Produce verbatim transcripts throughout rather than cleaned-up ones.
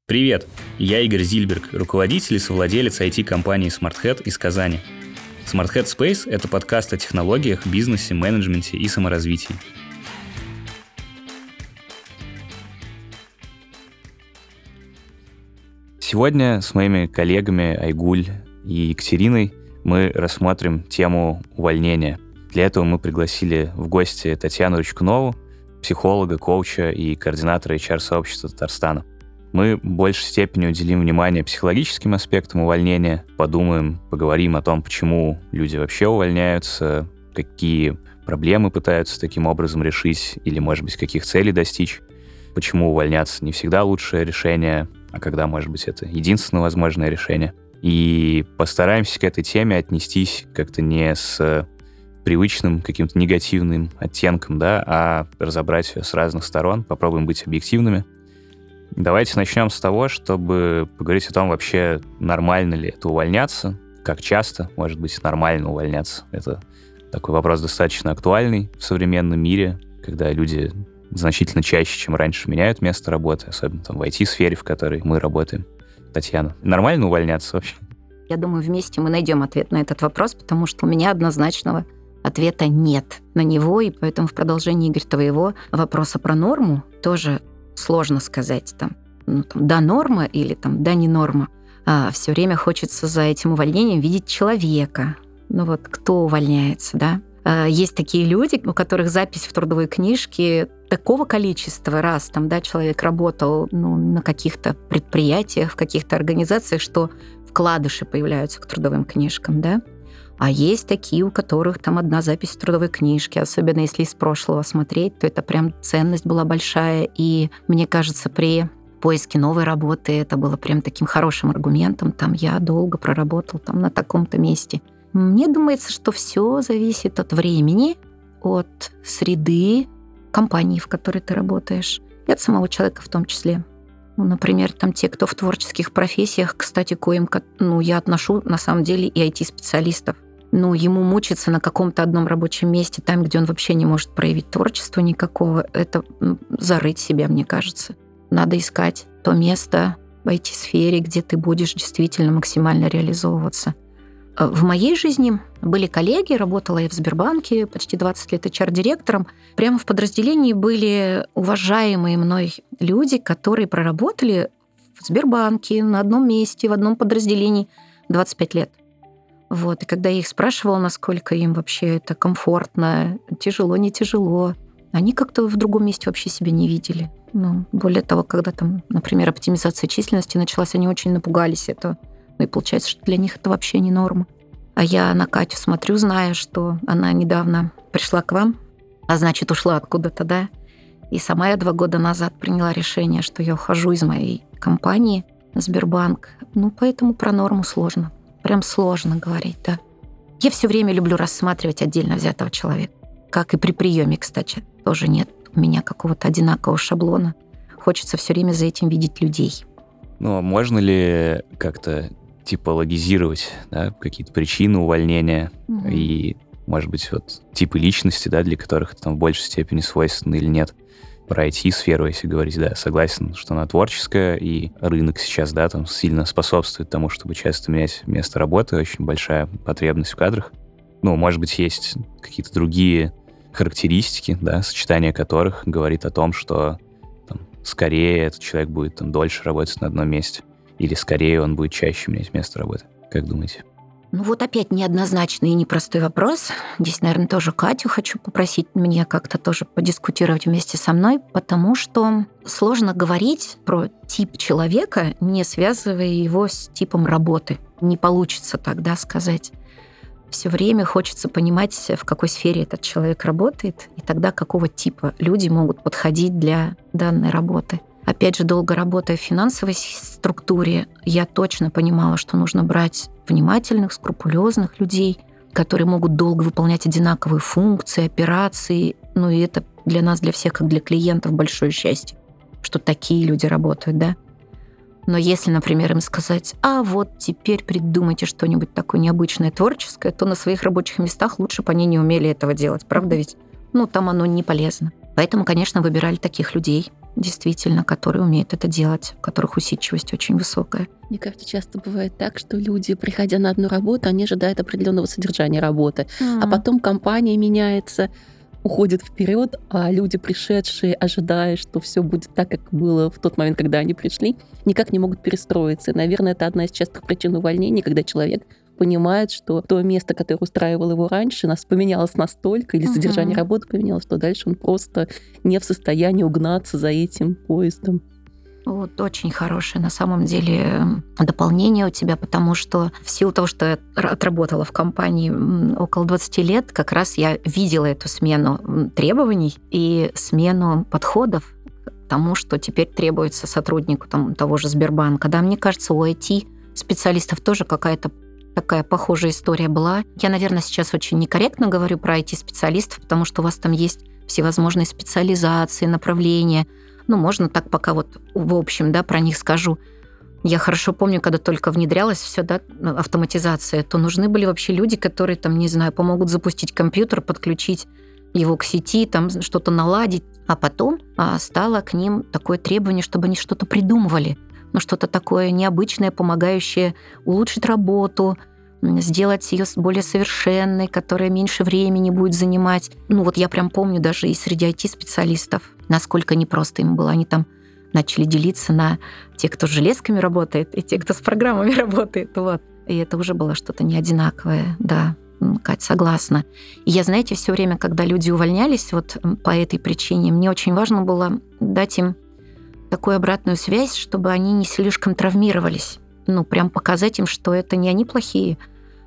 Привет, я Игорь Зильберг, руководитель и совладелец ай ти-компании SmartHead из Казани. SmartHead Space – это подкаст о технологиях, бизнесе, менеджменте и саморазвитии. Сегодня с моими коллегами Айгуль и Екатериной мы рассмотрим тему увольнения. Для этого мы пригласили в гости Татьяну Рычкунову, психолога, коуча и координатора эйч ар-сообщества Татарстана. Мы в большей степени уделим внимание психологическим аспектам увольнения, подумаем, поговорим о том, почему люди вообще увольняются, какие проблемы пытаются таким образом решить или, может быть, каких целей достичь, почему увольняться не всегда лучшее решение, а когда, может быть, это единственное возможное решение. И постараемся к этой теме отнестись как-то не с привычным каким-то негативным оттенком, да, а разобрать ее с разных сторон, попробуем быть объективными. Давайте начнем с того, чтобы поговорить о том, вообще нормально ли это увольняться, как часто, может быть, нормально увольняться. Это такой вопрос достаточно актуальный в современном мире, когда люди значительно чаще, чем раньше, меняют место работы, особенно там в ай ти-сфере, в которой мы работаем. Татьяна, нормально увольняться вообще? Я думаю, вместе мы найдем ответ на этот вопрос, потому что у меня однозначного ответа нет на него, и поэтому в продолжении, Игорь, твоего вопроса про норму тоже сложно сказать, там, ну, там, да, норма или там, да, не норма. А все время хочется за этим увольнением видеть человека. Ну вот, кто увольняется, да? А есть такие люди, у которых запись в трудовой книжке такого количества раз, там, да, человек работал, ну, на каких-то предприятиях, в каких-то организациях, что вкладыши появляются к трудовым книжкам, да? А есть такие, у которых там одна запись в трудовой книжке, особенно если из прошлого смотреть, то это прям ценность была большая. И мне кажется, при поиске новой работы это было прям таким хорошим аргументом. Там я долго проработал там на таком-то месте. Мне думается, что все зависит от времени, от среды, компании, в которой ты работаешь, и от самого человека в том числе. Ну, например, там те, кто в творческих профессиях, кстати, коим, ну, я отношу на самом деле и ай ти-специалистов. Ну, ему мучиться на каком-то одном рабочем месте, там, где он вообще не может проявить творчество никакого, это ну, зарыть себя, мне кажется. Надо искать то место в ай ти-сфере, где ты будешь действительно максимально реализовываться. В моей жизни были коллеги, работала я в Сбербанке, почти двадцать лет эйч ар-директором. Прямо в подразделении были уважаемые мной люди, которые проработали в Сбербанке на одном месте, в одном подразделении двадцать пять лет. Вот. И когда я их спрашивала, насколько им вообще это комфортно, тяжело, не тяжело, они как-то в другом месте вообще себя не видели. Ну, более того, когда там, например, оптимизация численности началась, они очень напугались этого. Ну и получается, что для них это вообще не норма. А я на Катю смотрю, зная, что она недавно пришла к вам, а значит, ушла откуда-то, да. И сама я два года назад приняла решение, что я ухожу из моей компании Сбербанк. Ну, поэтому про норму сложно. Прям сложно говорить, да. Я все время люблю рассматривать отдельно взятого человека. Как и при приеме, кстати. Тоже нет у меня какого-то одинакового шаблона. Хочется все время за этим видеть людей. Ну, а можно ли как-то типологизировать, да, какие-то причины увольнения mm-hmm. и, может быть, вот типы личности, да, для которых это там в большей степени свойственно или нет? Про ай ти-сферу, если говорить, да, согласен, что она творческая, и рынок сейчас, да, там сильно способствует тому, чтобы часто менять место работы, очень большая потребность в кадрах. Ну, может быть, есть какие-то другие характеристики, да, сочетание которых говорит о том, что там, скорее этот человек будет там дольше работать на одном месте, или скорее он будет чаще менять место работы. Как думаете? Ну вот опять неоднозначный и непростой вопрос. Здесь, наверное, тоже Катю хочу попросить мне как-то тоже подискутировать вместе со мной, потому что сложно говорить про тип человека, не связывая его с типом работы. Не получится тогда сказать. Все время хочется понимать, в какой сфере этот человек работает, и тогда какого типа люди могут подходить для данной работы. Опять же, долго работая в финансовой структуре, я точно понимала, что нужно брать внимательных, скрупулезных людей, которые могут долго выполнять одинаковые функции, операции. Ну и это для нас, для всех, как для клиентов, большое счастье, что такие люди работают, да. Но если, например, им сказать, а вот теперь придумайте что-нибудь такое необычное, творческое, то на своих рабочих местах лучше бы они не умели этого делать, правда ведь? Ну, там оно не полезно. Поэтому, конечно, выбирали таких людей. действительно, которые умеют это делать, у которых усидчивость очень высокая. Мне кажется, часто бывает так, что люди, приходя на одну работу, они ожидают определенного содержания работы, mm. а потом компания меняется, уходит вперед, а люди, пришедшие, ожидая, что все будет так, как было в тот момент, когда они пришли, никак не могут перестроиться. И, наверное, это одна из частых причин увольнений, когда человек понимает, что то место, которое устраивало его раньше, нас поменялось настолько, или uh-huh. содержание работы поменялось, что дальше он просто не в состоянии угнаться за этим поездом. Вот очень хорошее на самом деле дополнение у тебя, потому что в силу того, что я отработала в компании около двадцать лет, как раз я видела эту смену требований и смену подходов к тому, что теперь требуется сотруднику там, того же Сбербанка. Да, мне кажется, у ай ти-специалистов тоже какая-то такая похожая история была. Я, наверное, сейчас очень некорректно говорю про ай ти-специалистов, потому что у вас там есть всевозможные специализации, направления. Ну, можно так пока вот в общем, да, про них скажу. Я хорошо помню, когда только внедрялась все, да, автоматизация, то нужны были вообще люди, которые там, не знаю, помогут запустить компьютер, подключить его к сети, там что-то наладить. А потом а, стало к ним такое требование, чтобы они что-то придумывали. Ну, что-то такое необычное, помогающее улучшить работу, сделать ее более совершенной, которая меньше времени будет занимать. Ну, вот я прям помню даже и среди ай ти-специалистов, насколько непросто им было. Они там начали делиться на тех, кто с железками работает, и тех, кто с программами работает. Вот. И это уже было что-то неодинаковое, да. Кать, согласна. И я, знаете, все время, когда люди увольнялись вот по этой причине, мне очень важно было дать им такую обратную связь, чтобы они не слишком травмировались. Ну, прям показать им, что это не они плохие,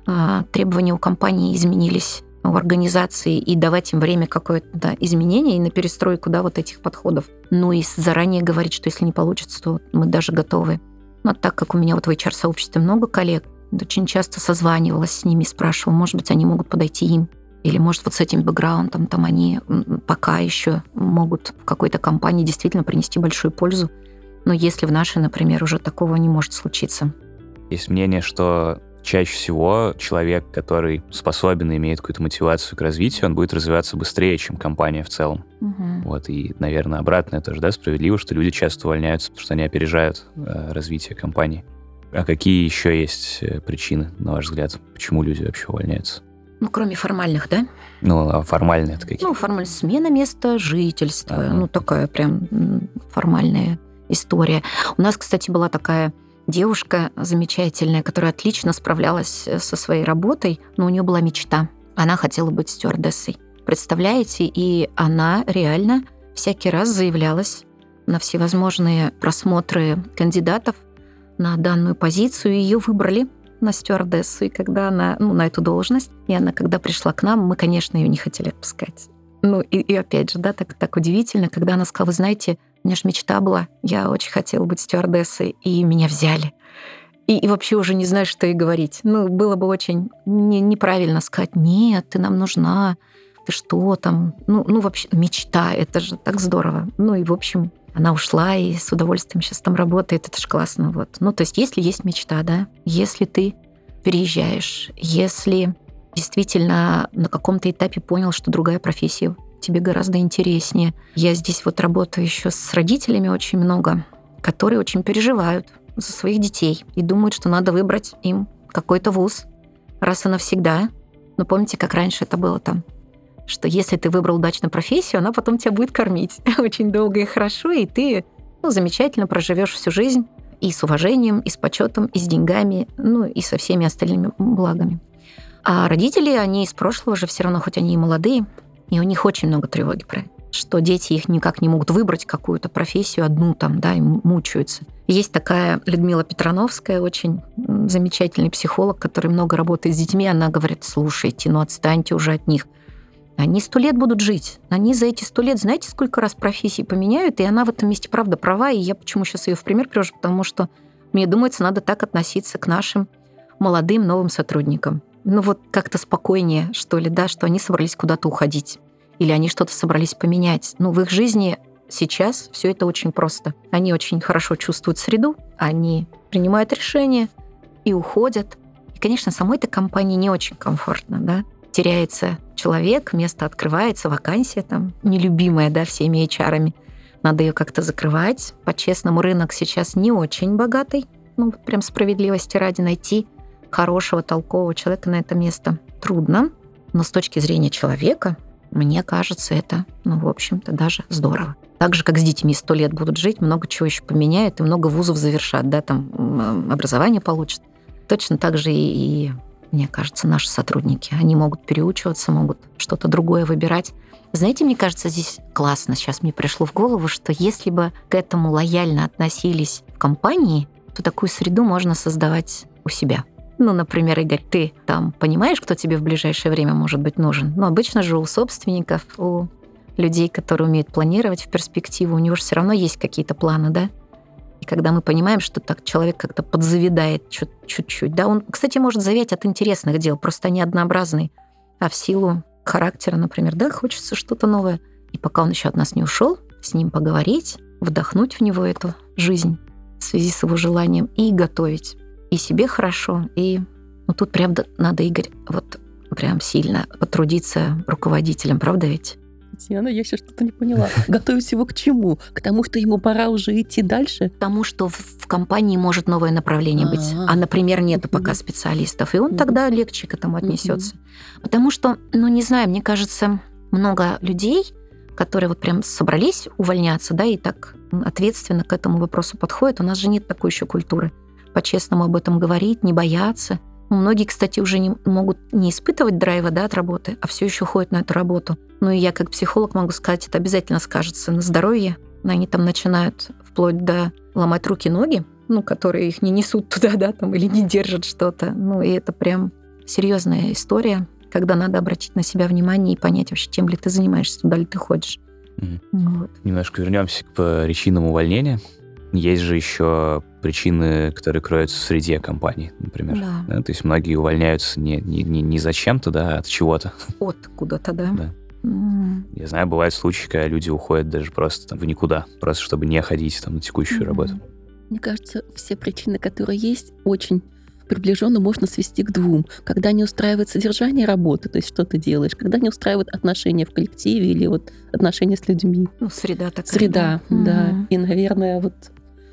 а требования у компании изменились, у организации, и давать им время какое-то да, изменение и на перестройку да, вот этих подходов. Ну и заранее говорить, что если не получится, то мы даже готовы. Но так как у меня вот в эйч ар-сообществе много коллег, очень часто созванивалась с ними, спрашивала, может быть, они могут подойти им. Или, может, вот с этим бэкграундом там они пока еще могут в какой-то компании действительно принести большую пользу. Но если в нашей, например, уже такого не может случиться. Есть мнение, что чаще всего человек, который способен и имеет какую-то мотивацию к развитию, он будет развиваться быстрее, чем компания в целом. Угу. Вот, и, наверное, обратное тоже, да, справедливо, что люди часто увольняются, потому что они опережают э, развитие компании. А какие еще есть причины, на ваш взгляд, почему люди вообще увольняются? Ну, кроме формальных, да? Ну, а формальные это какие? Ну, формальная смена места жительства. А-а-а. Ну, такая прям формальная история. У нас, кстати, была такая девушка замечательная, которая отлично справлялась со своей работой, но у нее была мечта. Она хотела быть стюардессой. Представляете? И она реально всякий раз заявлялась на всевозможные просмотры кандидатов на данную позицию, и ее выбрали на стюардессу, и когда она, ну, на эту должность, и она, когда пришла к нам, мы, конечно, ее не хотели отпускать. Ну, и, и опять же, да, так, так удивительно, когда она сказала, вы знаете, у меня же мечта была, я очень хотела быть стюардессой, и меня взяли. И, и вообще уже не знаю, что и говорить. Ну, было бы очень не, неправильно сказать, нет, ты нам нужна, ты что там? Ну, ну, вообще, мечта, это же так здорово. Ну, и, в общем, она ушла и с удовольствием сейчас там работает, это же классно. Вот. Ну, то есть, если есть мечта, да, если ты переезжаешь, если действительно на каком-то этапе понял, что другая профессия тебе гораздо интереснее. Я здесь вот работаю еще с родителями очень много, которые очень переживают за своих детей и думают, что надо выбрать им какой-то вуз раз и навсегда. Но помните, как раньше это было там? Что если ты выбрал удачную профессию, она потом тебя будет кормить очень долго и хорошо, и ты ну, замечательно проживешь всю жизнь и с уважением, и с почетом, и с деньгами, ну и со всеми остальными благами. А родители, они из прошлого же все равно, хоть они и молодые, и у них очень много тревоги про это, что дети их никак не могут выбрать какую-то профессию одну там, да, и мучаются. Есть такая Людмила Петрановская, очень замечательный психолог, который много работает с детьми, она говорит, слушайте, ну отстаньте уже от них. Они сто лет будут жить. Они за эти сто лет, знаете, сколько раз профессии поменяют, и она в этом месте, правда, права, и я почему сейчас ее в пример привожу, потому что, мне думается, надо так относиться к нашим молодым новым сотрудникам. Ну вот как-то спокойнее, что ли, да, что они собрались куда-то уходить, или они что-то собрались поменять. Ну, в их жизни сейчас все это очень просто. Они очень хорошо чувствуют среду, они принимают решения и уходят. И, конечно, самой этой компании не очень комфортно, да. Теряется человек, место открывается, вакансия там, нелюбимая, да, всеми эйч ар-ами. надо ее как-то закрывать. По-честному, рынок сейчас не очень богатый. Ну, прям справедливости ради найти хорошего, толкового человека на это место трудно. Но с точки зрения человека, мне кажется, это, ну, в общем-то, даже здорово. Так же, как с детьми сто лет будут жить, много чего еще поменяют, и много вузов завершат, да, там образование получат. Точно так же и, и, мне кажется, наши сотрудники. Они могут переучиваться, могут что-то другое выбирать. Знаете, мне кажется, здесь классно. Сейчас мне пришло в голову, что если бы к этому лояльно относились в компании, то такую среду можно создавать у себя. Ну, например, Игорь, ты там понимаешь, кто тебе в ближайшее время может быть нужен? Ну, обычно же у собственников, у людей, которые умеют планировать в перспективу, у него же все равно есть какие-то планы, да? И когда мы понимаем, что так человек как-то подзавидает чуть-чуть, да, он, кстати, может завять от интересных дел, просто они однообразные, а в силу характера, например, да, хочется что-то новое. И пока он еще от нас не ушел, с ним поговорить, вдохнуть в него эту жизнь в связи с его желанием и готовить. И себе хорошо, и ну, тут прям надо, Игорь, вот прям сильно потрудиться руководителем, правда ведь? Татьяна, я еще что-то не поняла. Готовить его к чему? К тому, что ему пора уже идти дальше? К тому, что в, в компании может новое направление быть, а, например, нету пока специалистов, и он тогда легче к этому отнесется. Потому что, ну, не знаю, мне кажется, много людей, которые вот прям собрались увольняться, да, и так ответственно к эту вопросу подходят, у нас же нет такой еще культуры. По-честному об этом говорить, не бояться. Многие, кстати, уже не могут не испытывать драйва, да, от работы, а все еще ходят на эту работу. Ну и я как психолог могу сказать, это обязательно скажется на здоровье. Они там начинают вплоть до ломать руки-ноги, ну, которые их не несут туда, да, там, или не держат что-то. Ну, и это прям серьезная история, когда надо обратить на себя внимание и понять вообще, чем ли ты занимаешься, туда ли ты ходишь. Mm-hmm. Вот. Немножко вернемся к причинам увольнения. Есть же еще причины, которые кроются в среде компании, например. Да. Да, то есть многие увольняются не, не, не, не зачем-то, да, а от чего-то. От куда-то, да. Да. Mm. Я знаю, бывают случаи, когда люди уходят даже просто там, в никуда, просто чтобы не ходить там, на текущую mm-hmm. работу. Мне кажется, все причины, которые есть, очень приближенно можно свести к двум. Когда не устраивает содержание работы, то есть что ты делаешь, когда не устраивает отношения в коллективе или вот отношения с людьми. Ну, среда такая. Среда, да. да. Mm-hmm. И, наверное, вот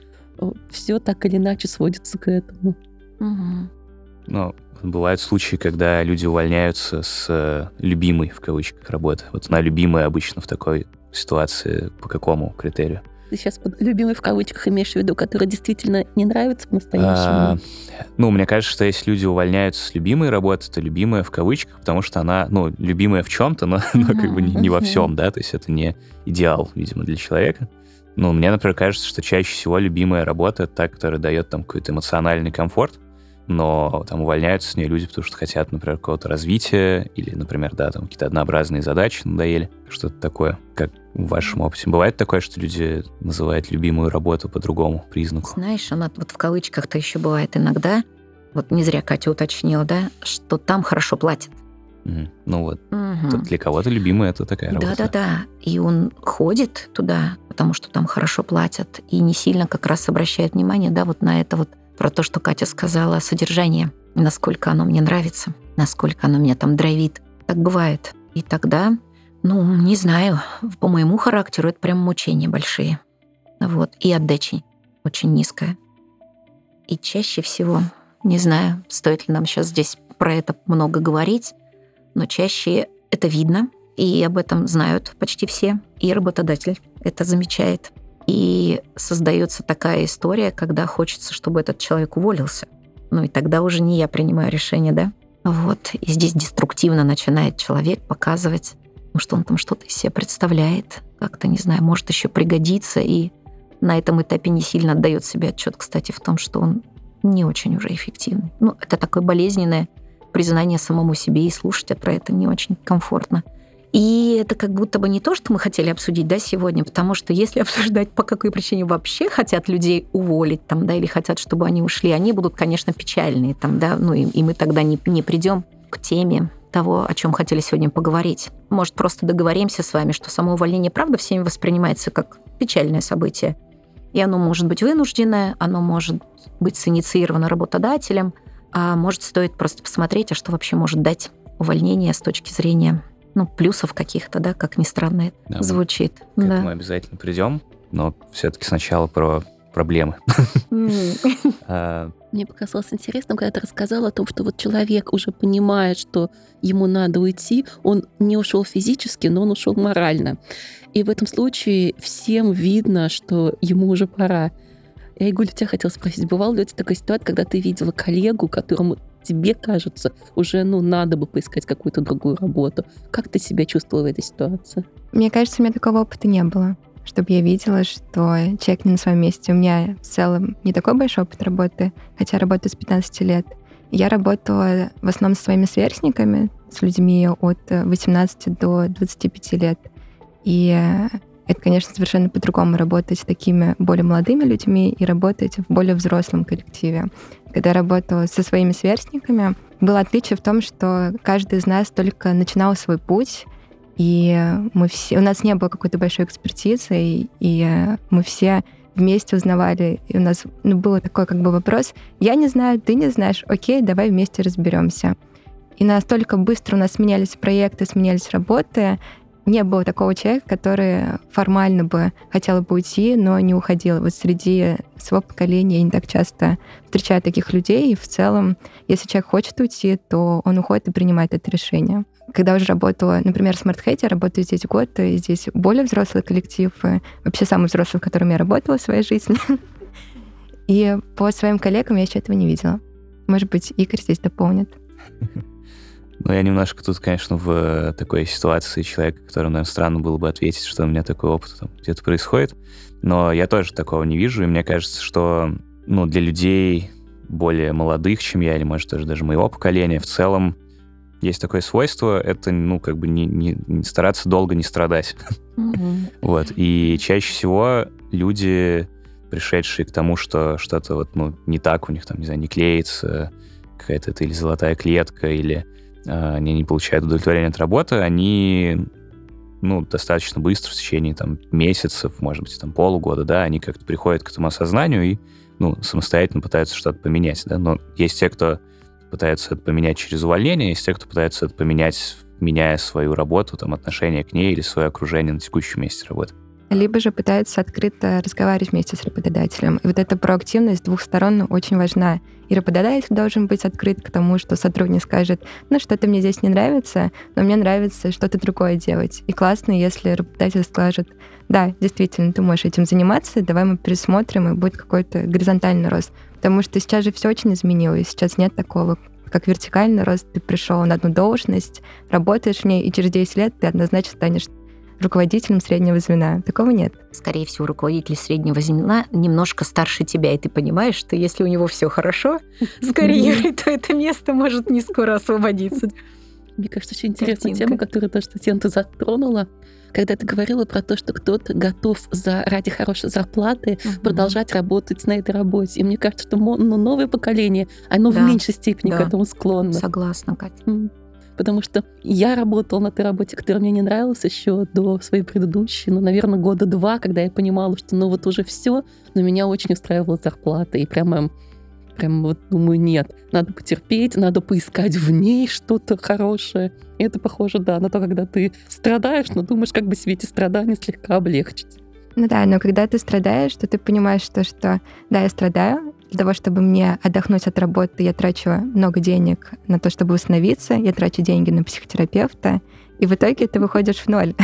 все так или иначе сводится к этому. Mm-hmm. Ну, бывают случаи, когда люди увольняются с э, любимой, в кавычках, работы. Вот она любимая обычно в такой ситуации по какому критерию? Ты сейчас под любимой в кавычках имеешь в виду, которая действительно не нравится по-настоящему? А, ну, мне кажется, что если люди увольняются с любимой работы, то любимая в кавычках, потому что она, ну, любимая в чем-то, но, mm-hmm. но как бы не, не во всем, да, то есть это не идеал, видимо, для человека. Ну, мне, например, кажется, что чаще всего любимая работа — это та, которая дает там какой-то эмоциональный комфорт, но там увольняются с нее люди, потому что хотят, например, какого-то развития или, например, да, там какие-то однообразные задачи надоели, что-то такое. Как в вашем опыте? Бывает такое, что люди называют любимую работу по другому признаку? Знаешь, она вот в кавычках-то еще бывает иногда, вот не зря Катя уточнила, да, что там хорошо платят. Mm-hmm. Ну вот, угу. Для кого-то любимая это такая работа. Да-да-да, и он ходит туда, потому что там хорошо платят, и не сильно как раз обращает внимание, да, вот на это вот, про то, что Катя сказала, содержание, насколько оно мне нравится, насколько оно меня там драйвит. Так бывает. И тогда, ну, не знаю, по моему характеру это прям мучения большие. Вот. И отдача очень низкая. И чаще всего, не знаю, стоит ли нам сейчас здесь про это много говорить, но чаще это видно, и об этом знают почти все, и работодатель это замечает. И создается такая история, когда хочется, чтобы этот человек уволился. Ну и тогда уже не я принимаю решение, да? Вот. И здесь деструктивно начинает человек показывать, ну, что он там что-то из себя представляет, как-то, не знаю, может еще пригодиться, и на этом этапе не сильно отдает себе отчет, кстати, в том, что он не очень уже эффективный. Ну, это такое болезненное признание самому себе, и слушать про это не очень комфортно. И это как будто бы не то, что мы хотели обсудить, да, сегодня, потому что если обсуждать, по какой причине вообще хотят людей уволить, там, да, или хотят, чтобы они ушли, они будут, конечно, печальные, там, да, ну и, и мы тогда не, не придем к теме того, о чем хотели сегодня поговорить. Может, просто договоримся с вами, что само увольнение, правда, всеми воспринимается как печальное событие. И оно может быть вынужденное, оно может быть синициировано работодателем, а может, стоит просто посмотреть, а что вообще может дать увольнение с точки зрения, ну, плюсов каких-то, да, как ни странно это да, звучит. К да. этому обязательно придем. но все-таки сначала про проблемы. Мне показалось интересным, когда ты рассказала о том, что вот человек уже понимает, что ему надо уйти, он не ушел физически, но он ушел морально. И в этом случае всем видно, что ему уже пора. Я, Игуль, тебя хотела спросить, бывала ли у тебя такая ситуация, когда ты видела коллегу, которому тебе кажется, уже ну, надо бы поискать какую-то другую работу? Как ты себя чувствовала в этой ситуации? Мне кажется, у меня такого опыта не было, чтобы я видела, что человек не на своем месте. У меня в целом не такой большой опыт работы, хотя работаю с пятнадцати лет. Я работала в основном со своими сверстниками, с людьми от восемнадцати до двадцати пяти лет. И это, конечно, совершенно по-другому работать с такими более молодыми людьми и работать в более взрослом коллективе. Когда я работала со своими сверстниками, было отличие в том, что каждый из нас только начинал свой путь, и мы все, у нас не было какой-то большой экспертизы, и, и мы все вместе узнавали, и у нас ну, был такой как бы вопрос: я не знаю, ты не знаешь, окей, давай вместе разберемся. И настолько быстро у нас сменялись проекты, сменялись работы. Не было такого человека, который формально бы хотел бы уйти, но не уходил. Вот среди своего поколения я не так часто встречаю таких людей. И в целом, если человек хочет уйти, то он уходит и принимает это решение. Когда уже работала, например, в Smart Hat, я работаю здесь год, и здесь более взрослый коллектив, и вообще самый взрослый, в котором я работала в своей жизни. И по своим коллегам я еще этого не видела. Может быть, Игорь здесь дополнит. Ну, я немножко тут, конечно, в такой ситуации человека, которому, наверное, странно было бы ответить, что у меня такой опыт там где-то происходит. Но я тоже такого не вижу, и мне кажется, что ну, для людей более молодых, чем я, или, может, тоже даже моего поколения, в целом есть такое свойство, это, ну, как бы не, не, не стараться долго не страдать. Mm-hmm. Вот. И чаще всего люди, пришедшие к тому, что что-то вот, ну, не так у них, там, не знаю, не клеится, какая-то это или золотая клетка, или они не получают удовлетворения от работы, они ну, достаточно быстро, в течение там, месяцев, может быть, там, полугода, да, они как-то приходят к этому осознанию и ну, самостоятельно пытаются что-то поменять. Да? Но есть те, кто пытаются это поменять через увольнение, есть те, кто пытаются это поменять, меняя свою работу, там, отношение к ней или свое окружение на текущем месте работы. Либо же пытаются открыто разговаривать вместе с работодателем. И вот эта проактивность с двух сторон очень важна. И работодатель должен быть открыт к тому, что сотрудник скажет: ну, что-то мне здесь не нравится, но мне нравится что-то другое делать. И классно, если работодатель скажет: да, действительно, ты можешь этим заниматься, давай мы пересмотрим, и будет какой-то горизонтальный рост. Потому что сейчас же все очень изменилось. Сейчас нет такого, как вертикальный рост. Ты пришел на одну должность, работаешь в ней, и через десять лет ты однозначно станешь руководителем среднего звена. Такого нет. Скорее всего, руководитель среднего звена немножко старше тебя, и ты понимаешь, что если у него все хорошо с карьерой, то это место может не скоро освободиться. Мне кажется, очень интересная тема, которую тоже, Татьяна, ты затронула. Когда ты говорила про то, что кто-то готов за, ради хорошей зарплаты uh-huh. продолжать работать на этой работе. И мне кажется, что ну, новое поколение, оно да. в меньшей степени да. к этому склонно. Согласна, Катя. Mm. Потому что я работала на той работе, которая мне не нравилась еще до своей предыдущей, ну, наверное, года два, когда я понимала, что ну вот уже все, но меня очень устраивала зарплата. И прямо, прямо вот думаю, нет, надо потерпеть, надо поискать в ней что-то хорошее. И это похоже, да, на то, когда ты страдаешь, но думаешь, как бы себе эти страдания слегка облегчить. Ну да, но когда ты страдаешь, то ты понимаешь, что, что да, я страдаю. Для того, чтобы мне отдохнуть от работы, я трачу много денег на то, чтобы восстановиться, я трачу деньги на психотерапевта, и в итоге ты выходишь в ноль.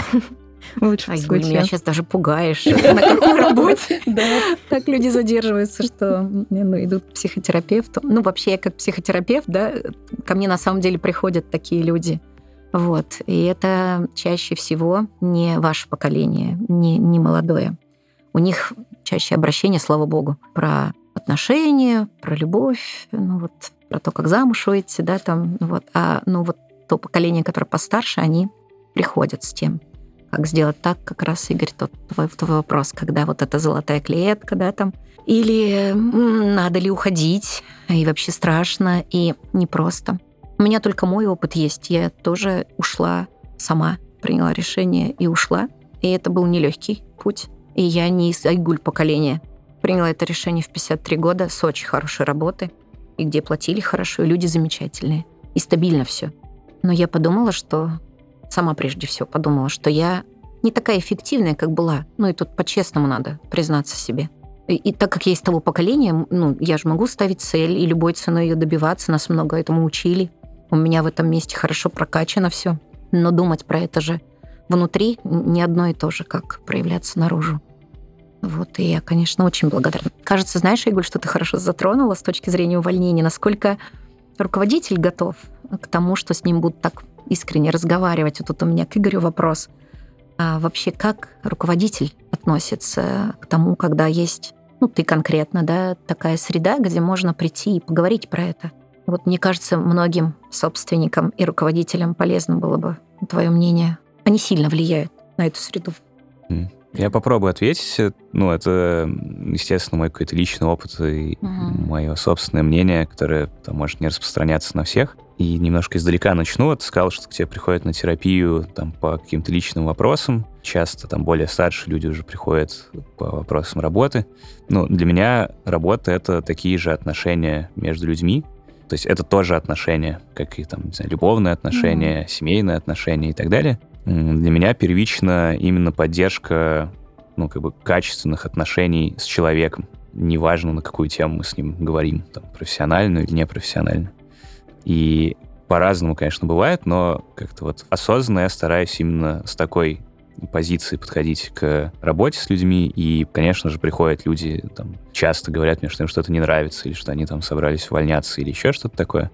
Ай, Юль, меня сейчас даже пугаешь. На какой работе? Так люди задерживаются, что идут к психотерапевту. Ну, вообще, я как психотерапевт, да, ко мне на самом деле приходят такие люди. Вот. И это чаще всего не ваше поколение, не, не молодое. У них чаще обращение, слава богу, про отношения, про любовь, ну вот про то, как замуж выйти, да, там, вот. А ну вот то поколение, которое постарше, они приходят с тем, как сделать так, как раз, Игорь, тот твой, твой вопрос, когда вот эта золотая клетка, да, там, или надо ли уходить, и вообще страшно, и непросто. У меня только мой опыт есть, я тоже ушла сама, приняла решение и ушла, и это был нелегкий путь, и я не из Айгуль поколения. Приняла это решение в пятьдесят три года с очень хорошей работы, и где платили хорошо, и люди замечательные, и стабильно все. Но я подумала, что... Сама прежде всего подумала, что я не такая эффективная, как была. Ну и тут по-честному надо признаться себе. И, и так как я из того поколения, ну, я же могу ставить цель и любой ценой ее добиваться, нас много этому учили. У меня в этом месте хорошо прокачано все. Но думать про это же внутри не одно и то же, как проявляться наружу. Вот, и я, конечно, очень благодарна. Кажется, знаешь, Игорь, что ты хорошо затронула с точки зрения увольнения, насколько руководитель готов к тому, что с ним будут так искренне разговаривать. Вот тут у меня к Игорю вопрос. А вообще, как руководитель относится к тому, когда есть, ну, ты конкретно, да, такая среда, где можно прийти и поговорить про это? Вот мне кажется, многим собственникам и руководителям полезно было бы твое мнение. Они сильно влияют на эту среду. Я попробую ответить. Ну, это, естественно, мой какой-то личный опыт и угу. мое собственное мнение, которое там, может не распространяться на всех. И немножко издалека начну. Ты сказал, что к тебе приходят на терапию там, по каким-то личным вопросам. Часто там более старшие люди уже приходят по вопросам работы. Ну, для меня работа — это такие же отношения между людьми. То есть это тоже отношения, как и там, не знаю, любовные отношения, mm-hmm. семейные отношения и так далее. Для меня первична именно поддержка, ну, как бы качественных отношений с человеком. Неважно, на какую тему мы с ним говорим, там, профессиональную или непрофессиональную. И по-разному, конечно, бывает, но как-то вот осознанно я стараюсь именно с такой позиции подходить к работе с людьми. И, конечно же, приходят люди, там, часто говорят мне, что им что-то не нравится, или что они там собрались увольняться, или еще что-то такое.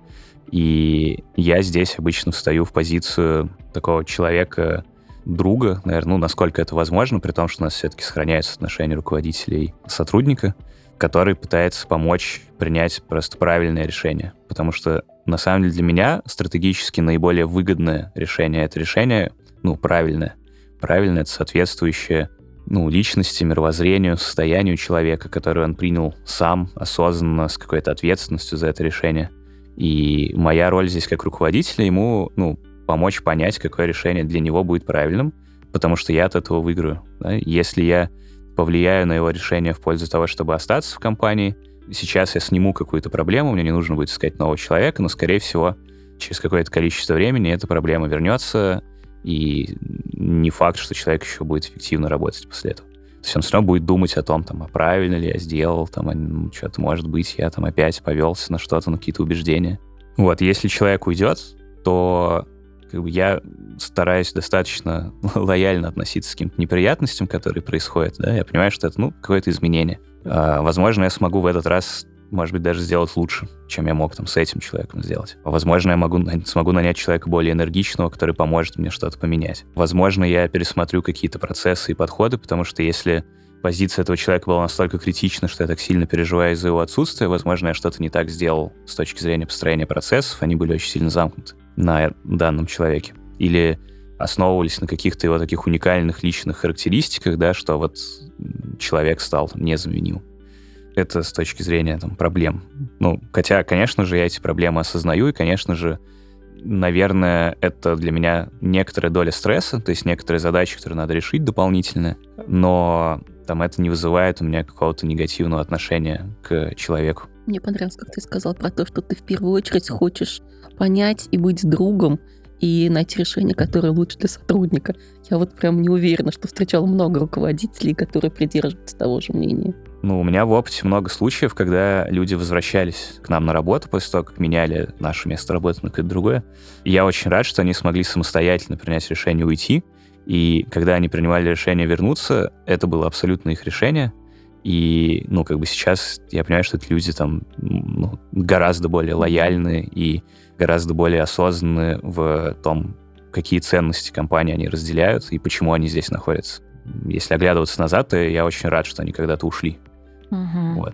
И я здесь обычно встаю в позицию такого человека, друга, наверное, ну, насколько это возможно, при том, что у нас все-таки сохраняются отношения руководителя и сотрудника, который пытается помочь принять просто правильное решение. Потому что, на самом деле, для меня стратегически наиболее выгодное решение — это решение, ну, правильное. Правильное — это соответствующее, ну, личности, мировоззрению, состоянию человека, которое он принял сам, осознанно, с какой-то ответственностью за это решение. И моя роль здесь как руководителя ему, ну, помочь понять, какое решение для него будет правильным, потому что я от этого выиграю. Да? Если я повлияю на его решение в пользу того, чтобы остаться в компании, сейчас я сниму какую-то проблему, мне не нужно будет искать нового человека, но, скорее всего, через какое-то количество времени эта проблема вернется, и не факт, что человек еще будет эффективно работать после этого. То есть он все равно будет думать о том, там, а правильно ли я сделал, там, а, ну, что-то, может быть, я там опять повелся на что-то, на какие-то убеждения. Вот, если человек уйдет, то как бы, я стараюсь достаточно лояльно относиться к каким-то неприятностям, которые происходят, да, я понимаю, что это, ну, какое-то изменение. А, возможно, я смогу в этот раз, может быть, даже сделать лучше, чем я мог там с этим человеком сделать. Возможно, я могу, смогу нанять человека более энергичного, который поможет мне что-то поменять. Возможно, я пересмотрю какие-то процессы и подходы, потому что если позиция этого человека была настолько критична, что я так сильно переживаю из-за его отсутствия, возможно, я что-то не так сделал с точки зрения построения процессов, они были очень сильно замкнуты на данном человеке. Или основывались на каких-то его таких уникальных личных характеристиках, да, что вот человек стал незаменимым. Это с точки зрения там, проблем. Ну, хотя, конечно же, я эти проблемы осознаю, и, конечно же, наверное, это для меня некоторая доля стресса, то есть некоторые задачи, которые надо решить дополнительно, но там это не вызывает у меня какого-то негативного отношения к человеку. Мне понравилось, как ты сказал про то, что ты в первую очередь хочешь понять и быть другом, и найти решение, которое лучше для сотрудника. Я вот прям не уверена, что встречала много руководителей, которые придерживаются того же мнения. Ну, у меня в опыте много случаев, когда люди возвращались к нам на работу после того, как меняли наше место работы на какое-то другое. И я очень рад, что они смогли самостоятельно принять решение уйти. И когда они принимали решение вернуться, это было абсолютно их решение. И, ну, как бы сейчас я понимаю, что эти люди там ну, гораздо более лояльны и гораздо более осознанны в том, какие ценности компании они разделяют и почему они здесь находятся. Если оглядываться назад, то я очень рад, что они когда-то ушли. Uh-huh. Вот.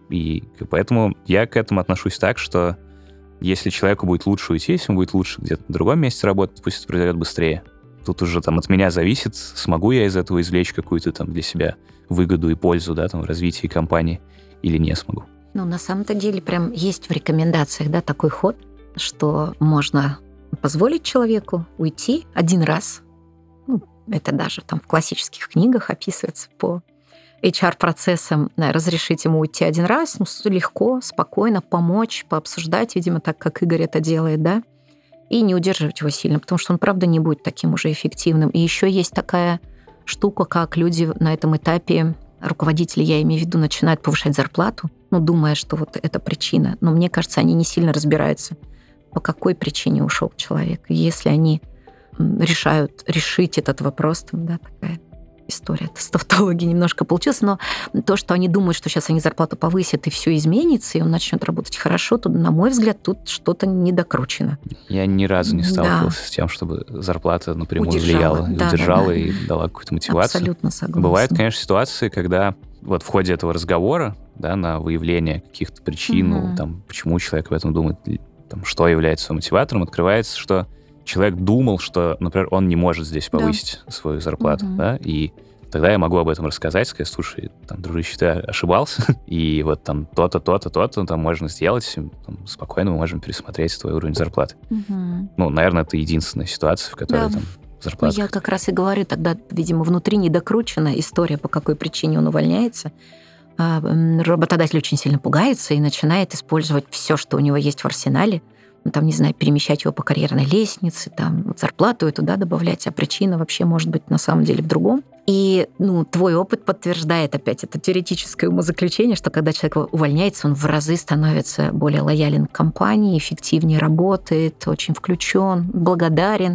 И поэтому я к этому отношусь так, что если человеку будет лучше уйти, если ему будет лучше где-то на другом месте работать, пусть это произойдет быстрее. Тут уже там от меня зависит, смогу я из этого извлечь какую-то там для себя выгоду и пользу, да, там, в развитии компании или не смогу. Ну, на самом-то деле прям есть в рекомендациях, да, такой ход, что можно позволить человеку уйти один раз. Ну, это даже там в классических книгах описывается по эйч ар-процессам. Да, разрешить ему уйти один раз, ну, легко, спокойно помочь, пообсуждать, видимо, так, как Игорь это делает, да, и не удерживать его сильно, потому что он, правда, не будет таким уже эффективным. И еще есть такая штука, как люди на этом этапе, руководители, я имею в виду, начинают повышать зарплату, ну, думая, что вот это причина. Но мне кажется, они не сильно разбираются, по какой причине ушел человек. Если они решают решить этот вопрос, там, да, такая история. Это с тавтологией немножко получилось, но то, что они думают, что сейчас они зарплату повысят, и все изменится, и он начнет работать хорошо, то, на мой взгляд, тут что-то недокручено. Я ни разу не сталкивался да. с тем, чтобы зарплата напрямую удержала, влияла, и да, удержала, да, да. и дала какую-то мотивацию. Абсолютно согласна. Бывают, конечно, ситуации, когда вот в ходе этого разговора, да, на выявление каких-то причин, угу. ну, там, почему человек об этом думает, там, что является мотиватором, открывается, что человек думал, что, например, он не может здесь повысить да. свою зарплату, угу. да, и тогда я могу об этом рассказать, сказать, слушай, там, дружище, ты ошибался, и вот там то-то, то-то, то-то там можно сделать, там, спокойно мы можем пересмотреть твой уровень зарплаты. Угу. Ну, наверное, это единственная ситуация, в которой да. там зарплата... Ну, я как раз и говорю, тогда, видимо, внутри недокручена история, по какой причине он увольняется. Работодатель очень сильно пугается и начинает использовать все, что у него есть в арсенале, ну, там, не знаю, перемещать его по карьерной лестнице, там, вот зарплату эту, да, добавлять, а причина вообще может быть на самом деле в другом. И, ну, твой опыт подтверждает опять это теоретическое умозаключение, что когда человек увольняется, он в разы становится более лоялен к компании, эффективнее работает, очень включен, благодарен.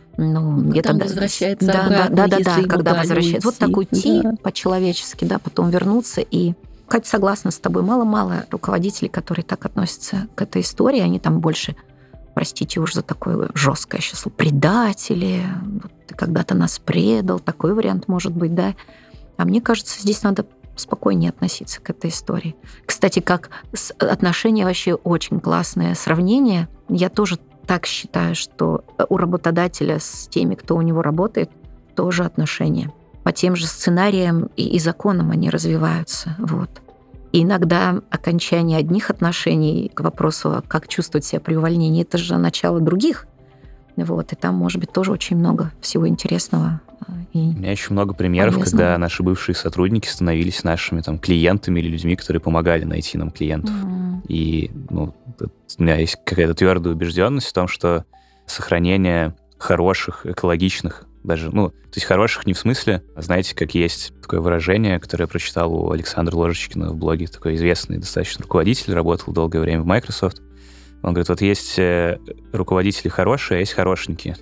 Ну, когда это, он возвращается да, обратно, да, да, да, если да, когда возвращается. Вот так уйти да. по-человечески, да, потом вернуться и... Катя, согласна с тобой, мало-мало руководителей, которые так относятся к этой истории, они там больше, простите уж за такое жесткое сейчас слово, предатели, ты когда-то нас предал, такой вариант может быть, да. А мне кажется, здесь надо спокойнее относиться к этой истории. Кстати, как отношения вообще очень классное сравнение. Я тоже так считаю, что у работодателя с теми, кто у него работает, тоже отношения. По тем же сценариям и, и законам они развиваются. Вот. И иногда окончание одних отношений к вопросу, как чувствовать себя при увольнении, это же начало других. Вот. И там, может быть, тоже очень много всего интересного. И У меня еще много примеров, полезного. Когда наши бывшие сотрудники становились нашими там, клиентами или людьми, которые помогали найти нам клиентов. Mm-hmm. И ну, у меня есть какая-то твердая убежденность в том, что сохранение хороших, экологичных даже, ну, то есть хороших не в смысле, знаете, как есть такое выражение, которое я прочитал у Александра Ложечкина в блоге, такой известный достаточно руководитель, работал долгое время в Microsoft. Он говорит, вот есть руководители хорошие, а есть хорошенькие.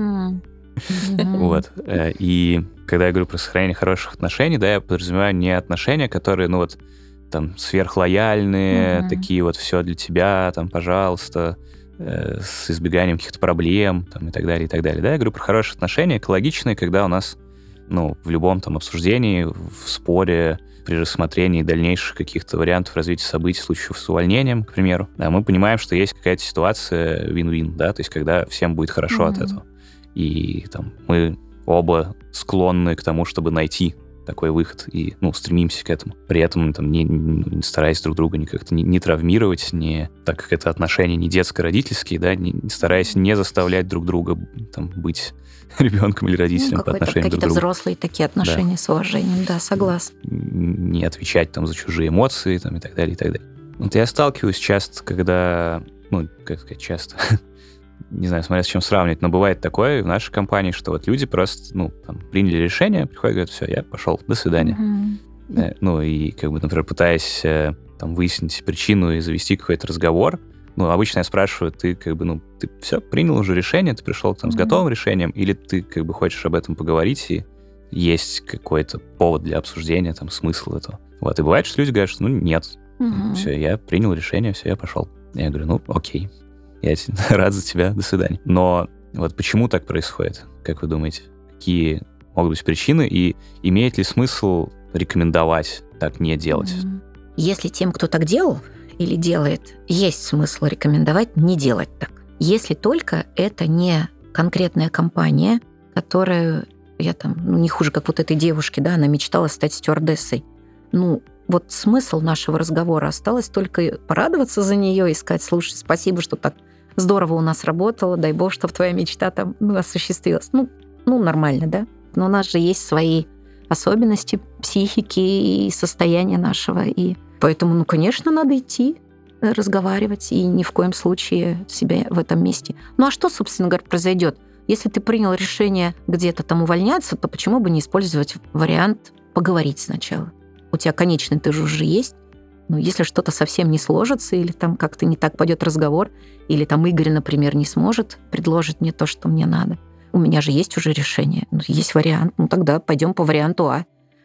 Mm-hmm. Вот. И когда я говорю про сохранение хороших отношений, да, я подразумеваю не отношения, которые, ну, вот, там, сверхлояльные, mm-hmm. такие вот, все для тебя, там, пожалуйста, с избеганием каких-то проблем там, и так далее, и так далее. Да, я говорю про хорошие отношения, экологичные, когда у нас ну, в любом там обсуждении, в споре, при рассмотрении дальнейших каких-то вариантов развития событий, случаев с увольнением, к примеру, да, мы понимаем, что есть какая-то ситуация win-win, да, то есть когда всем будет хорошо mm-hmm. от этого. И там мы оба склонны к тому, чтобы найти такой выход и, ну, стремимся к этому. При этом там, не, не стараясь друг друга как-то не, не травмировать, не, так как это отношения не детско-родительские, да, не, не стараясь не заставлять друг друга там, быть ребенком или родителем ну, по отношению друг к другу. Какие-то взрослые такие отношения да. с уважением, да, согласна. Не отвечать там за чужие эмоции там, и так далее, и так далее. Вот я сталкиваюсь часто, когда, ну, как сказать, часто... не знаю, смотря с чем сравнивать, но бывает такое в нашей компании, что вот люди просто, ну, там, приняли решение, приходят, говорят, все, я пошел, до свидания. Mm-hmm. Ну, и, как бы, например, пытаясь там выяснить причину и завести какой-то разговор, ну, обычно я спрашиваю, ты, как бы, ну, ты все, принял уже решение, ты пришел там mm-hmm. с готовым решением, или ты, как бы, хочешь об этом поговорить, и есть какой-то повод для обсуждения, там, смысл этого. Вот, и бывает, что люди говорят, что, ну, нет, mm-hmm. все, я принял решение, все, я пошел. Я говорю, ну, окей. Я рад за тебя, до свидания. Но вот почему так происходит, как вы думаете? Какие могут быть причины и имеет ли смысл рекомендовать так не делать? Если тем, кто так делал или делает, есть смысл рекомендовать не делать так. Если только это не конкретная компания, которая, я там, ну, не хуже, как вот этой девушки, да, она мечтала стать стюардессой. Ну, вот смысл нашего разговора осталось только порадоваться за нее и сказать, слушай, спасибо, что так здорово у нас работало, дай бог, чтобы твоя мечта там ну, осуществилась. Ну, ну, нормально, да? Но у нас же есть свои особенности психики и состояния нашего. И поэтому, ну, конечно, надо идти, разговаривать и ни в коем случае себя в этом месте. Ну, а что, собственно говоря, произойдет? Если ты принял решение где-то там увольняться, то почему бы не использовать вариант поговорить сначала? У тебя конечный ты же уже есть. Но если что-то совсем не сложится, или там как-то не так пойдет разговор, или там Игорь, например, не сможет предложить мне то, что мне надо, у меня же есть уже решение, ну, есть вариант, ну тогда пойдем по варианту А.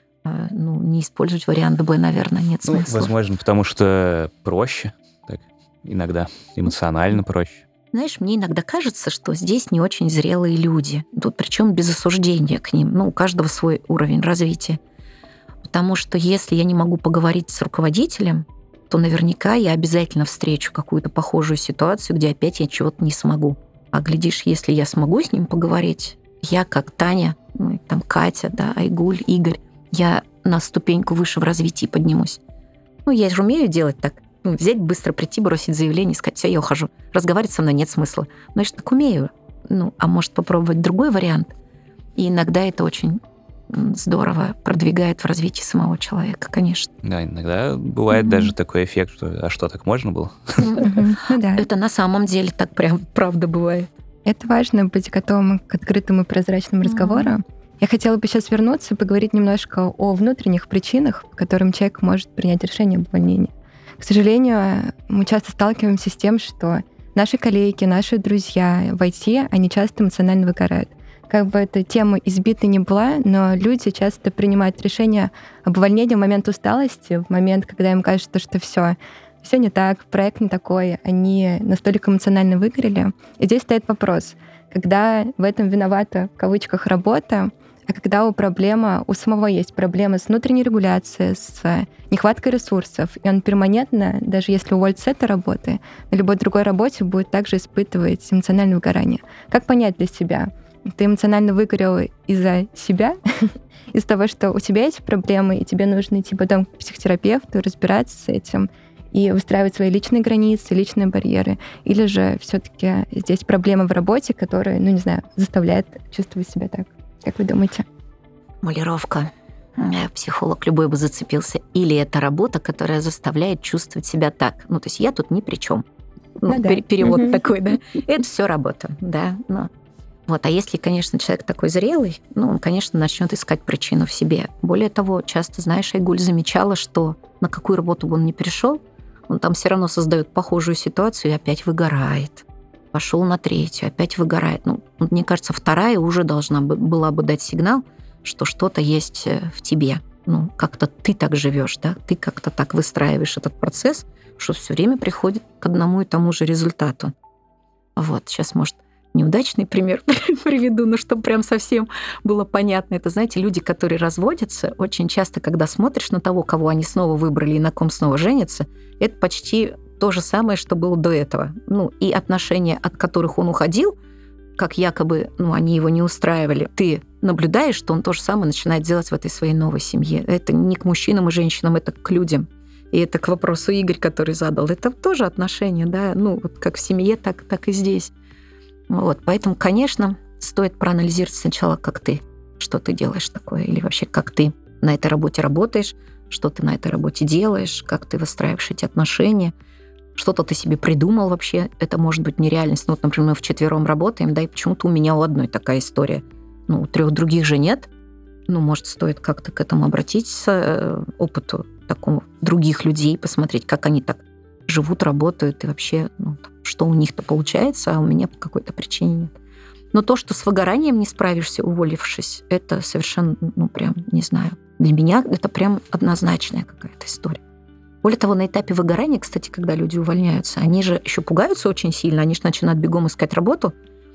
а ну, не использовать вариант Б, наверное, нет Ну, смысла. возможно, потому что проще, так, иногда эмоционально проще. Знаешь, мне иногда кажется, что здесь не очень зрелые люди. Тут причем без осуждения к ним. Ну, у каждого свой уровень развития. Потому что если я не могу поговорить с руководителем, то наверняка я обязательно встречу какую-то похожую ситуацию, где опять я чего-то не смогу. А глядишь, если я смогу с ним поговорить, я как Таня, ну, там Катя, да, Айгуль, Игорь, я на ступеньку выше в развитии поднимусь. Ну, я же умею делать так. Ну, взять, быстро прийти, бросить заявление, сказать, все, я ухожу. Разговаривать со мной нет смысла. Но я же так умею. Ну, а может попробовать другой вариант? И иногда это очень здорово продвигает в развитии самого человека, конечно. Да, иногда бывает mm-hmm. даже такой эффект, что а что, так можно было? Mm-hmm. Ну, да. Это на самом деле так прям правда бывает. Это важно, быть готовым к открытым и прозрачным mm-hmm. разговорам. Я хотела бы сейчас вернуться и поговорить немножко о внутренних причинах, по которым человек может принять решение об увольнении. К сожалению, мы часто сталкиваемся с тем, что наши коллеги, наши друзья в ай ти, они часто эмоционально выгорают. Как бы эта тема избита не была, но люди часто принимают решение об увольнении в момент усталости, в момент, когда им кажется, что все, все не так, проект не такой, они настолько эмоционально выгорели. И здесь стоит вопрос, когда в этом виновата, в кавычках, работа, а когда у проблема, у самого есть проблема с внутренней регуляцией, с нехваткой ресурсов, и он перманентно, даже если уволить с этой работы, на любой другой работе будет также испытывать эмоциональное выгорание. Как понять для себя? Ты эмоционально выгорел из-за себя, из-за того, что у тебя есть проблемы, и тебе нужно идти потом к психотерапевту, разбираться с этим и выстраивать свои личные границы, личные барьеры. Или же все-таки здесь проблема в работе, которая, ну не знаю, заставляет чувствовать себя так. Как вы думаете? Формулировка. Психолог любой бы зацепился. Или это работа, которая заставляет чувствовать себя так. Ну, то есть я тут ни при чем. Ну, ну, да. Перевод угу. такой, да. Это все работа, да. Но... Вот. А если, конечно, человек такой зрелый, ну, он, конечно, начнет искать причину в себе. Более того, часто, знаешь, Айгуль замечала, что на какую работу бы он ни пришел, он там все равно создает похожую ситуацию и опять выгорает. Пошел на третью, опять выгорает. Ну, мне кажется, вторая уже должна была бы дать сигнал, что что-то есть в тебе. Ну, как-то ты так живешь, да? Ты как-то так выстраиваешь этот процесс, что все время приходит к одному и тому же результату. Вот, сейчас, может, неудачный пример приведу, но чтобы прям совсем было понятно. Это, знаете, люди, которые разводятся, очень часто, когда смотришь на того, кого они снова выбрали и на ком снова женятся, это почти то же самое, что было до этого. Ну, и отношения, от которых он уходил, как якобы, ну, они его не устраивали, ты наблюдаешь, что он то же самое начинает делать в этой своей новой семье. Это не к мужчинам и женщинам, это к людям. И это к вопросу Игорь, который задал. Это тоже отношения, да, ну, вот как в семье, так, так и здесь. Вот, поэтому, конечно, стоит проанализировать сначала, как ты, что ты делаешь такое, или вообще как ты на этой работе работаешь, что ты на этой работе делаешь, как ты выстраиваешь эти отношения, что-то ты себе придумал вообще, это может быть нереальность. Ну, вот, например, мы вчетвером работаем, да, и почему-то у меня у одной такая история. Ну, у трех других же нет. Ну, может, стоит как-то к этому обратиться, опыту такому других людей, посмотреть, как они так живут, работают, и вообще, ну, что у них-то получается, а у меня по какой-то причине нет. Но то, что с выгоранием не справишься, уволившись, это совершенно, ну, прям, не знаю, для меня это прям однозначная какая-то история. Более того, на этапе выгорания, кстати, когда люди увольняются, они же еще пугаются очень сильно, они же начинают бегом искать работу,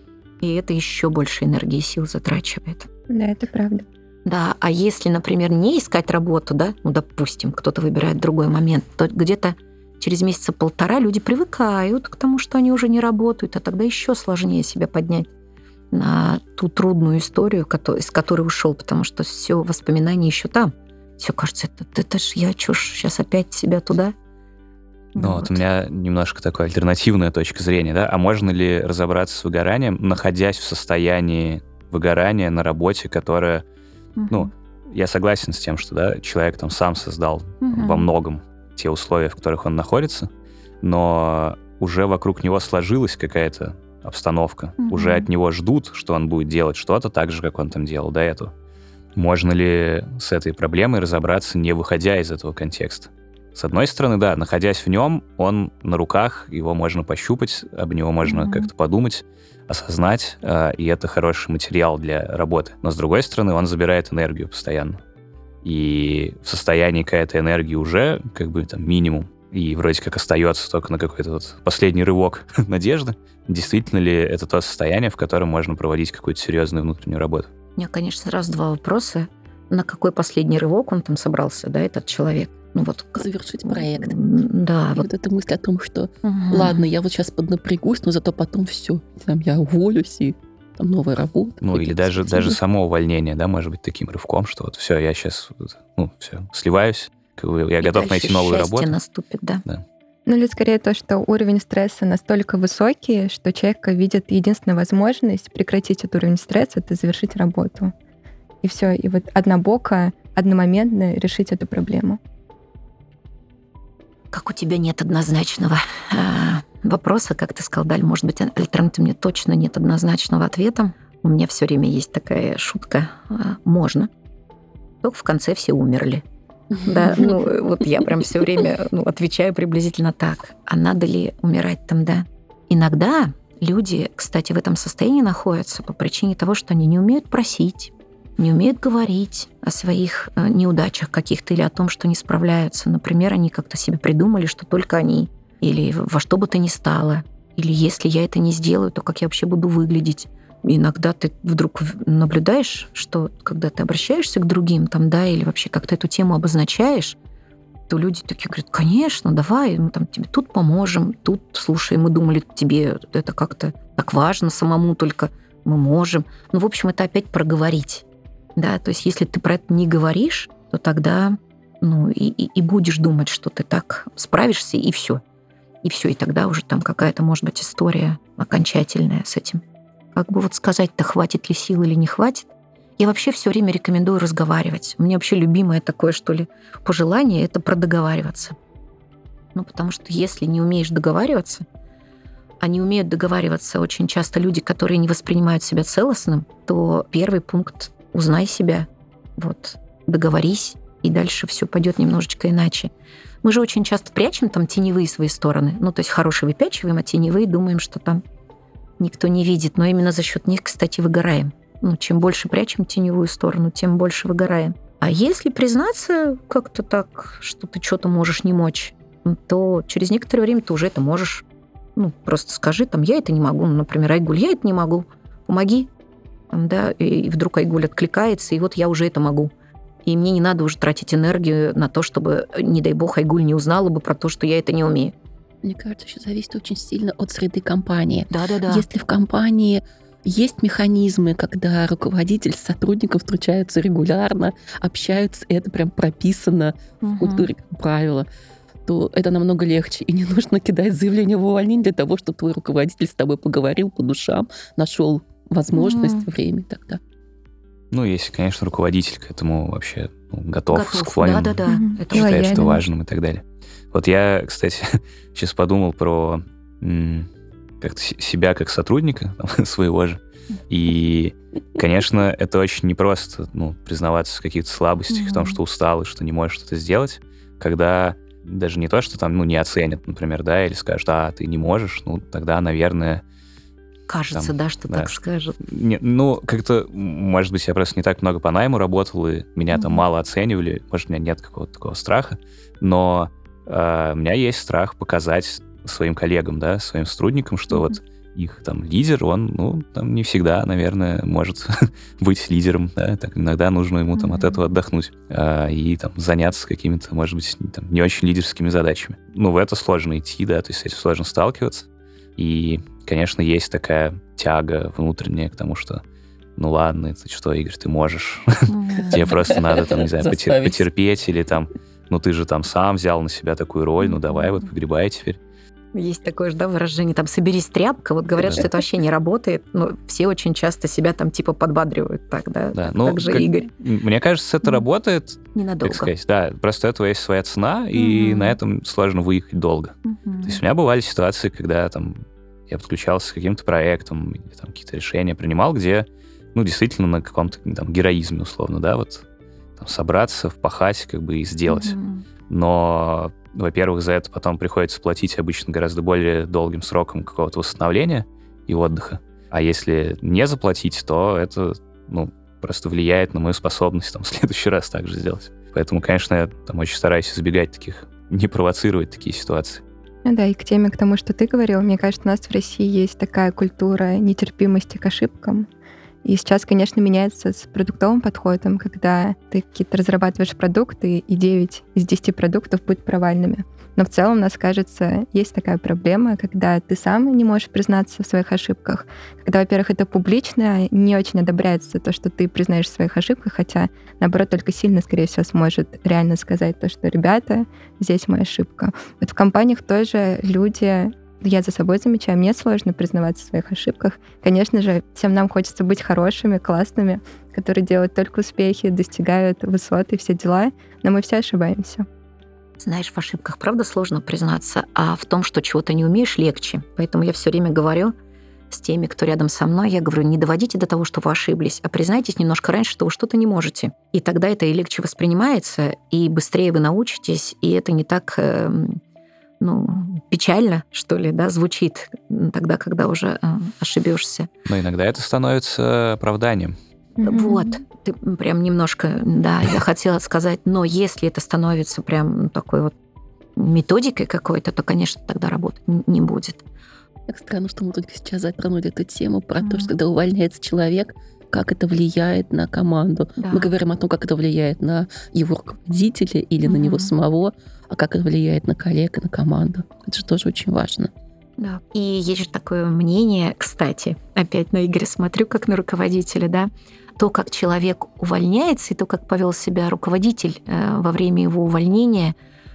и это еще больше энергии и сил затрачивает. Да, это правда. Да, а если, например, не искать работу, да, ну, допустим, кто-то выбирает другой момент, то где-то через месяца полтора люди привыкают к тому, что они уже не работают, а тогда еще сложнее себя поднять на ту трудную историю, из которой ушел, потому что все воспоминания еще там. Все кажется, это, это ж я, чё ж, сейчас опять себя туда. Ну, вот. Вот у меня немножко такая альтернативная точка зрения, да? А можно ли разобраться с выгоранием, находясь в состоянии выгорания на работе, которая, угу. ну, я согласен с тем, что, да, человек там сам создал угу. во многом те условия, в которых он находится, но уже вокруг него сложилась какая-то обстановка. Мгм. Уже от него ждут, что он будет делать что-то так же, как он там делал до этого. Можно ли с этой проблемой разобраться, не выходя из этого контекста? С одной стороны, да, находясь в нем, он на руках, его можно пощупать, об него можно Мгм. как-то подумать, осознать, э, и это хороший материал для работы. Но с другой стороны, он забирает энергию постоянно. И в состоянии, когда эта энергия уже как бы там минимум, и вроде как остается только на какой-то вот последний рывок надежды, действительно ли это то состояние, в котором можно проводить какую-то серьезную внутреннюю работу? У меня, конечно, сразу два вопроса. На какой последний рывок он там собрался, да, этот человек? Ну вот как- Завершить проект. М, Да, И вот. вот эта мысль о том, что Мгм. ладно, я вот сейчас поднапрягусь, но зато потом все, там я уволюсь, и там новая работа. Ну, или какие-то даже, даже перспективы. само увольнение, да, может быть таким рывком, что вот все, я сейчас, ну, все, сливаюсь, как бы я И готов дальше найти новую счастье работу. наступит, да. Ну или скорее то, что уровень стресса настолько высокий, что человек видит единственную возможность прекратить этот уровень стресса — это завершить работу. И все. И вот однобоко, одномоментно решить эту проблему. Как у тебя нет однозначного а, вопроса, как ты сказал, Даль, может быть, альтернативно мне точно нет однозначного ответа. У меня все время есть такая шутка. а, Можно. Только в конце все умерли. Да, ну вот я прям все время ну, отвечаю приблизительно так. А надо ли умирать там, да? Иногда люди, кстати, в этом состоянии находятся по причине того, что они не умеют просить, не умеют говорить о своих э, неудачах каких-то или о том, что не справляются. Например, они как-то себе придумали, что только они, или во что бы то ни стало, или если я это не сделаю, то как я вообще буду выглядеть. Иногда ты вдруг наблюдаешь, что когда ты обращаешься к другим, там, да, или вообще как-то эту тему обозначаешь, то люди такие говорят, конечно, давай, мы там тебе тут поможем, тут, слушай, мы думали, тебе это как-то так важно самому, только мы можем. Ну, в общем, это опять проговорить. Да, то есть если ты про это не говоришь, то тогда ну, и, и, и будешь думать, что ты так справишься, и все. И все, и тогда уже там какая-то, может быть, история окончательная с этим. Как бы вот сказать-то, хватит ли сил или не хватит. Я вообще все время рекомендую разговаривать. У меня вообще любимое такое, что ли, пожелание — это продоговариваться. Ну, потому что если не умеешь договариваться, а не умеют договариваться очень часто люди, которые не воспринимают себя целостным, то первый пункт — узнай себя, вот, договорись, и дальше все пойдет немножечко иначе. Мы же очень часто прячем там теневые свои стороны. Ну, то есть хорошие выпячиваем, а теневые думаем, что там никто не видит. Но именно за счет них, кстати, выгораем. Ну, чем больше прячем теневую сторону, тем больше выгораем. А если признаться как-то так, что ты что-то можешь не мочь, то через некоторое время ты уже это можешь. Ну, просто скажи, там, я это не могу. Ну, например, Айгуль, я это не могу. Помоги. Там, да, и вдруг Айгуль откликается, и вот я уже это могу. И мне не надо уже тратить энергию на то, чтобы, не дай бог, Айгуль не узнала бы про то, что я это не умею. Мне кажется, еще зависит очень сильно от среды компании. Да-да-да. Если в компании есть механизмы, когда руководитель с сотрудником встречаются регулярно, общаются, и это прям прописано в культуре как правило, то это намного легче. И не нужно кидать заявление в увольнение для того, чтобы твой руководитель с тобой поговорил по душам, нашел возможность, Мгм. время тогда. Ну, если, конечно, руководитель к этому вообще ну, готов, Готов. склонен, Да-да-да. Мгм. Это И считает, лоялен. что важным и так далее. Вот я, кстати, сейчас подумал про м, как-то с- себя как сотрудника там, своего же. И, конечно, это очень непросто ну, признаваться в каких-то слабостях, в том, Мгм. что устал и что не можешь что-то сделать, когда даже не то, что там ну, не оценят, например, да, или скажут, а, ты не можешь, ну, тогда, наверное, кажется, там, да, что да. так скажут. Не- ну, как-то, м, может быть, я просто не так много по найму работал, и меня там Мгм. мало оценивали, может, у меня нет какого-то такого страха, но э, у меня есть страх показать своим коллегам, да, своим сотрудникам, что Мгм. вот их там лидер, он, ну, там не всегда, наверное, может быть лидером, да, так иногда нужно ему там от Мгм. этого отдохнуть а, и там заняться какими-то, может быть, там, не очень лидерскими задачами. Ну, в это сложно идти, да, то есть с этим сложно сталкиваться. И, конечно, есть такая тяга внутренняя к тому, что ну ладно, это что, Игорь, ты можешь. Тебе просто надо, там, не знаю, потер- Заставить. потерпеть или там, ну ты же там сам взял на себя такую роль, ну давай вот погребай теперь. Есть такое же, да, выражение, там, соберись тряпка. Вот говорят, Да. что это вообще не работает, но все очень часто себя там типа подбадривают так, да. Да, так, ну, так же как- Игорь. Мне кажется, это Мгм. работает, Ненадолго. как сказать, да, просто у этого есть своя цена, и Мгм. на этом сложно выехать долго. Мгм. То есть у меня бывали ситуации, когда там я подключался к каким-то проектам, или там какие-то решения принимал, где, ну, действительно на каком-то там героизме, условно, да, вот там, собраться, впахать, как бы и сделать. Mm-hmm. Но, во-первых, за это потом приходится платить обычно гораздо более долгим сроком какого-то восстановления и отдыха. А если не заплатить, то это, ну, просто влияет на мою способность там в следующий раз так же сделать. Поэтому, конечно, я там очень стараюсь избегать таких, не провоцировать такие ситуации. Ну да, и к теме, к тому, что ты говорил, мне кажется, у нас в России есть такая культура нетерпимости к ошибкам. И сейчас, конечно, меняется с продуктовым подходом, когда ты какие-то разрабатываешь продукты, и девять из десяти продуктов будут провальными. Но в целом, у нас, кажется, есть такая проблема, когда ты сам не можешь признаться в своих ошибках. Когда, во-первых, это публично, не очень одобряется то, что ты признаешь в своих ошибках, хотя, наоборот, только сильно, скорее всего, сможет реально сказать то, что, ребята, здесь моя ошибка. Вот в компаниях тоже люди... Я за собой замечаю, мне сложно признаваться в своих ошибках. Конечно же, всем нам хочется быть хорошими, классными, которые делают только успехи, достигают высот и все дела, но мы все ошибаемся. Знаешь, в ошибках, правда, сложно признаться, а в том, что чего-то не умеешь, легче. Поэтому я все время говорю с теми, кто рядом со мной, я говорю, не доводите до того, что вы ошиблись, а признайтесь немножко раньше, что вы что-то не можете. И тогда это и легче воспринимается, и быстрее вы научитесь, и это не так... ну, печально, что ли, да, звучит тогда, когда уже э, ошибешься. Но иногда это становится оправданием. Mm-hmm. Вот, ты прям немножко, да, я хотела сказать, но если это становится прям такой вот методикой какой-то, то, конечно, тогда работать не будет. Так странно, что мы только сейчас затронули эту тему про mm-hmm. то, что когда увольняется человек, как это влияет на команду. Да. Мы говорим о том, как это влияет на его руководителя или mm-hmm. на него самого, а как это влияет на коллег и на команду. Это же тоже очень важно. Да. И есть же такое мнение, кстати, опять на Игоря смотрю, как на руководителя, да, то, как человек увольняется, и то, как повел себя руководитель э, во время его увольнения,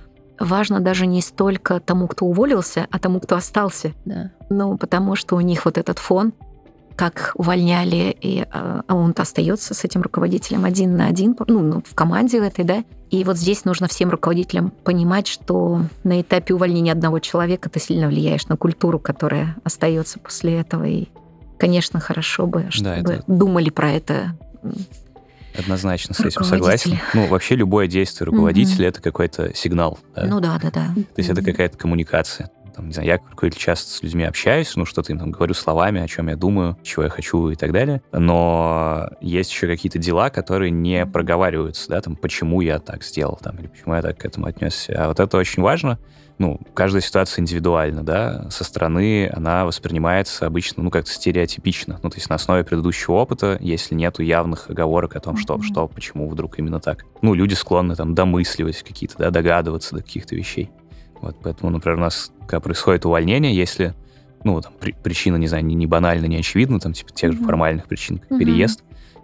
важно даже не столько тому, кто уволился, а тому, кто остался. Да. Ну, потому что у них вот этот фон, как увольняли, и, а он-то остается с этим руководителем один на один, ну, в команде в этой, да. И вот здесь нужно всем руководителям понимать, что на этапе увольнения одного человека ты сильно влияешь на культуру, которая остается после этого. И, конечно, хорошо бы, чтобы да, это... думали про это. Однозначно с этим согласен. Ну, вообще любое действие руководителя mm-hmm. это какой-то сигнал. Да? Ну да, да, да. То есть mm-hmm. это какая-то коммуникация. Там, не знаю, я как руководитель часто с людьми общаюсь, ну, что-то им там говорю словами, о чем я думаю, чего я хочу и так далее. Но есть еще какие-то дела, которые не проговариваются, да, там, почему я так сделал, там, или почему я так к этому отнесся. А вот это очень важно. Ну, каждая ситуация индивидуальна, да, со стороны она воспринимается обычно, ну, как-то стереотипично. Ну, то есть на основе предыдущего опыта, если нету явных оговорок о том, что, mm-hmm. что, почему вдруг именно так. Ну, люди склонны там домысливать какие-то, да, догадываться до каких-то вещей. Вот, поэтому, например, у нас, когда происходит увольнение, если, ну, там, при, причина, не знаю, не, не банальна, не очевидна, там, типа, тех mm-hmm. же формальных причин, как mm-hmm. переезд,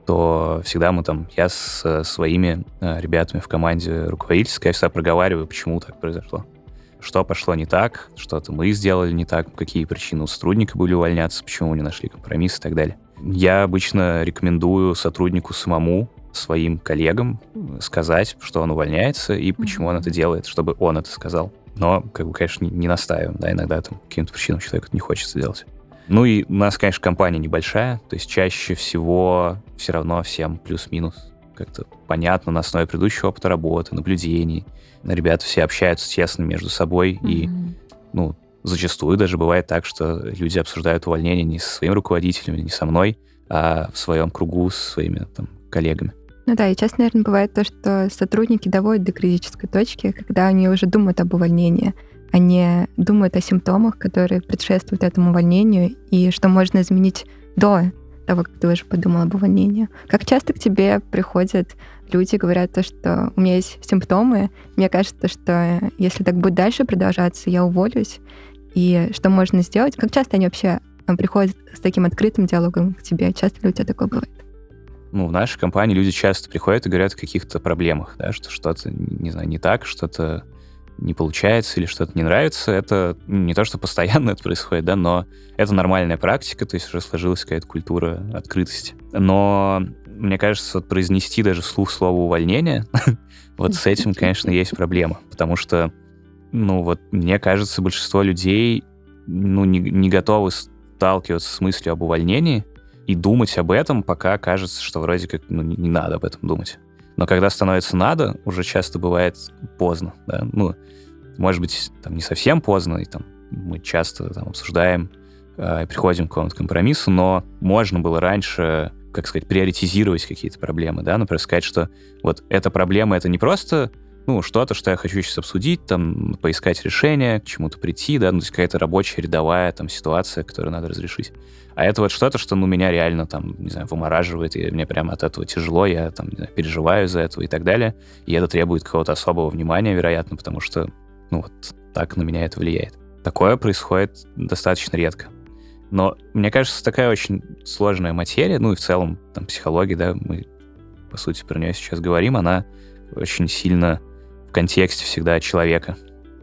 то всегда мы там, я с своими э, ребятами в команде руководительской, я всегда проговариваю, почему так произошло. Что пошло не так, что-то мы сделали не так, какие причины у сотрудника были увольняться, почему не нашли компромисс и так далее. Я обычно рекомендую сотруднику самому, своим коллегам сказать, что он увольняется и почему mm-hmm. он это делает, чтобы он это сказал. Но, как бы, конечно, не, не настаиваем, да, иногда там каким-то причинам человеку не хочется делать. Ну и у нас, конечно, компания небольшая, то есть чаще всего все равно всем плюс-минус как-то понятно на основе предыдущего опыта работы, наблюдений. Ребята все общаются тесно между собой, mm-hmm. и, ну, зачастую даже бывает так, что люди обсуждают увольнение не со своим руководителем, не со мной, а в своем кругу с своими там коллегами. Ну да, и часто, наверное, бывает то, что сотрудники доводят до критической точки, когда они уже думают об увольнении, они думают о симптомах, которые предшествуют этому увольнению, и что можно изменить до того, как ты уже подумал об увольнении. Как часто к тебе приходят люди, говорят то, что у меня есть симптомы, мне кажется, что если так будет дальше продолжаться, я уволюсь, и что можно сделать? Как часто они вообще приходят с таким открытым диалогом к тебе? Часто ли у тебя такое бывает? Ну, в нашей компании люди часто приходят и говорят о каких-то проблемах, да, что что-то, не знаю, не так, что-то не получается или что-то не нравится. Это не то, что постоянно это происходит, да, но это нормальная практика, то есть уже сложилась какая-то культура открытости. Но мне кажется, вот произнести даже вслух слово «увольнение», вот с этим, конечно, есть проблема, потому что, ну, вот мне кажется, большинство людей ну, не, не готовы сталкиваться с мыслью об увольнении и думать об этом, пока кажется, что вроде как ну, не, не надо об этом думать. Но когда становится надо, уже часто бывает поздно. Да? Ну, может быть, там, не совсем поздно, и там, мы часто там, обсуждаем э, и приходим к какому-то компромиссу, но можно было раньше, как сказать, приоритизировать какие-то проблемы. Да? Например, сказать, что вот эта проблема — это не просто ну, что-то, что я хочу сейчас обсудить, там, поискать решение, к чему-то прийти, да, ну, то есть какая-то рабочая, рядовая там ситуация, которую надо разрешить. А это вот что-то, что, ну, меня реально там, не знаю, вымораживает, и мне прямо от этого тяжело, я там, не знаю, переживаю из-за этого и так далее. И это требует какого-то особого внимания, вероятно, потому что, ну, вот так на меня это влияет. Такое происходит достаточно редко. Но, мне кажется, такая очень сложная материя, ну, и в целом, там, психология, да, мы, по сути, про нее сейчас говорим, она очень сильно в контексте всегда человека,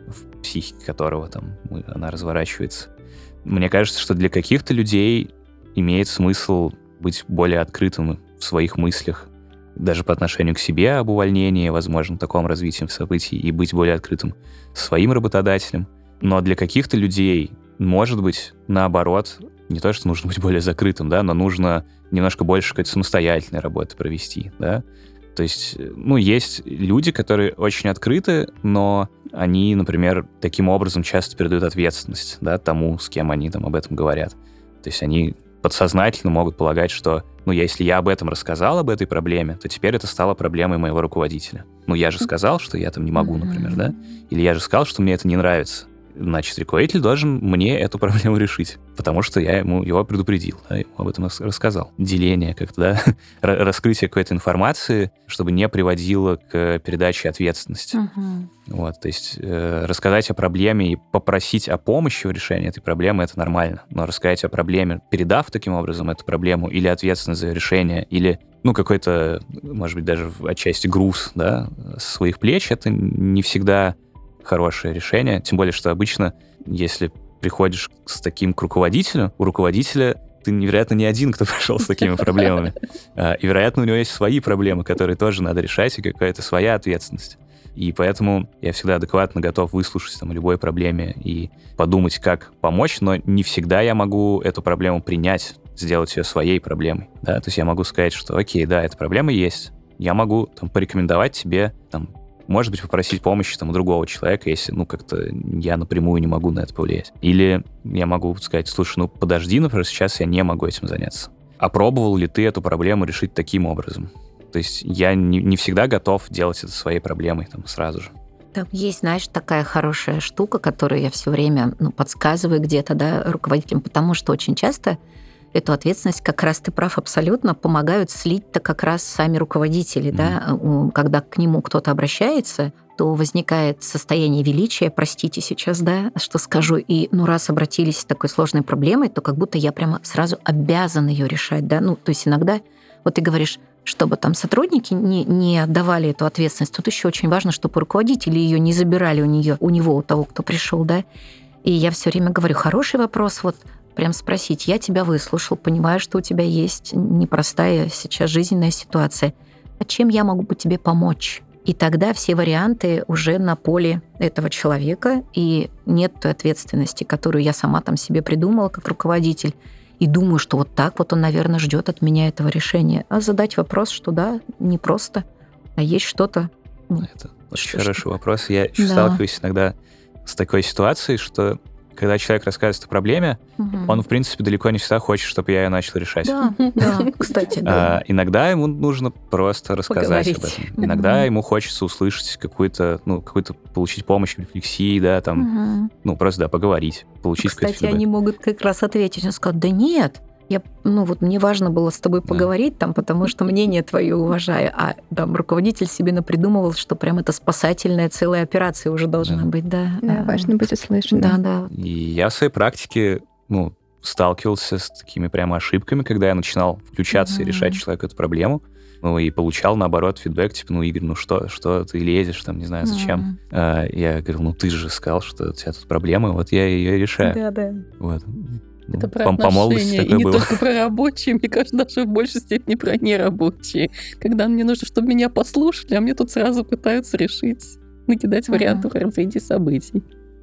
в психике которого там она разворачивается. Мне кажется, что для каких-то людей имеет смысл быть более открытым в своих мыслях, даже по отношению к себе об увольнении, возможно, таком развитии событий, и быть более открытым своим работодателем. Но для каких-то людей, может быть, наоборот, не то, что нужно быть более закрытым, да, но нужно немножко больше какой-то самостоятельной работы провести, да. То есть, ну, есть люди, которые очень открыты, но они, например, таким образом часто передают ответственность, да, тому, с кем они там об этом говорят. То есть они подсознательно могут полагать, что, ну, если я об этом рассказал, об этой проблеме, то теперь это стало проблемой моего руководителя. Ну, я же сказал, что я там не могу, например, да? Или я же сказал, что мне это не нравится. Значит, руководитель должен мне эту проблему решить, потому что я ему его предупредил, да, ему об этом рассказал. Деление как-то, да, раскрытие какой-то информации, чтобы не приводило к передаче ответственности. Uh-huh. Вот, то есть э, рассказать о проблеме и попросить о помощи в решении этой проблемы — это нормально. Но рассказать о проблеме, передав таким образом эту проблему, или ответственность за решение, или, ну, какой-то, может быть, даже отчасти груз, да, со своих плеч, это не всегда хорошее решение, тем более, что обычно, если приходишь с таким к руководителю, у руководителя ты, вероятно, не один, кто пришел с такими проблемами. И, вероятно, у него есть свои проблемы, которые тоже надо решать, и какая-то своя ответственность. И поэтому я всегда адекватно готов выслушать там, о любой проблеме и подумать, как помочь, но не всегда я могу эту проблему принять, сделать ее своей проблемой. Да? То есть я могу сказать, что окей, да, эта проблема есть, я могу там, порекомендовать тебе там, может быть, попросить помощи там, у другого человека, если, ну, как-то я напрямую не могу на это повлиять. Или я могу сказать, слушай, ну, подожди, например, сейчас я не могу этим заняться. А пробовал ли ты эту проблему решить таким образом? То есть я не, не всегда готов делать это своей проблемой там, сразу же. Там есть, знаешь, такая хорошая штука, которую я все время ну, подсказываю где-то, да, руководителям, потому что очень часто эту ответственность, как раз ты прав абсолютно, помогают слить-то как раз сами руководители. Mm-hmm. Да? Когда к нему кто-то обращается, то возникает состояние величия, простите сейчас, да, что скажу, и ну раз обратились с такой сложной проблемой, то как будто я прямо сразу обязан ее решать. Да? Ну, то есть иногда, вот ты говоришь, чтобы там сотрудники не, не отдавали эту ответственность, тут еще очень важно, чтобы руководители ее не забирали у нее, у него, у того, кто пришел, да. И я все время говорю, хороший вопрос, вот прям спросить, я тебя выслушал, понимаю, что у тебя есть непростая сейчас жизненная ситуация. А чем я могу бы тебе помочь? И тогда все варианты уже на поле этого человека, и нет той ответственности, которую я сама там себе придумала как руководитель, и думаю, что вот так вот он, наверное, ждет от меня этого решения. А задать вопрос, что да, не просто, а есть что-то. Ну, это очень что, хороший что... вопрос. Я еще да. сталкиваюсь иногда с такой ситуацией, что когда человек рассказывает о проблеме, угу. он, в принципе, далеко не всегда хочет, чтобы я ее начал решать. Да, да, кстати, да. А, иногда ему нужно просто рассказать Поговорить. об этом. Иногда угу. ему хочется услышать какую-то, ну, какую-то, получить помощь в рефлексии, да, там, угу. ну, просто, да, поговорить, получить какой-то фидбэк. Кстати, они могут как раз ответить, он скажет, да нет, я, ну вот мне важно было с тобой поговорить, да. там, потому что мнение твое уважаю, а там руководитель себе напридумывал, что прям это спасательная целая операция уже должна да. быть, да. Да, важно быть услышанным. Да, да. И я в своей практике, ну, сталкивался с такими прямо ошибками, когда я начинал включаться mm-hmm. и решать человеку эту проблему, ну, и получал, наоборот, фидбэк, типа, ну, Игорь, ну что, что ты лезешь, там, не знаю, зачем. Mm-hmm. А, я говорил, ну, ты же сказал, что у тебя тут проблема, вот я ее решаю. Да, да. Вот. Это про по, отношения, и не было. Только про рабочие, мне кажется, даже в большей степени про нерабочие. Когда мне нужно, чтобы меня послушали, а мне тут сразу пытаются решить, накидать ага. варианты развития событий.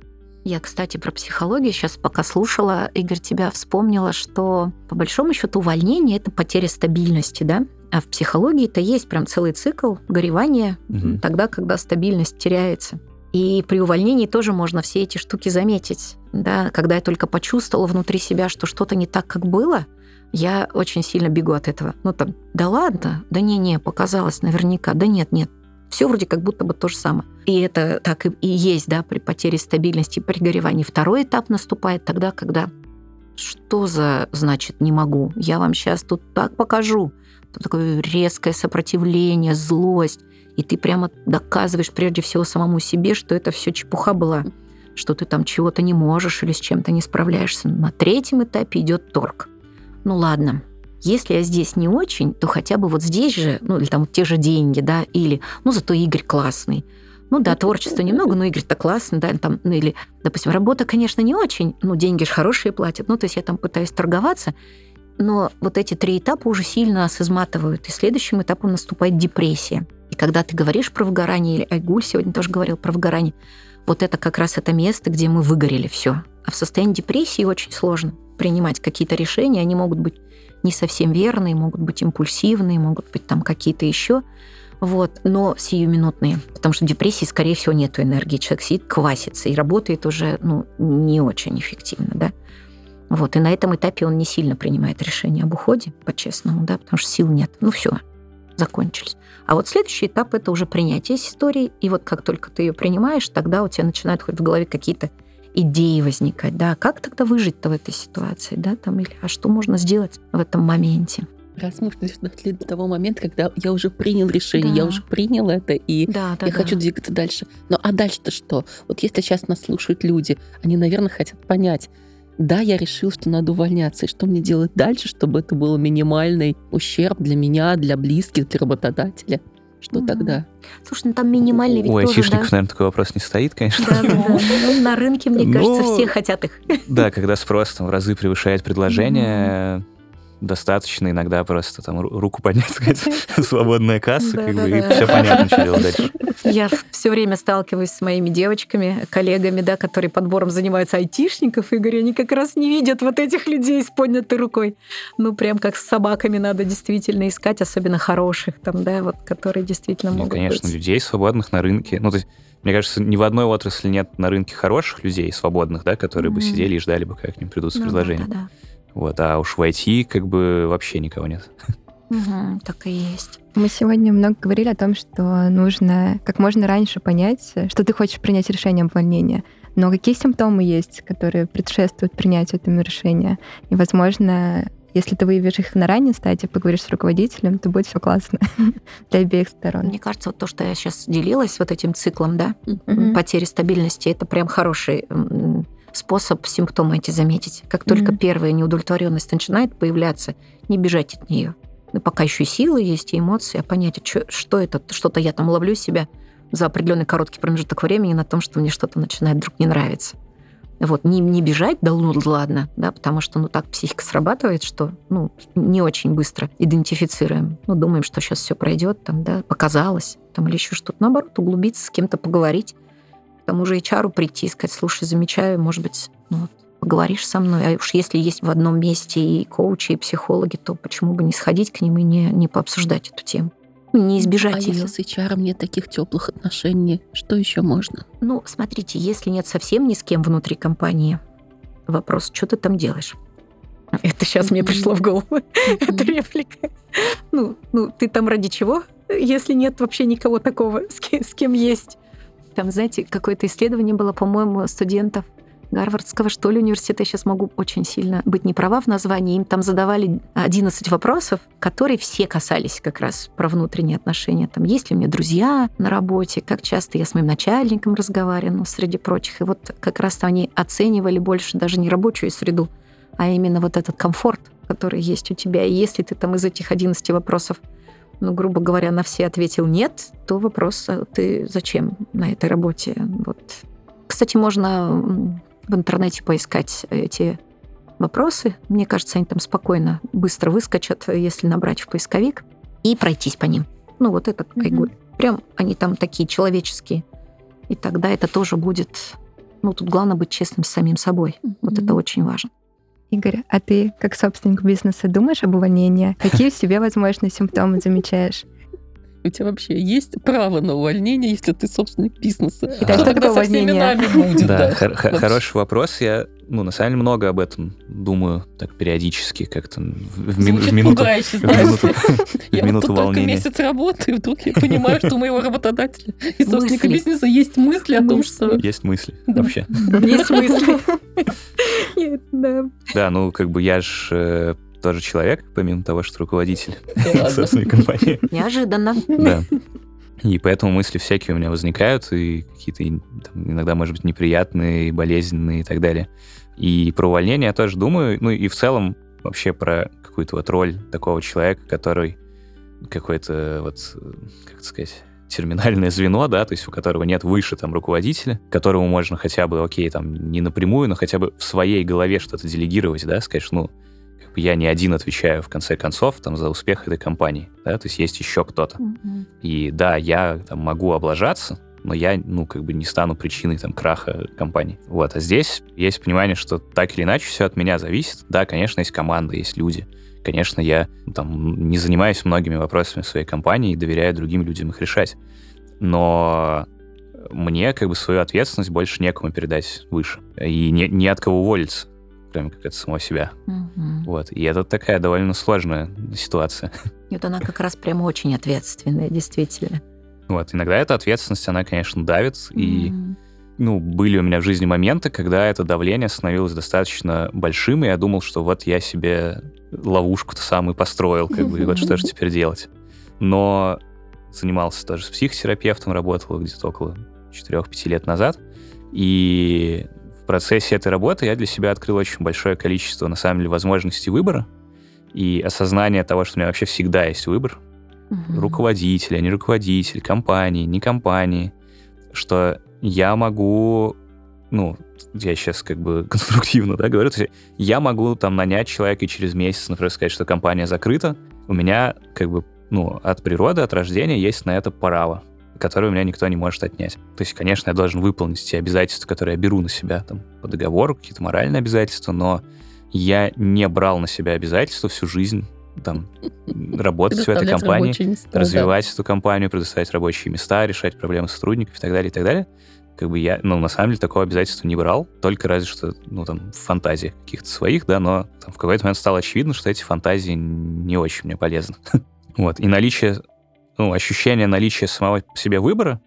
Я, кстати, про психологию сейчас пока слушала, Игорь, тебя вспомнила, что по большому счету увольнение — это потеря стабильности, да? А в психологии-то есть прям целый цикл горевания угу. тогда, когда стабильность теряется. И при увольнении тоже можно все эти штуки заметить. Да? Когда я только почувствовала внутри себя, что что-то не так, как было, я очень сильно бегу от этого. Ну там, да ладно, да не-не, показалось наверняка, да нет-нет. Все вроде как будто бы то же самое. И это так и, и есть, да, при потере стабильности, при горевании. Второй этап наступает тогда, когда что за, значит, не могу? Я вам сейчас тут так покажу. Тут такое резкое сопротивление, злость. И ты прямо доказываешь прежде всего самому себе, что это все чепуха была, что ты там чего-то не можешь или с чем-то не справляешься. На третьем этапе идет торг. Ну ладно, если я здесь не очень, то хотя бы вот здесь же, ну или там вот те же деньги, да, или, ну зато Игорь классный. Ну да, творчества немного, но Игорь-то классный, да, там, ну или, допустим, работа, конечно, не очень, но деньги же хорошие платят. Ну то есть я там пытаюсь торговаться, но вот эти три этапа уже сильно нас изматывают, и следующим этапом наступает депрессия. И когда ты говоришь про выгорание, или Айгуль сегодня тоже говорил про выгорание, вот это как раз это место, где мы выгорели все. А в состоянии депрессии очень сложно принимать какие-то решения, они могут быть не совсем верные, могут быть импульсивные, могут быть там какие-то еще, вот, но сиюминутные, потому что в депрессии, скорее всего, нету энергии, человек сидит, квасится и работает уже, ну, не очень эффективно, да. Вот, и на этом этапе он не сильно принимает решение об уходе, по-честному, да, потому что сил нет, ну все, закончились. А вот следующий этап — это уже принятие истории, и вот как только ты ее принимаешь, тогда у тебя начинают хоть в голове какие-то идеи возникать, да, как тогда выжить-то в этой ситуации, да, там, или а что можно сделать в этом моменте? Раз мы дошли до того момента, когда я уже принял решение, да. я уже принял это, и да, да, я да. хочу двигаться дальше. Но а дальше-то что? Вот если сейчас нас слушают люди, они, наверное, хотят понять, да, я решил, что надо увольняться, и что мне делать дальше, чтобы это был минимальный ущерб для меня, для близких, для работодателя? Что mm-hmm. тогда? Слушай, ну там минимальный ведь У тоже, айтишников, да? наверное, такой вопрос не стоит, конечно. Да, да, да. Ну, на рынке, мне кажется, ну, все хотят их. Да, когда спрос там в разы превышает предложение, mm-hmm. достаточно иногда просто там руку поднять, сказать, свободная касса, как бы, и все понятно, что делать дальше. Я все время сталкиваюсь с моими девочками, коллегами, да, которые подбором занимаются айтишников, и говорю, они как раз не видят вот этих людей с поднятой рукой. Ну, прям как с собаками надо действительно искать, особенно хороших там, да, вот, которые действительно ну, могут конечно, быть. людей свободных на рынке. Ну, то есть, мне кажется, ни в одной отрасли нет на рынке хороших людей свободных, да, которые mm-hmm. бы сидели и ждали бы, как к ним придут с ну, предложением. Да, да, да. Вот, а уж в ай ти как бы вообще никого нет. Угу, так и есть. Мы сегодня много говорили о том, что нужно как можно раньше понять, что ты хочешь принять решение об увольнении. Но какие симптомы есть, которые предшествуют принятию этого решения? И, возможно, если ты выявишь их на ранней стадии, поговоришь с руководителем, то будет все классно для обеих сторон. Мне кажется, вот то, что я сейчас делилась вот этим циклом, да, mm-hmm. потери стабильности, это прям хороший способ симптомы эти заметить. Как только mm-hmm. первая неудовлетворенность начинает появляться, не бежать от нее. Но пока еще и силы есть, и эмоции, а понять, что, что это, что-то я там ловлю себя за определенный короткий промежуток времени на том, что мне что-то начинает вдруг не нравиться. Вот, не, не бежать, да ну ладно, да, потому что ну так психика срабатывает, что ну не очень быстро идентифицируем. Ну, думаем, что сейчас все пройдет, там, да, показалось, там, или еще что-то. Наоборот, углубиться, с кем-то поговорить. К тому же эйч ар прийти и сказать, слушай, замечаю, может быть, ну, вот, поговоришь со мной. А уж если есть в одном месте и коучи, и психологи, то почему бы не сходить к ним и не, не пообсуждать эту тему? Не избежать а ее. А если с эйч ар нет таких теплых отношений, что еще можно? Ну, смотрите, если нет совсем ни с кем внутри компании, вопрос, что ты там делаешь? Это сейчас mm-hmm. мне пришло в голову, mm-hmm. эта реплика. Ну, ну, ты там ради чего, если нет вообще никого такого, с кем, с кем есть? Там, знаете, какое-то исследование было, по-моему, студентов Гарвардского, что ли, университета, я сейчас могу очень сильно быть не права в названии, им там задавали одиннадцать вопросов, которые все касались как раз про внутренние отношения. Там, есть ли у меня друзья на работе, как часто я с моим начальником разговариваю, ну, среди прочих. И вот как раз они оценивали больше даже не рабочую среду, а именно вот этот комфорт, который есть у тебя. И если ты там из этих одиннадцати вопросов, ну, грубо говоря, на все ответил нет, то вопрос, а ты зачем на этой работе? Вот. Кстати, можно в интернете поискать эти вопросы. Мне кажется, они там спокойно, быстро выскочат, если набрать в поисковик, и пройтись по ним. Ну, вот это как Айгуль. Mm-hmm. Прям они там такие человеческие. И тогда это тоже будет Ну, тут главное быть честным с самим собой. Mm-hmm. Вот это очень важно. Игорь, а ты, как собственник бизнеса, думаешь об увольнении? Какие в себе возможные симптомы замечаешь? У тебя вообще есть право на увольнение, если ты собственник бизнеса? И что тогда со всеми нами будет? Да, хороший вопрос. Я, ну, на самом деле, много об этом думаю, так периодически, как-то в минуту Я вот тут только месяц работаю, вдруг я понимаю, что у моего работодателя и собственника бизнеса есть мысли о том, что... Есть мысли, вообще. Есть мысли. Да, ну, как бы я же тоже человек, помимо того, что руководитель собственной компании. Неожиданно. Да. И поэтому мысли всякие у меня возникают, и какие-то там, иногда, может быть, неприятные, болезненные и так далее. И про увольнение я тоже думаю, ну и в целом вообще про какую-то вот роль такого человека, который какое-то вот, как сказать, терминальное звено, да, то есть у которого нет выше там руководителя, которому можно хотя бы, окей, там не напрямую, но хотя бы в своей голове что-то делегировать, да, сказать, ну, я не один отвечаю, в конце концов, там, за успех этой компании, да, то есть есть еще кто-то. Mm-hmm. И да, я там могу облажаться, но я, ну, как бы не стану причиной там краха компании. Вот, а здесь есть понимание, что так или иначе все от меня зависит. Да, конечно, есть команда, есть люди. Конечно, я там не занимаюсь многими вопросами в своей компании и доверяю другим людям их решать. Но мне как бы свою ответственность больше некому передать выше. И не, не от кого уволиться, кроме как от самого себя. Mm-hmm. Вот. И это такая довольно сложная ситуация. Вот она как раз прямо очень ответственная, действительно. Вот. Иногда эта ответственность, она, конечно, давит. Mm-hmm. И ну, были у меня в жизни моменты, когда это давление становилось достаточно большим, и я думал, что вот я себе ловушку-то сам и построил, как бы, и вот что же теперь делать. Но занимался тоже с психотерапевтом, работал где-то около четыре-пять лет назад, и в процессе этой работы я для себя открыл очень большое количество, на самом деле, возможностей выбора и осознания того, что у меня вообще всегда есть выбор. Uh-huh. Руководитель, а не руководитель, компании, не компании. Что я могу, ну, я сейчас как бы конструктивно, да, говорю, то есть я могу там нанять человека и через месяц, например, сказать, что компания закрыта. У меня как бы, ну, от природы, от рождения есть на это право, который у меня никто не может отнять. То есть, конечно, я должен выполнить те обязательства, которые я беру на себя там, по договору, какие-то моральные обязательства, но я не брал на себя обязательства всю жизнь там, работать в этой компании, места, развивать да. эту компанию, предоставить рабочие места, решать проблемы сотрудников и так далее, и так далее. Как бы я, ну, на самом деле, такого обязательства не брал, только разве что, ну, там, в фантазиях каких-то своих, да, но там, в какой-то момент стало очевидно, что эти фантазии не очень мне полезны. Вот, и наличие Ну, ощущение наличия самого по себе выбора,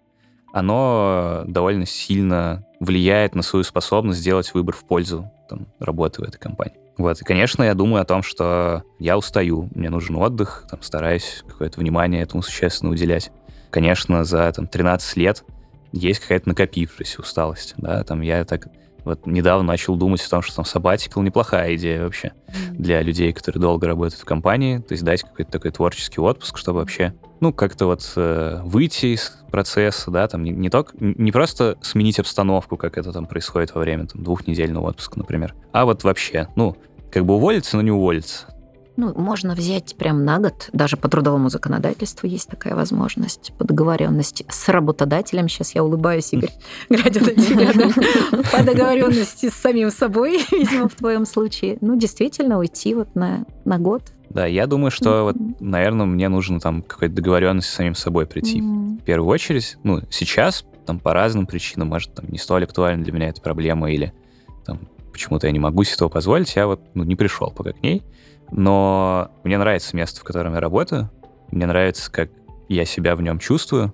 оно довольно сильно влияет на свою способность сделать выбор в пользу там, работы в этой компании. Вот. И, конечно, я думаю о том, что я устаю, мне нужен отдых, там, стараюсь какое-то внимание этому существенно уделять. Конечно, за там, тринадцать лет есть какая-то накопившаяся усталость. Да? Там, я так вот недавно начал думать о том, что там sabbatical неплохая идея вообще mm. для людей, которые долго работают в компании. То есть дать какой-то такой творческий отпуск, чтобы вообще, ну, как-то вот э, выйти из процесса, да, там не, не, только, не просто сменить обстановку, как это там происходит во время там, двухнедельного отпуска, например, а вот вообще, ну, как бы уволиться, но не уволиться. Ну, можно взять прям на год, даже по трудовому законодательству есть такая возможность, по договоренности с работодателем. Сейчас я улыбаюсь, Игорь, глядя на тебя, по договоренности с самим собой, видимо, в твоем случае. Ну, действительно, уйти вот на, на год. Да, я думаю, что, вот, наверное, мне нужно там какой-то договоренности с самим собой прийти. В первую очередь, ну, сейчас там по разным причинам, может, там не столь актуальна для меня эта проблема, или там почему-то я не могу себе этого позволить, я вот ну, не пришел пока к ней. Но мне нравится место, в котором я работаю. Мне нравится, как я себя в нем чувствую.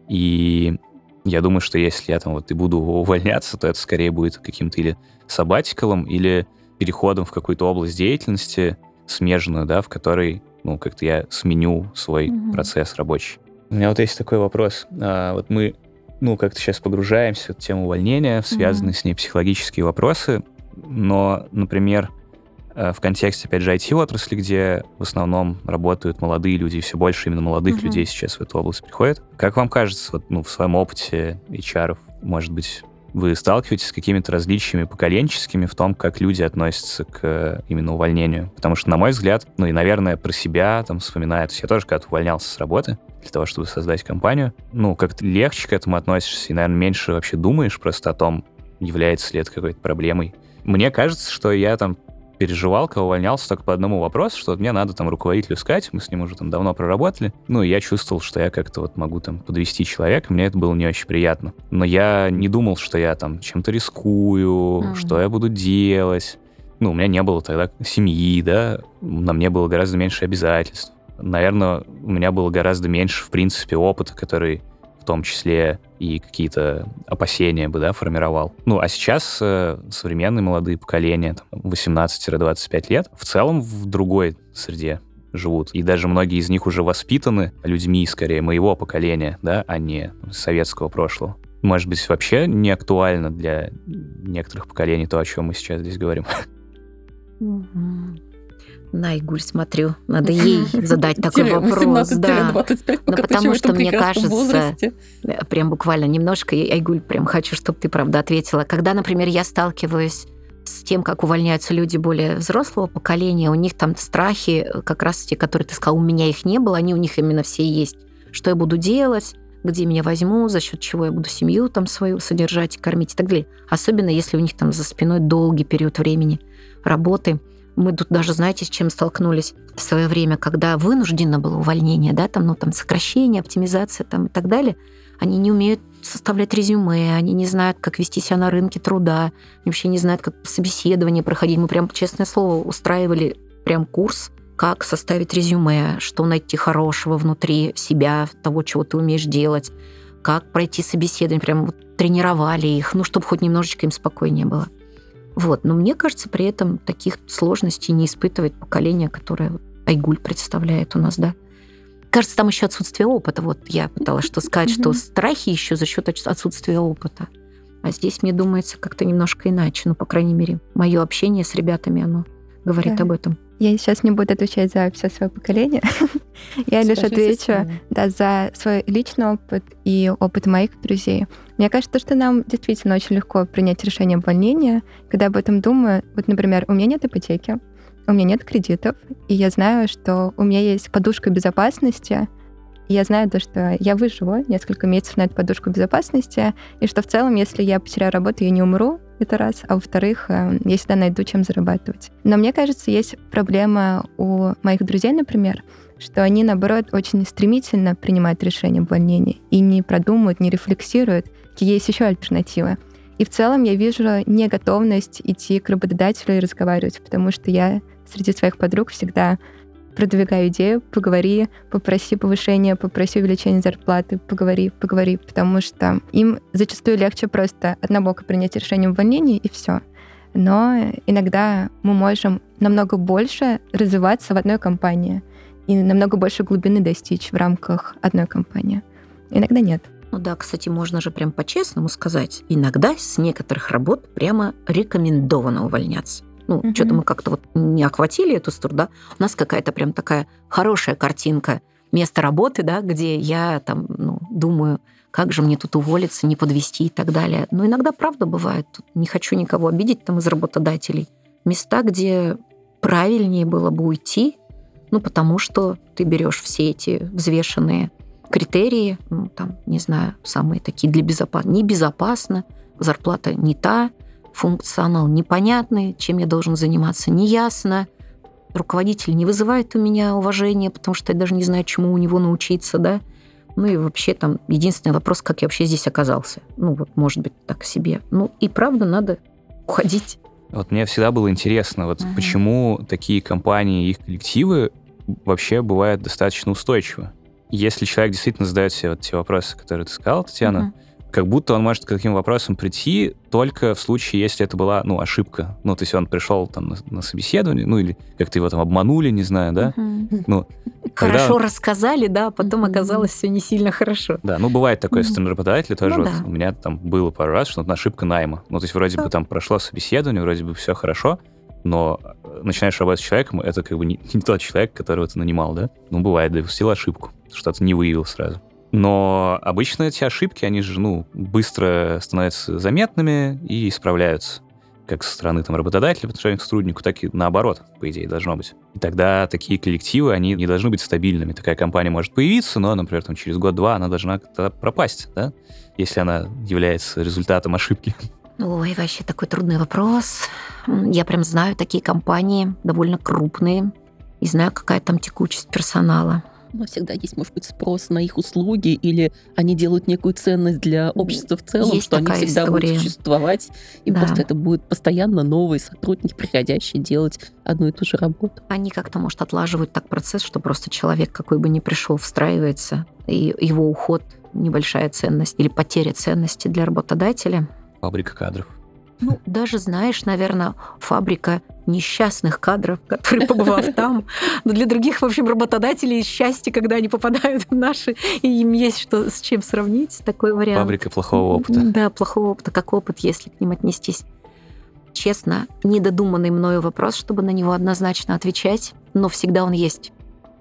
И я думаю, что если я там вот и буду увольняться, то это скорее будет каким-то или саббатикалом, или переходом в какую-то область деятельности смежную, да, в которой, ну, как-то я сменю свой mm-hmm. процесс рабочий. У меня вот есть такой вопрос. А, вот мы, ну, как-то сейчас погружаемся в тему увольнения, в связанные mm-hmm. с ней психологические вопросы. Но, например, в контексте, опять же, ай ти-отрасли, где в основном работают молодые люди, и все больше именно молодых uh-huh. людей сейчас в эту область приходят. Как вам кажется, вот, ну, в своем опыте эйч ар, может быть, вы сталкиваетесь с какими-то различиями поколенческими в том, как люди относятся к именно увольнению? Потому что, на мой взгляд, ну и, наверное, про себя там вспоминаю, то есть я тоже когда-то увольнялся с работы для того, чтобы создать компанию, ну, как-то легче к этому относишься и, наверное, меньше вообще думаешь просто о том, является ли это какой-то проблемой. Мне кажется, что я там переживал, когда увольнялся только по одному вопросу, что вот мне надо там руководителя искать, мы с ним уже там давно проработали. Ну, и я чувствовал, что я как-то вот могу там подвести человека, мне это было не очень приятно. Но я не думал, что я там чем-то рискую, mm-hmm. что я буду делать. Ну, у меня не было тогда семьи, да, на мне было гораздо меньше обязательств. Наверное, у меня было гораздо меньше, в принципе, опыта, который в том числе и какие-то опасения бы, да, формировал. Ну, а сейчас э, современные молодые поколения, там, восемнадцать-двадцать пять лет, в целом в другой среде живут. И даже многие из них уже воспитаны людьми, скорее, моего поколения, да, а не советского прошлого. Может быть, вообще не актуально для некоторых поколений то, о чем мы сейчас здесь говорим. На Айгуль смотрю, надо ей задать такой вопрос. восемнадцать-двадцать пять, да. Ну, потому что, мне кажется, прям буквально немножко, Айгуль, прям хочу, чтобы ты, правда, ответила. Когда, например, я сталкиваюсь с тем, как увольняются люди более взрослого поколения, у них там страхи, как раз те, которые ты сказал, у меня их не было, они у них именно все есть. Что я буду делать, где меня возьму, за счет чего я буду семью там свою содержать, кормить и так далее. Особенно, если у них там за спиной долгий период времени работы. Мы тут даже, знаете, с чем столкнулись в свое время, когда вынуждено было увольнение, да, там, ну, там, сокращение, оптимизация там, и так далее. Они не умеют составлять резюме, они не знают, как вести себя на рынке труда, они вообще не знают, как собеседование проходить. Мы прям, честное слово, устраивали прям курс, как составить резюме, что найти хорошего внутри себя, того, чего ты умеешь делать, как пройти собеседование, прям вот тренировали их, ну, чтобы хоть немножечко им спокойнее было. Вот. Но мне кажется, при этом таких сложностей не испытывает поколение, которое Айгуль представляет у нас, да. Кажется, там еще отсутствие опыта. Вот я пыталась что сказать, что страхи еще за счет отсутствия опыта. А здесь, мне думается, как-то немножко иначе. Ну, по крайней мере, мое общение с ребятами, оно говорит да. об этом. Я сейчас не буду отвечать за все свое поколение. Я лишь отвечу да, за свой личный опыт и опыт моих друзей. Мне кажется, что нам действительно очень легко принять решение увольнения. Когда об этом думаю, вот, например, у меня нет ипотеки, у меня нет кредитов, и я знаю, что у меня есть подушка безопасности, и я знаю то, что я выживу несколько месяцев на эту подушку безопасности, и что в целом, если я потеряю работу, я не умру, это раз, а во-вторых, я всегда найду, чем зарабатывать. Но мне кажется, есть проблема у моих друзей, например, что они, наоборот, очень стремительно принимают решение об увольнении и не продумывают, не рефлексируют, какие есть еще альтернативы. И в целом я вижу неготовность идти к работодателю и разговаривать, потому что я среди своих подруг всегда продвигаю идею, поговори, попроси повышения, попроси увеличения зарплаты, поговори, поговори, потому что им зачастую легче просто однобоко принять решение об увольнении, и все. Но иногда мы можем намного больше развиваться в одной компании и намного больше глубины достичь в рамках одной компании. Иногда нет. Ну да, кстати, можно же прям по-честному сказать, иногда с некоторых работ прямо рекомендовано увольняться. Ну, uh-huh. что-то мы как-то вот не охватили эту сторону, да. У нас какая-то прям такая хорошая картинка места работы, да, где я там, ну, думаю, как же мне тут уволиться, не подвести и так далее. Но иногда правда бывает, тут не хочу никого обидеть там из работодателей. Места, где правильнее было бы уйти, ну, потому что ты берешь все эти взвешенные критерии, ну, там, не знаю, самые такие для безопасности. Небезопасно, зарплата не та, функционал непонятный, чем я должен заниматься, неясно. Руководитель не вызывает у меня уважения, потому что я даже не знаю, чему у него научиться, да. Ну и вообще там единственный вопрос, как я вообще здесь оказался. Ну вот, может быть, так себе. Ну и правда надо уходить. Вот мне всегда было интересно, вот ага. почему такие компании и их коллективы вообще бывают достаточно устойчивы. Если человек действительно задает себе вот те вопросы, которые ты сказала, Татьяна, uh-huh. как будто он может к таким вопросам прийти только в случае, если это была, ну, ошибка. Ну, то есть он пришел там на, на собеседование, ну, или как-то его там обманули, не знаю, да? Uh-huh. Ну, хорошо когда... рассказали, да, а потом uh-huh. оказалось все не сильно хорошо. Да, ну, бывает такое uh-huh. со стороны работодателя тоже. Ну, вот да. У меня там было пару раз, что это ошибка найма. Ну, то есть вроде uh-huh. бы там прошло собеседование, вроде бы все хорошо, но начинаешь работать с человеком, это как бы не, не тот человек, которого ты нанимал, да? Ну, бывает, допустил ошибку, что-то не выявил сразу. Но обычно эти ошибки, они же, ну, быстро становятся заметными и исправляются. Как со стороны там работодателя по отношению к сотруднику, так и наоборот, по идее, должно быть. И тогда такие коллективы, они не должны быть стабильными. Такая компания может появиться, но, например, там, через год-два она должна как-то пропасть, да? Если она является результатом ошибки. Ой, вообще такой трудный вопрос. Я прям знаю такие компании, довольно крупные, и знаю, какая там текучесть персонала. Но всегда есть, может быть, спрос на их услуги, или они делают некую ценность для общества в целом, Есть что они всегда история. будут существовать, и Да. просто это будут постоянно новые сотрудники, приходящие делать одну и ту же работу. Они как-то, может, отлаживают так процесс, что просто человек, какой бы ни пришел, встраивается, и его уход — небольшая ценность или потеря ценности для работодателя. Фабрика кадров. Ну, даже, знаешь, наверное, фабрика несчастных кадров, которые, побывав там, но для других, в общем, работодателей счастье, когда они попадают в наши, и им есть что, с чем сравнить, такой вариант. Фабрика плохого опыта. Да, плохого опыта, как опыт, если к ним отнестись. Честно, недодуманный мною вопрос, чтобы на него однозначно отвечать, но всегда он есть.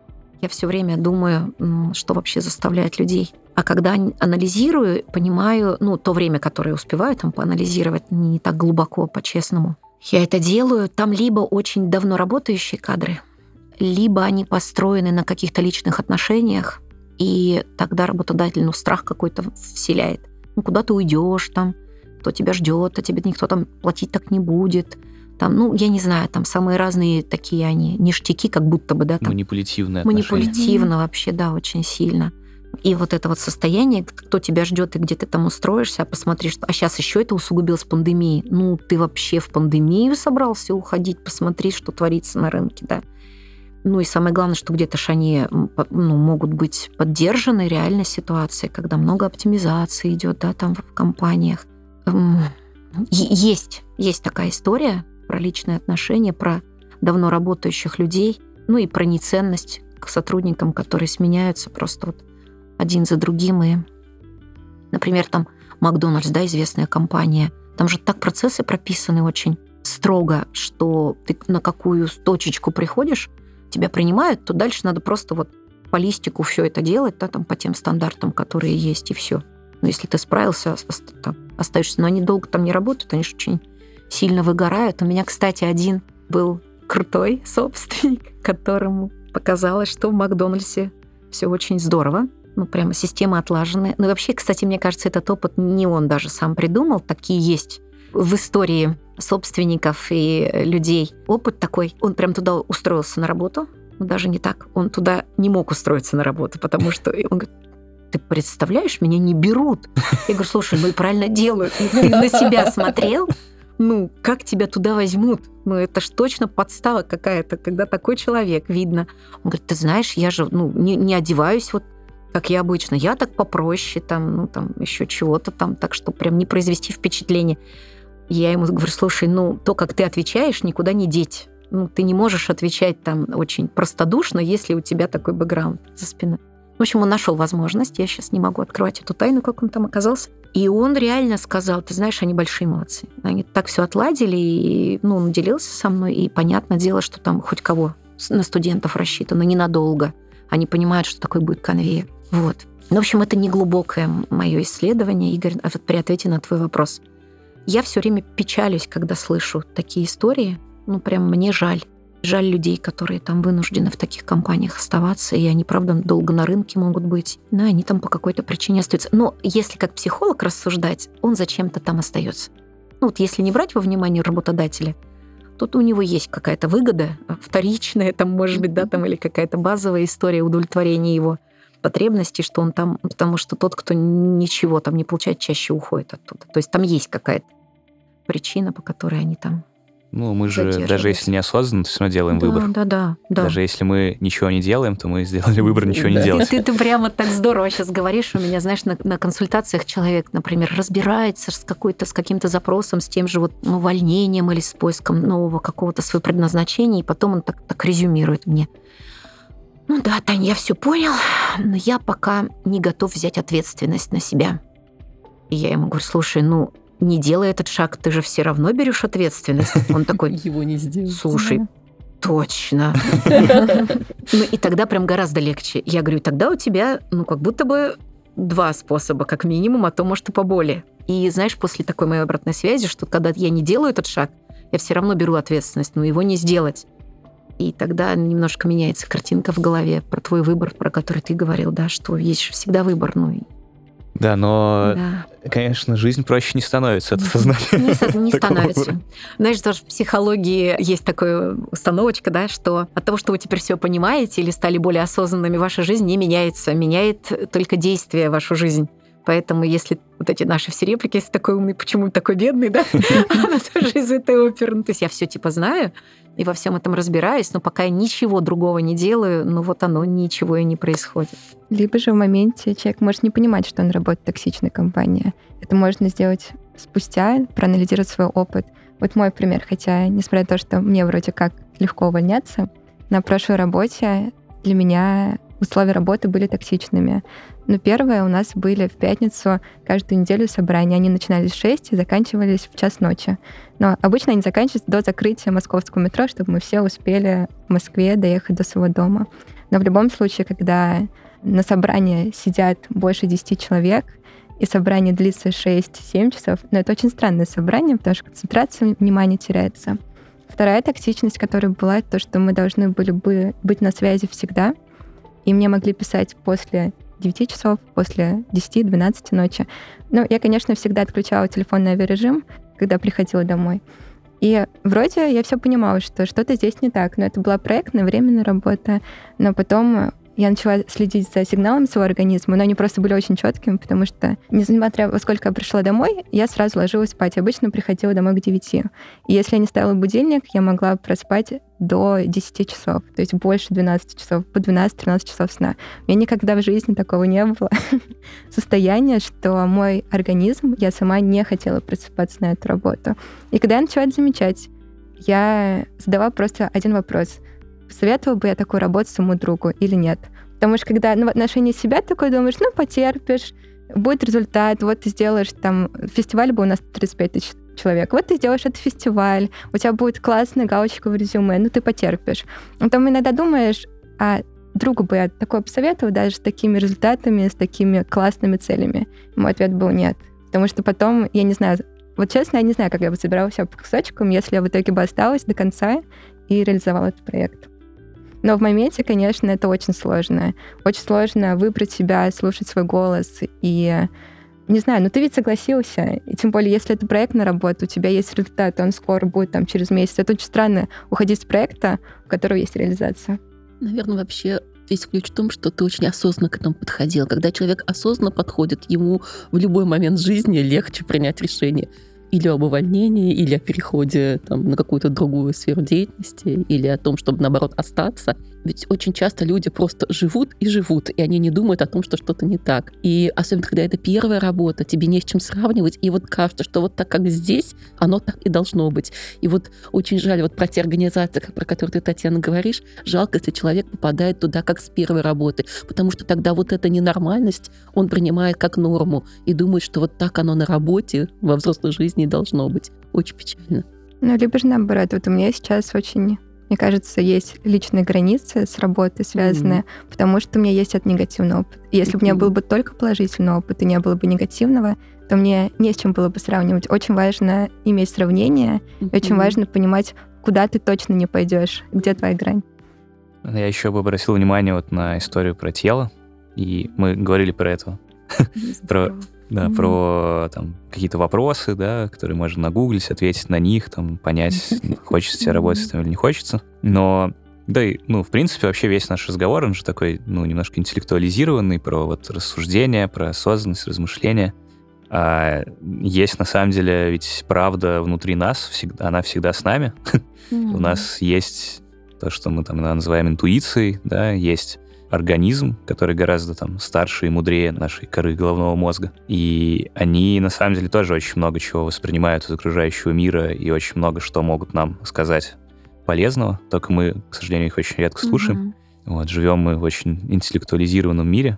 Я все время думаю, м, что вообще заставляет людей. А когда ан- анализирую, понимаю, ну, то время, которое успеваю там поанализировать, не так глубоко, по-честному. Я это делаю. Там либо очень давно работающие кадры, либо они построены на каких-то личных отношениях, и тогда работодатель, ну, страх какой-то вселяет. Ну, куда ты уйдешь там, кто тебя ждет, а тебе никто там платить так не будет. Там, ну, я не знаю, там самые разные такие они ништяки, как будто бы, да, там Манипулятивное отношение. манипулятивно вообще, да, очень сильно. И вот это вот состояние, кто тебя ждет и где ты там устроишься, а посмотри, что... А сейчас еще это усугубилось пандемией. Ну, ты вообще в пандемию собрался уходить, посмотри, что творится на рынке, да. Ну и самое главное, что где-то ж они, ну, могут быть поддержаны реальной ситуацией, когда много оптимизации идет, да, там в компаниях. М, е- Есть, есть такая история про личные отношения, про давно работающих людей, ну и про неценность к сотрудникам, которые сменяются просто вот один за другим. И, например, там Макдональдс, да, известная компания, там же так процессы прописаны очень строго, что ты на какую точечку приходишь, тебя принимают, то дальше надо просто вот по листику все это делать, да, там по тем стандартам, которые есть, и все. Но если ты справился, там, остаешься. Но они долго там не работают, они же очень сильно выгорают. У меня, кстати, один был крутой собственник, которому показалось, что в Макдональдсе все очень здорово. Ну, прямо система отлаженная. Ну, и вообще, кстати, мне кажется, этот опыт не он даже сам придумал. Такие есть в истории собственников и людей. Опыт такой. Он прям туда устроился на работу. Ну, даже не так. Он туда не мог устроиться на работу, потому что он говорит: ты представляешь, меня не берут. Я говорю: слушай, ну и правильно делают. Ты на себя смотрел? Ну, как тебя туда возьмут? Ну, это ж точно подстава какая-то, когда такой человек, видно. Он говорит: ты знаешь, я же ну, не, не одеваюсь вот как я обычно. Я так попроще, там, ну, там, еще чего-то там, так что прям не произвести впечатление. Я ему говорю: слушай, ну, то, как ты отвечаешь, никуда не деть. Ну, ты не можешь отвечать там очень простодушно, если у тебя такой бэкграунд за спиной. В общем, он нашел возможность. Я сейчас не могу открывать эту тайну, как он там оказался. И он реально сказал: ты знаешь, они большие молодцы. Они так все отладили, и, ну, он делился со мной, и понятное дело, что там хоть кого на студентов рассчитано, ненадолго. Они понимают, что такой будет конвейер. Вот. Ну, в общем, это не глубокое мое исследование, Игорь, а вот при ответе на твой вопрос. Я все время печалюсь, когда слышу такие истории. Ну, прям мне жаль. Жаль людей, которые там вынуждены в таких компаниях оставаться, и они, правда, долго на рынке могут быть. Да, они там по какой-то причине остаются. Но если как психолог рассуждать, он зачем-то там остается. Ну, вот если не брать во внимание работодателя, тут у него есть какая-то выгода вторичная, там, может быть, да, там, или какая-то базовая история удовлетворения его потребностей, что он там, потому что тот, кто ничего там не получает, чаще уходит оттуда. То есть там есть какая-то причина, по которой они там. Ну, мы же, даже если неосознанно, то все равно делаем да, выбор. Да, да, да. Даже если мы ничего не делаем, то мы сделали выбор ничего Да. не делать. Ты, ты прямо так здорово сейчас говоришь. У меня, знаешь, на, на консультациях человек, например, разбирается с, какой-то, с каким-то запросом, с тем же вот, ну, увольнением или с поиском нового какого-то своего предназначения, и потом он так, так резюмирует мне. Ну да, Тань, я все понял, но я пока не готов взять ответственность на себя. И я ему говорю: слушай, ну, не делай этот шаг, ты же все равно берешь ответственность. Он такой: Его не сделать. слушай, точно. Ну и тогда прям гораздо легче. Я говорю: тогда у тебя, ну, как будто бы два способа, как минимум, а то, может, и поболее. И знаешь, после такой моей обратной связи, что когда я не делаю этот шаг, я все равно беру ответственность, но его не сделать. И тогда немножко меняется картинка в голове про твой выбор, про который ты говорил, да, что есть же всегда выбор. Ну, и Да, но, Да. конечно, жизнь проще не становится от осознания. Не, со- не такого становится. уровня. Знаешь, тоже в психологии есть такая установочка, да, что от того, что вы теперь все понимаете или стали более осознанными, ваша жизнь не меняется. Меняет только действие вашу жизнь. Поэтому если вот эти наши все реплики, если такой умный, почему такой бедный, да, она тоже из этой оперы. Ну, то есть я все типа знаю и во всем этом разбираюсь, но пока я ничего другого не делаю, ну вот оно ничего и не происходит. Либо же в моменте человек может не понимать, что он работает в токсичной компании. Это можно сделать спустя, проанализировать свой опыт. Вот мой пример, хотя, несмотря на то, что мне вроде как легко увольняться, на прошлой работе для меня условия работы были токсичными. Но первое, у нас были в пятницу каждую неделю собрания. Они начинались в шесть и заканчивались в час ночи. Но обычно они заканчиваются до закрытия московского метро, чтобы мы все успели в Москве доехать до своего дома. Но в любом случае, когда на собрании сидят больше десяти человек, и собрание длится шесть-семь часов, но это очень странное собрание, потому что концентрация внимания теряется. Вторая токсичность, которая была, это то, что мы должны были бы быть на связи всегда, и мне могли писать после девяти часов, после десяти-двенадцати ночи. Ну, я, конечно, всегда отключала телефон на авиарежим, когда приходила домой. И вроде я все понимала, что что-то здесь не так, но это была проектная, временная работа. Но потом я начала следить за сигналами своего организма, но они просто были очень четкими, потому что, несмотря во сколько я пришла домой, я сразу ложилась спать. Обычно приходила домой к девяти. И если я не ставила будильник, я могла проспать до десяти часов, то есть больше двенадцати часов, по двенадцать-тринадцать часов сна. У меня никогда в жизни такого не было. Состояние, что мой организм, я сама не хотела просыпаться на эту работу. И когда я начала это замечать, я задавала просто один вопрос. Посоветовала бы я такую работу своему другу или нет? Потому что когда ну, в отношении себя такой думаешь, ну, потерпишь, будет результат, вот ты сделаешь там... Фестиваль был у нас тридцать пять тысяч человек. Вот ты сделаешь этот фестиваль, у тебя будет классная галочка в резюме, ну, ты потерпишь. Потом иногда думаешь, а другу бы я такое посоветовала даже с такими результатами, с такими классными целями? Мой ответ был нет. Потому что потом, я не знаю, вот честно, я не знаю, как я бы собирала все по кусочкам, если я в итоге бы осталась до конца и реализовала этот проект. Но в моменте, конечно, это очень сложно. Очень сложно выбрать себя, слушать свой голос. И, не знаю, ну ты ведь согласился. И тем более, если это проектная работа, у тебя есть результат, он скоро будет там через месяц. Это очень странно уходить с проекта, у которого есть реализация. Наверное, вообще весь ключ в том, что ты очень осознанно к этому подходил. Когда человек осознанно подходит, ему в любой момент жизни легче принять решение. Или об увольнении, или о переходе там, на какую-то другую сферу деятельности, или о том, чтобы, наоборот, остаться. Ведь очень часто люди просто живут и живут, и они не думают о том, что что-то не так. И особенно, когда это первая работа, тебе не с чем сравнивать, и вот кажется, что вот так, как здесь, оно так и должно быть. И вот очень жаль, вот про те организации, про которые ты, Татьяна, говоришь, жалко, если человек попадает туда как с первой работы, потому что тогда вот эта ненормальность он принимает как норму и думает, что вот так оно на работе, во взрослой жизни и должно быть. Очень печально. Ну, либо же наоборот. Вот у меня сейчас очень... Мне кажется, есть личные границы с работой связанные, mm-hmm. потому что у меня есть от негативного опыта. И если mm-hmm. бы у меня был бы только положительный опыт и не было бы негативного, то мне не с чем было бы сравнивать. Очень важно иметь сравнение, mm-hmm. и очень важно понимать, куда ты точно не пойдешь, где твоя грань. Я еще бы обратил внимание вот на историю про тело, и мы говорили про это. про, да, mm-hmm. про там, какие-то вопросы, да, которые можно нагуглить, ответить на них, там, понять, хочется тебе работать там или не хочется. Но, да, и, ну, в принципе, вообще весь наш разговор, он же такой, ну, немножко интеллектуализированный, про вот рассуждения, про осознанность, размышления. А есть, на самом деле, ведь правда внутри нас, всегда, она всегда с нами. Mm-hmm. У нас есть то, что мы там называем интуицией, да, есть организм, который гораздо там старше и мудрее нашей коры головного мозга. И они, на самом деле, тоже очень много чего воспринимают из окружающего мира и очень много что могут нам сказать полезного, только мы, к сожалению, их очень редко слушаем. Mm-hmm. Вот, живем мы в очень интеллектуализированном мире,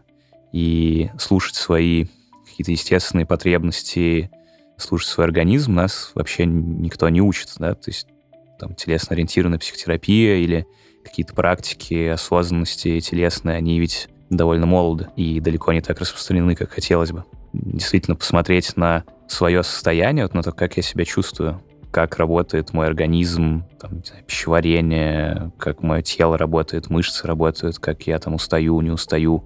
и слушать свои какие-то естественные потребности, слушать свой организм нас вообще никто не учит, да, то есть там телесно-ориентированная психотерапия или какие-то практики осознанности телесные, они ведь довольно молоды и далеко не так распространены, как хотелось бы. Действительно посмотреть на свое состояние, вот на то, как я себя чувствую, как работает мой организм, там, не знаю, пищеварение, как мое тело работает, мышцы работают, как я там устаю, не устаю,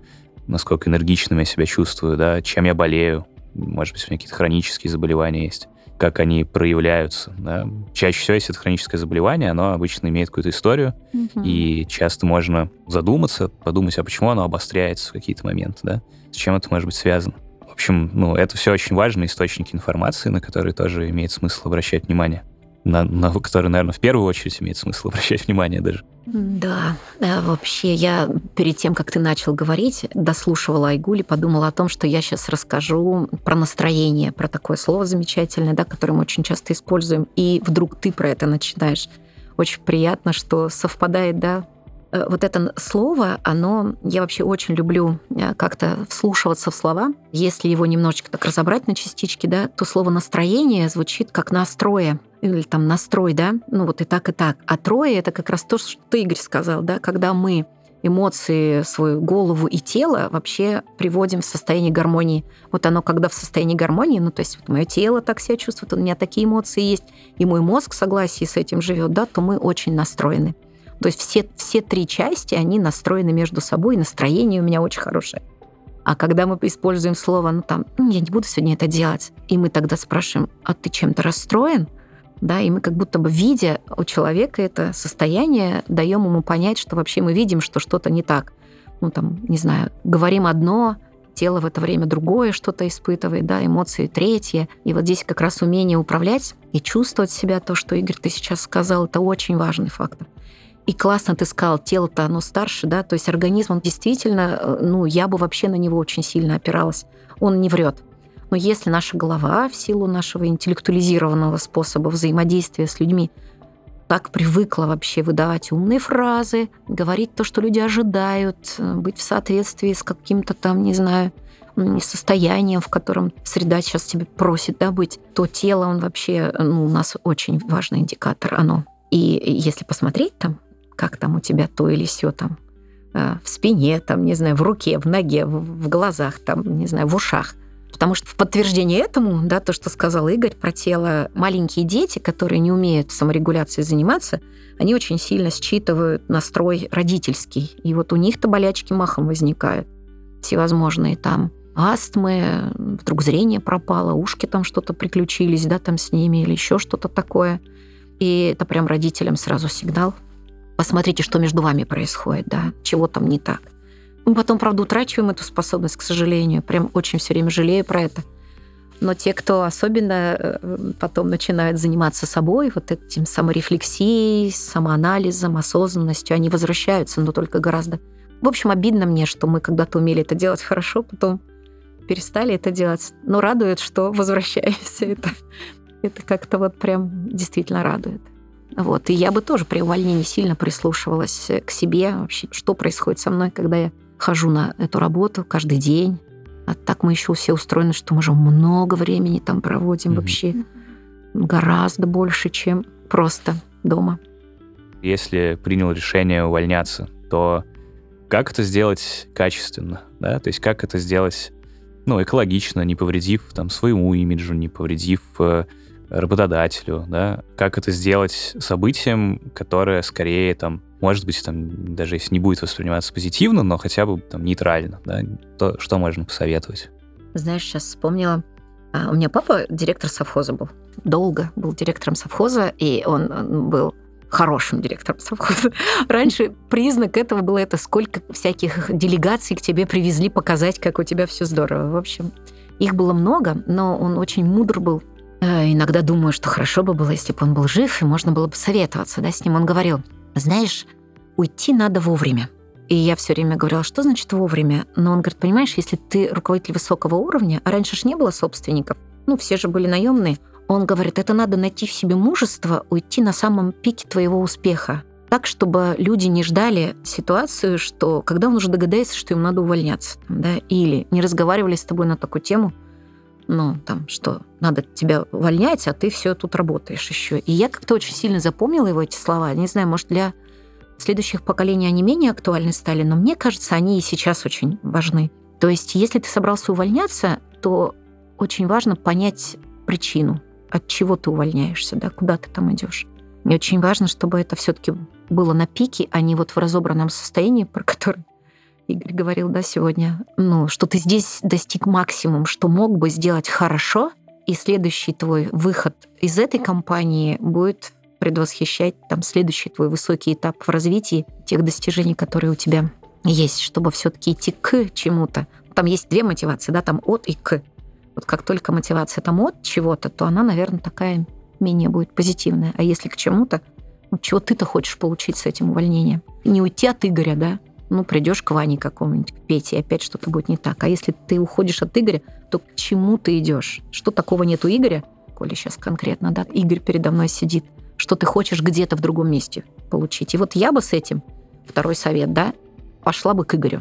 насколько энергичным я себя чувствую, да, чем я болею, может быть, у меня какие-то хронические заболевания есть, как они проявляются. Да. Чаще всего, если это хроническое заболевание, оно обычно имеет какую-то историю, mm-hmm. и часто можно задуматься, подумать, а почему оно обостряется в какие-то моменты, да, с чем это может быть связано. В общем, ну, это все очень важные источники информации, на которые тоже имеет смысл обращать внимание. На, на которые, наверное, в первую очередь имеет смысл обращать внимание даже. Да, вообще я перед тем, как ты начал говорить, дослушивала Айгуль и подумала о том, что я сейчас расскажу про настроение, про такое слово замечательное, да, которое мы очень часто используем, и вдруг ты про это начинаешь. Очень приятно, что совпадает, да. Вот это слово, оно, я вообще очень люблю как-то вслушиваться в слова. Если его немножечко так разобрать на частички, да, то слово «настроение» звучит как «настрое», или там «настрой», да, ну вот и так, и так. А «трое» — это как раз то, что ты, Игорь, сказал, да, когда мы эмоции, свою голову и тело вообще приводим в состояние гармонии. Вот оно, когда в состоянии гармонии, ну то есть вот мое тело так себя чувствует, у меня такие эмоции есть, и мой мозг в согласии с этим живет, да, то мы очень настроены. То есть все, все три части, они настроены между собой, и настроение у меня очень хорошее. А когда мы используем слово, ну там, ну, я не буду сегодня это делать, и мы тогда спрашиваем, а ты чем-то расстроен? Да, и мы как будто бы, видя у человека это состояние, даем ему понять, что вообще мы видим, что что-то не так. Ну там, не знаю, говорим одно, тело в это время другое что-то испытывает, да, эмоции третье. И вот здесь как раз умение управлять и чувствовать себя, то, что, Игорь, ты сейчас сказал, это очень важный фактор. И классно ты сказал, тело-то оно старше, да, то есть организм, он действительно, ну, я бы вообще на него очень сильно опиралась. Он не врет. Но если наша голова, в силу нашего интеллектуализированного способа взаимодействия с людьми, так привыкла вообще выдавать умные фразы, говорить то, что люди ожидают, быть в соответствии с каким-то там, не знаю, состоянием, в котором среда сейчас тебе просит, да, быть, то тело, он вообще, ну, у нас очень важный индикатор, оно. И если посмотреть там, как там у тебя то или сё там, в спине, там, не знаю, в руке, в ноге, в глазах, там, не знаю, в ушах. Потому что в подтверждение этому, да, то, что сказал Игорь про тело, маленькие дети, которые не умеют саморегуляцией заниматься, они очень сильно считывают настрой родительский. И вот у них-то болячки махом возникают. Всевозможные там астмы, вдруг зрение пропало, ушки там что-то приключились, да, там с ними или еще что-то такое. И это прям родителям сразу сигнал. Посмотрите, что между вами происходит, да, чего там не так. Мы потом, правда, утрачиваем эту способность, к сожалению. Прям очень все время жалею про это. Но те, кто особенно потом начинают заниматься собой, вот этим саморефлексией, самоанализом, осознанностью, они возвращаются, но только гораздо... В общем, обидно мне, что мы когда-то умели это делать хорошо, потом перестали это делать. Но радует, что возвращаемся. Это, это как-то вот прям действительно радует. Вот. И я бы тоже при увольнении сильно прислушивалась к себе, вообще, что происходит со мной, когда я хожу на эту работу каждый день. А так мы еще все устроены, что мы же много времени там проводим mm-hmm. вообще. Гораздо больше, чем просто дома. Если принял решение увольняться, то как это сделать качественно? Да? То есть как это сделать, ну, экологично, не повредив там, своему имиджу, не повредив э, работодателю, да? Как это сделать событием, которое скорее там, может быть, там, даже если не будет восприниматься позитивно, но хотя бы там нейтрально, да? То, что можно посоветовать? Знаешь, сейчас вспомнила. У меня папа директор совхоза был. Долго был директором совхоза, и он был хорошим директором совхоза. Раньше признак этого было это, сколько всяких делегаций к тебе привезли показать, как у тебя все здорово. В общем, их было много, но он очень мудр был. Иногда думаю, что хорошо бы было, если бы он был жив, и можно было бы советоваться, да, с ним. Он говорил, знаешь, уйти надо вовремя. И я все время говорила, что значит вовремя? Но он говорит, понимаешь, если ты руководитель высокого уровня, а раньше же не было собственников, ну, все же были наемные, он говорит, это надо найти в себе мужество, уйти на самом пике твоего успеха. Так, чтобы люди не ждали ситуацию, что когда он уже догадается, что им надо увольняться, да, или не разговаривали с тобой на такую тему, ну, там, что надо тебя увольнять, а ты все тут работаешь еще. И я как-то очень сильно запомнила его эти слова. Не знаю, может, для следующих поколений они менее актуальны стали, но мне кажется, они и сейчас очень важны. То есть, если ты собрался увольняться, то очень важно понять причину, от чего ты увольняешься, да, куда ты там идешь. И очень важно, чтобы это все-таки было на пике, а не вот в разобранном состоянии, про которое Игорь говорил, да, сегодня, ну, что ты здесь достиг максимум, что мог бы сделать хорошо, и следующий твой выход из этой компании будет предвосхищать там следующий твой высокий этап в развитии тех достижений, которые у тебя есть, чтобы все-таки идти к чему-то. Там есть две мотивации, да, там от и к. Вот как только мотивация там от чего-то, то она, наверное, такая менее будет позитивная. А если к чему-то, ну, чего ты-то хочешь получить с этим увольнением? Не уйти от Игоря, да? Ну, придешь к Ване какому-нибудь, к Пете, и опять что-то будет не так. А если ты уходишь от Игоря, то к чему ты идешь? Что такого нет у Игоря? Коля сейчас конкретно, да, Игорь передо мной сидит. Что ты хочешь где-то в другом месте получить. И вот я бы с этим, второй совет, да, пошла бы к Игорю.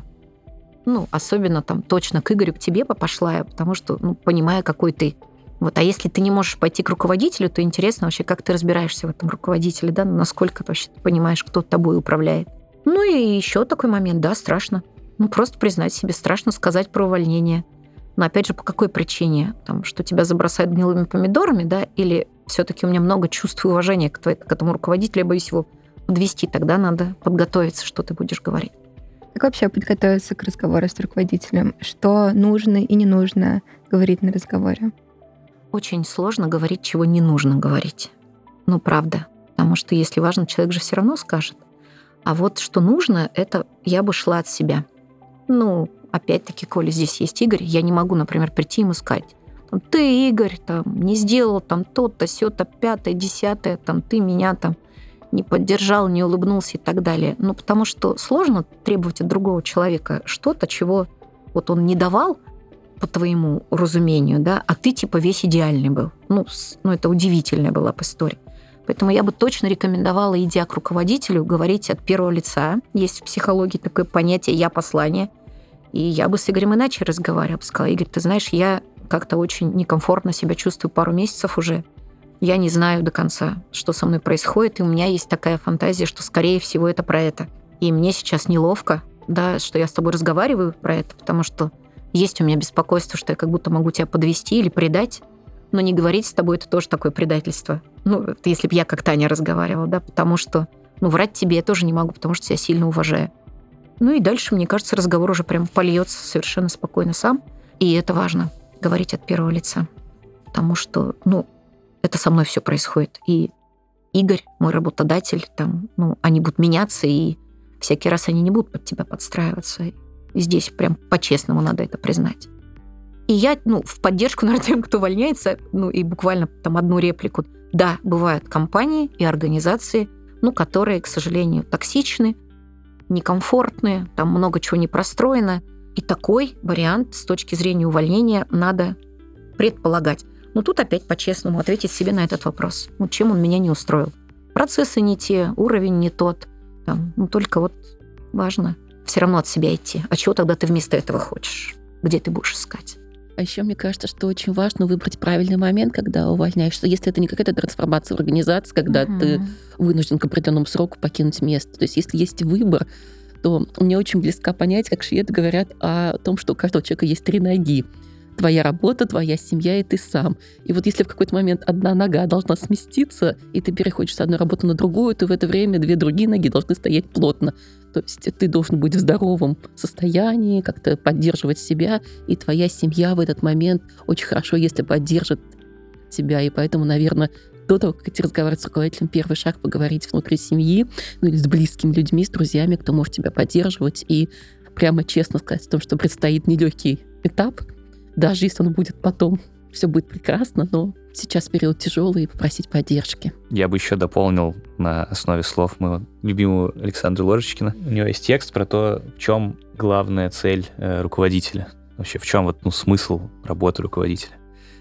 Ну, особенно там точно к Игорю, к тебе бы пошла я, потому что, ну, понимая, какой ты. Вот. А если ты не можешь пойти к руководителю, то интересно вообще, как ты разбираешься в этом руководителе, да, насколько вообще ты понимаешь, кто тобой управляет. Ну и еще такой момент, да, страшно. Ну, просто признать себе, страшно сказать про увольнение. Но опять же, по какой причине? Там, что тебя забросают гнилыми помидорами, да, или все-таки у меня много чувств и уважения к, твоей, к этому руководителю, я боюсь его подвести, тогда надо подготовиться, что ты будешь говорить. Как вообще подготовиться к разговору с руководителем? Что нужно и не нужно говорить на разговоре? Очень сложно говорить, чего не нужно говорить. Ну, правда. Потому что если важно, человек же все равно скажет. А вот что нужно, это я бы шла от себя. Ну, опять-таки, коли здесь есть Игорь, я не могу, например, прийти ему сказать: там, ты, Игорь, там, не сделал там то-то, сё-то, пятое, десятое, там, ты меня там не поддержал, не улыбнулся и так далее. Ну, потому что сложно требовать от другого человека что-то, чего вот он не давал, по твоему разумению, да, а ты типа весь идеальный был. Ну, ну это удивительная была бы история. Поэтому я бы точно рекомендовала, идя к руководителю, говорить от первого лица. Есть в психологии такое понятие «я-послание». И я бы с Игорем иначе разговаривала. Сказала: Игорь, ты знаешь, я как-то очень некомфортно себя чувствую пару месяцев уже. Я не знаю до конца, что со мной происходит, и у меня есть такая фантазия, что, скорее всего, это про это. И мне сейчас неловко, да, что я с тобой разговариваю про это, потому что есть у меня беспокойство, что я как будто могу тебя подвести или предать. Но не говорить с тобой — это тоже такое предательство. Ну, если бы я как Таня разговаривала, да, потому что, ну, врать тебе я тоже не могу, потому что тебя сильно уважаю. Ну и дальше, мне кажется, разговор уже прям польется совершенно спокойно сам. И это важно, говорить от первого лица. Потому что, ну, это со мной все происходит. И Игорь, мой работодатель, там, ну, они будут меняться, и всякий раз они не будут под тебя подстраиваться. И здесь прям по-честному надо это признать. И я, ну, в поддержку, наверное, тем, кто увольняется, ну, и буквально там одну реплику. Да, бывают компании и организации, ну, которые, к сожалению, токсичны, некомфортные, там много чего не простроено. И такой вариант с точки зрения увольнения надо предполагать. Но тут опять по-честному ответить себе на этот вопрос. Ну, чем он меня не устроил? Процессы не те, уровень не тот. Там, ну, только вот важно все равно от себя идти. А чего тогда ты вместо этого хочешь? Где ты будешь искать? А еще мне кажется, что очень важно выбрать правильный момент, когда увольняешься. Если это не какая-то трансформация в организации, когда uh-huh. ты вынужден к определенному сроку покинуть место. То есть если есть выбор, то мне очень близко понять, как шведы говорят о том, что у каждого человека есть три ноги. Твоя работа, твоя семья и ты сам. И вот если в какой-то момент одна нога должна сместиться, и ты переходишь с одной работы на другую, то в это время две другие ноги должны стоять плотно. То есть ты должен быть в здоровом состоянии, как-то поддерживать себя, и твоя семья в этот момент очень хорошо, если поддержит тебя. И поэтому, наверное, до того, как идти разговаривать с руководителем, первый шаг — поговорить внутри семьи, ну или с близкими людьми, с друзьями, кто может тебя поддерживать, и прямо честно сказать о том, что предстоит нелегкий этап. Даже если он будет потом, все будет прекрасно, но сейчас период тяжелый, и попросить поддержки. Я бы еще дополнил на основе слов моего любимого Александра Ложечкина. У него есть текст про то, в чем главная цель э, руководителя. Вообще, в чем вот, ну, смысл работы руководителя.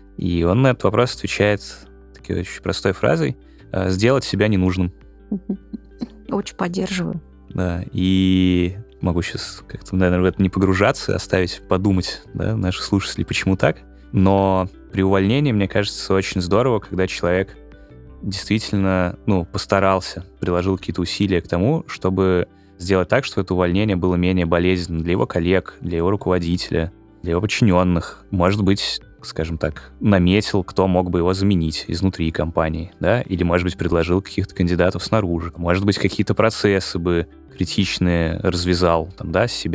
И он на этот вопрос отвечает такой очень простой фразой: э, «сделать себя ненужным». Очень поддерживаю. Да, и могу сейчас как-то, наверное, в это не погружаться, оставить подумать, да, наших слушателей, почему так. Но при увольнении, мне кажется, очень здорово, когда человек действительно, ну, постарался, приложил какие-то усилия к тому, чтобы сделать так, чтобы это увольнение было менее болезненным для его коллег, для его руководителя, для его подчиненных. Может быть, скажем так, наметил, кто мог бы его заменить изнутри компании, да, или, может быть, предложил каких-то кандидатов снаружи. Может быть, какие-то процессы бы критичные развязал, там, да, с себя,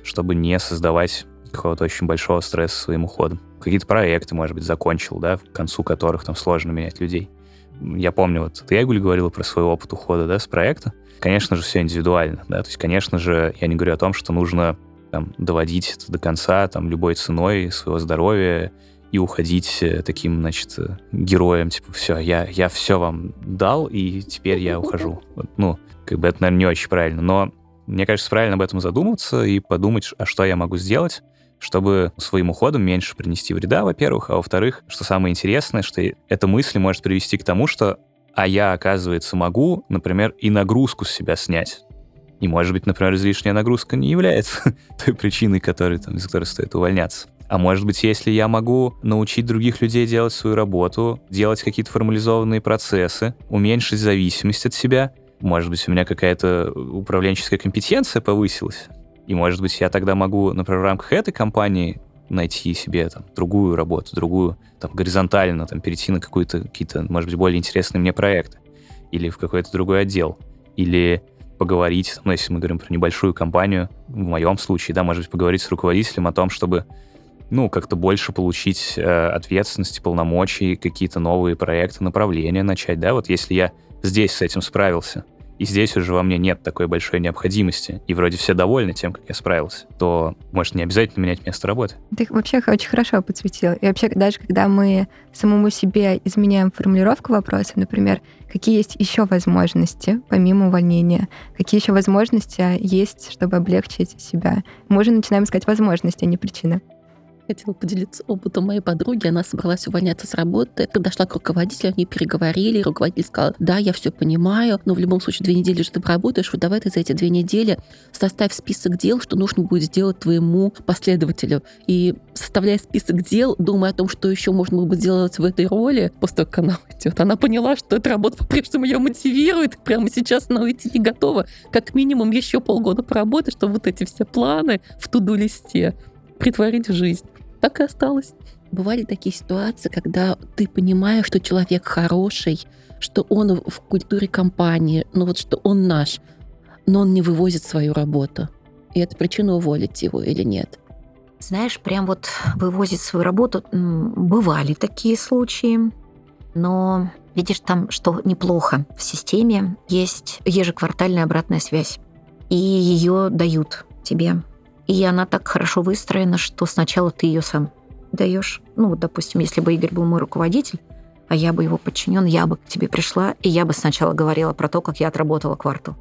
чтобы не создавать какого-то очень большого стресса своим уходом. Какие-то проекты, может быть, закончил, да, к концу которых там сложно менять людей. Я помню, вот ты, Айгуль, говорила про свой опыт ухода, да, с проекта. Конечно же, все индивидуально, да, то есть, конечно же, я не говорю о том, что нужно там доводить это до конца, там, любой ценой своего здоровья и уходить таким, значит, героем, типа, все, я, я все вам дал, и теперь я ухожу. Вот, ну, как бы это, наверное, не очень правильно, но мне кажется, правильно об этом задуматься и подумать, а что я могу сделать, чтобы своим уходом меньше принести вреда, во-первых, а во-вторых, что самое интересное, что эта мысль может привести к тому, что а я, оказывается, могу, например, и нагрузку с себя снять. И, может быть, например, излишняя нагрузка не является той причиной, которой, там, из которой стоит увольняться. А может быть, если я могу научить других людей делать свою работу, делать какие-то формализованные процессы, уменьшить зависимость от себя, может быть, у меня какая-то управленческая компетенция повысилась, и, может быть, я тогда могу, например, в рамках этой компании найти себе там другую работу, другую, там, горизонтально, там, перейти на какую-то, какие-то, может быть, более интересные мне проекты, или в какой-то другой отдел, или поговорить, ну, если мы говорим про небольшую компанию, в моем случае, да, может быть, поговорить с руководителем о том, чтобы, ну, как-то больше получить э, ответственности, полномочий, какие-то новые проекты, направления начать, да, вот если я здесь с этим справился, и здесь уже во мне нет такой большой необходимости, и вроде все довольны тем, как я справился, то, может, не обязательно менять место работы. Ты вообще очень хорошо подсветил. И вообще, даже когда мы самому себе изменяем формулировку вопроса, например, какие есть еще возможности, помимо увольнения, какие еще возможности есть, чтобы облегчить себя, мы уже начинаем искать возможности, а не причины. Хотела поделиться опытом моей подруги. Она собралась увольняться с работы. Подошла к руководителю, они переговорили. Руководитель сказал: да, я все понимаю, но в любом случае две недели же ты поработаешь. Вот давай ты за эти две недели составь список дел, что нужно будет сделать твоему последователю. И составляя список дел, думая о том, что еще можно было бы сделать в этой роли, после того, как она уйдет, она поняла, что эта работа по-прежнему ее мотивирует. Прямо сейчас она уйти не готова. Как минимум еще полгода поработать, чтобы вот эти все планы в туду-листе притворить в жизнь. Так и осталось. Бывали такие ситуации, когда ты понимаешь, что человек хороший, что он в культуре компании, ну вот что он наш, но он не вывозит свою работу. И это причина уволить его или нет? Знаешь, прям вот вывозит свою работу. Бывали такие случаи, но видишь, там, что неплохо, в системе есть ежеквартальная обратная связь, и ее дают тебе. И она так хорошо выстроена, что сначала ты ее сам даешь. Ну, вот, допустим, если бы Игорь был мой руководитель, а я бы его подчинен, я бы к тебе пришла, и я бы сначала говорила про то, как я отработала квартал.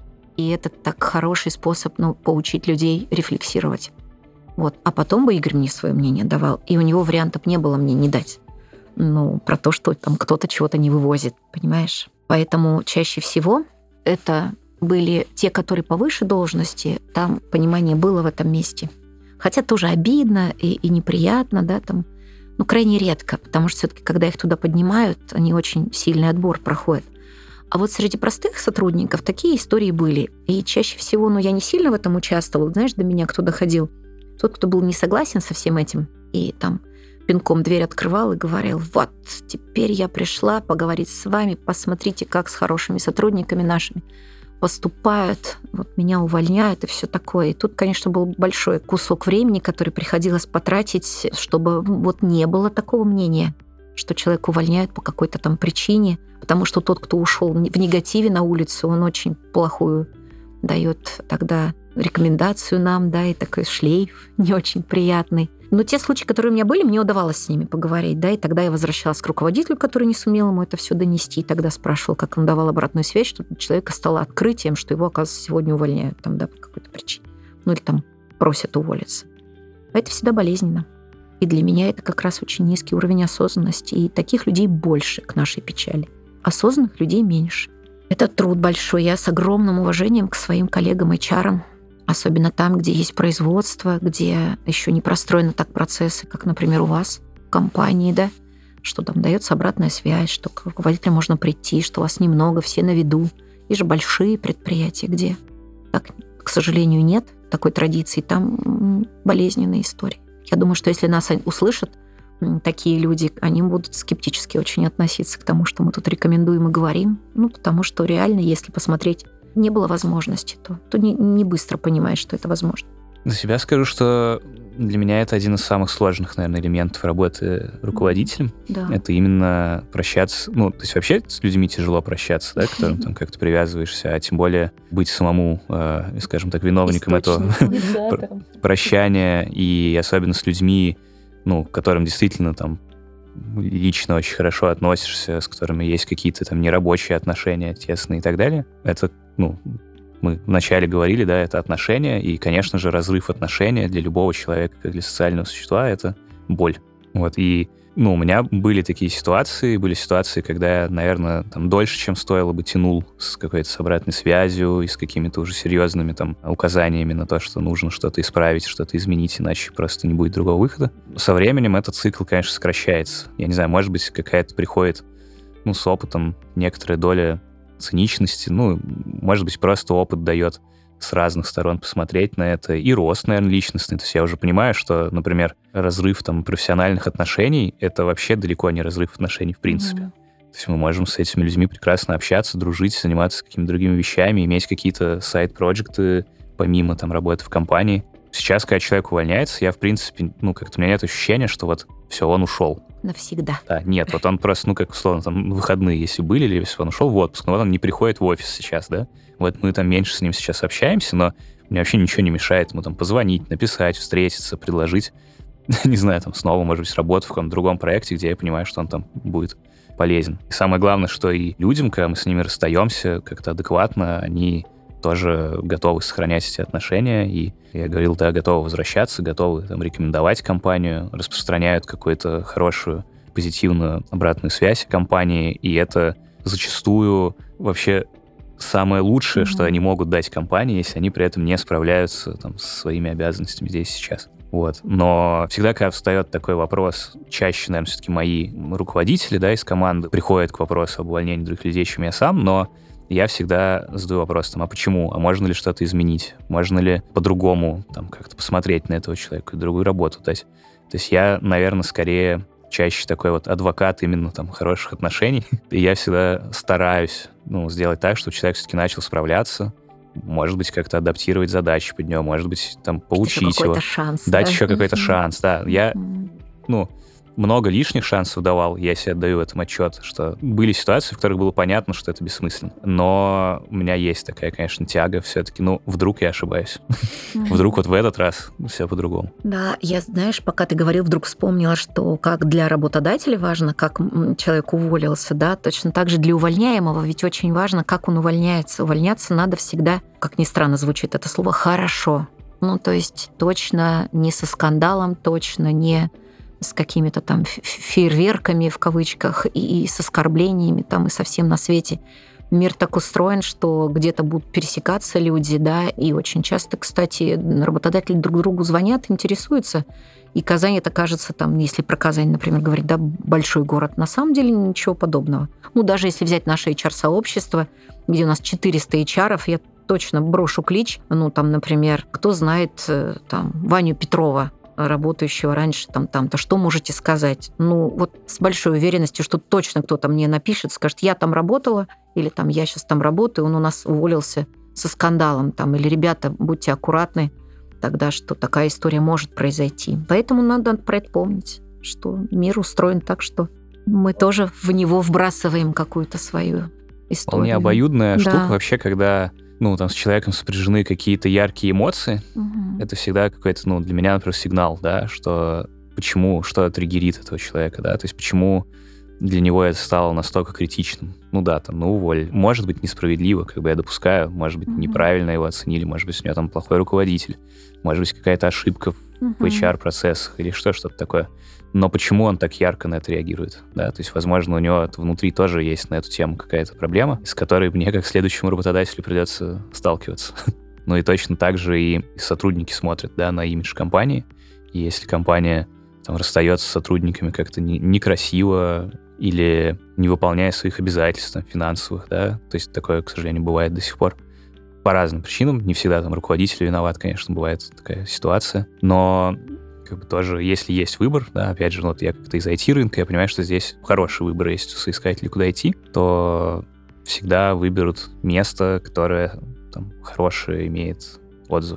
И это так хороший способ, ну, поучить людей рефлексировать. Вот. А потом бы Игорь мне свое мнение давал, и у него вариантов не было мне не дать. Ну, про то, что там кто-то чего-то не вывозит, понимаешь? Поэтому чаще всего это были те, которые повыше должности, там понимание было в этом месте. Хотя тоже обидно и, и неприятно, да, там, ну, крайне редко, потому что все-таки, когда их туда поднимают, они очень сильный отбор проходят. А вот среди простых сотрудников такие истории были. И чаще всего, ну, я не сильно в этом участвовала, знаешь, до меня кто доходил. Тот, кто был не согласен со всем этим, и там пинком дверь открывал и говорил: вот, теперь я пришла поговорить с вами, посмотрите, как с хорошими сотрудниками нашими поступают, вот меня увольняют и все такое. И тут, конечно, был большой кусок времени, который приходилось потратить, чтобы вот не было такого мнения, что человека увольняют по какой-то там причине, потому что тот, кто ушел в негативе на улицу, он очень плохую дает тогда рекомендацию нам, да, и такой шлейф не очень приятный. Но те случаи, которые у меня были, мне удавалось с ними поговорить, да, и тогда я возвращалась к руководителю, который не сумел ему это все донести, и тогда спрашивала, как он давал обратную связь, что для человека стало открытием, что его, оказывается, сегодня увольняют, там, да, по какой-то причине. Ну, или там просят уволиться. А это всегда болезненно. И для меня это как раз очень низкий уровень осознанности, и таких людей больше, к нашей печали. Осознанных людей меньше. Это труд большой. Я с огромным уважением к своим коллегам эйч ар, особенно там, где есть производство, где еще не простроены так процессы, как, например, у вас в компании, да, что там дается обратная связь, что к руководителю можно прийти, что вас немного, все на виду. Есть же большие предприятия, где так, к сожалению, нет такой традиции, там болезненная история. Я думаю, что если нас услышат такие люди, они будут скептически очень относиться к тому, что мы тут рекомендуем и говорим. Ну, потому что реально, если посмотреть, не было возможности, то, то не, не быстро понимаешь, что это возможно. За себя скажу, что для меня это один из самых сложных, наверное, элементов работы руководителем. Да. Это именно прощаться. Ну, то есть вообще с людьми тяжело прощаться, да, к которым там как-то привязываешься, а тем более быть самому, э, скажем так, виновником этого прощания, и особенно с людьми, ну, к которым действительно там лично очень хорошо относишься, с которыми есть какие-то там нерабочие отношения тесные и так далее. Это, ну, мы вначале говорили, да, это отношения, и, конечно же, разрыв отношения для любого человека, как для социального существа, это боль. Вот, и, ну, у меня были такие ситуации, были ситуации, когда я, наверное, там дольше, чем стоило бы, тянул с какой-то с обратной связью и с какими-то уже серьезными там указаниями на то, что нужно что-то исправить, что-то изменить, иначе просто не будет другого выхода. Со временем этот цикл, конечно, сокращается. Я не знаю, может быть, какая-то приходит, ну, с опытом некоторая доля циничности, ну, может быть, просто опыт дает с разных сторон посмотреть на это, и рост, наверное, личностный. То есть я уже понимаю, что, например, разрыв там профессиональных отношений — это вообще далеко не разрыв отношений в принципе. Mm-hmm. То есть мы можем с этими людьми прекрасно общаться, дружить, заниматься какими-то другими вещами, иметь какие-то сайд-проджекты помимо там работы в компании. Сейчас, когда человек увольняется, я, в принципе, ну, как-то у меня нет ощущения, что вот все, он ушел. Навсегда. Да, нет, вот он просто, ну, как условно, там, выходные, если были, или если он ушел в отпуск, но вот он не приходит в офис сейчас, да, вот мы там меньше с ним сейчас общаемся, но мне вообще ничего не мешает ему там позвонить, написать, встретиться, предложить, не знаю, там, снова, может быть, работу в каком-то другом проекте, где я понимаю, что он там будет полезен. И самое главное, что и людям, когда мы с ними расстаемся как-то адекватно, они тоже готовы сохранять эти отношения, и я говорил, да, готовы возвращаться, готовы там рекомендовать компанию, распространяют какую-то хорошую, позитивную обратную связь компании, и это зачастую вообще самое лучшее, mm-hmm. что они могут дать компании, если они при этом не справляются там со своими обязанностями здесь и сейчас. Вот. Но всегда, когда встает такой вопрос, чаще, наверное, все-таки мои руководители, да, из команды приходят к вопросу об увольнении других людей, чем я сам, но я всегда задаю вопрос, там, а почему? А можно ли что-то изменить? Можно ли по-другому там, как-то посмотреть на этого человека, другую работу дать? То есть я, наверное, скорее чаще такой вот адвокат именно там хороших отношений. И я всегда стараюсь, ну, сделать так, чтобы человек все-таки начал справляться, может быть, как-то адаптировать задачи под него, может быть, там, поучить его. Шанс, дать да? еще какой-то Mm-hmm. шанс, да. Я, Mm-hmm. ну... много лишних шансов давал, я себе отдаю в этом отчет, что были ситуации, в которых было понятно, что это бессмысленно. Но у меня есть такая, конечно, тяга все-таки, ну, вдруг я ошибаюсь. Mm-hmm. Вдруг вот в этот раз все по-другому. Да, я, знаешь, пока ты говорил, вдруг вспомнила, что как для работодателя важно, как человек уволился, да, точно так же для увольняемого, ведь очень важно, как он увольняется. Увольняться надо всегда, как ни странно звучит это слово, хорошо. Ну, то есть точно не со скандалом, точно не с какими-то там фейерверками в кавычках и с оскорблениями там и совсем на свете. Мир так устроен, что где-то будут пересекаться люди, да, и очень часто, кстати, работодатели друг другу звонят, интересуются. И Казань, это кажется, там, если про Казань, например, говорить, да, большой город, на самом деле ничего подобного. Ну, даже если взять наше эйч ар-сообщество, где у нас четыреста эйч ар-ов, я точно брошу клич, ну, там, например, кто знает там Ваню Петрова, работающего раньше там, там-то, что можете сказать? Ну, вот с большой уверенностью, что точно кто-то мне напишет, скажет, я там работала, или там я сейчас там работаю, он у нас уволился со скандалом, там, или ребята, будьте аккуратны тогда, что такая история может произойти. Поэтому надо про это помнить, что мир устроен так, что мы тоже в него вбрасываем какую-то свою историю. Вполне обоюдная да. штука вообще, когда ну, там, с человеком сопряжены какие-то яркие эмоции, угу. это всегда какой-то, ну, для меня, например, сигнал, да, что почему, что триггерит этого человека, да, то есть почему для него это стало настолько критичным. Ну да, там, ну, уволь. Может быть, несправедливо, как бы я допускаю, может быть, угу. неправильно его оценили, может быть, у него там плохой руководитель, может быть, какая-то ошибка угу. в эйч ар-процессах или что, что-то такое. Но почему он так ярко на это реагирует? Да? То есть, возможно, у него внутри тоже есть на эту тему какая-то проблема, с которой мне, как следующему работодателю, придется сталкиваться. Ну и точно так же и сотрудники смотрят, да, на имидж компании. И если компания там, расстается с сотрудниками как-то не, некрасиво или не выполняя своих обязательств там, финансовых, да, то есть такое, к сожалению, бывает до сих пор по разным причинам. Не всегда там руководитель виноват, конечно, бывает такая ситуация. Но как бы тоже, если есть выбор, да, опять же, вот я как-то из ай ти-рынка, я понимаю, что здесь хороший выбор есть у соискателей, куда идти, то всегда выберут место, которое там хорошее имеет отзывы.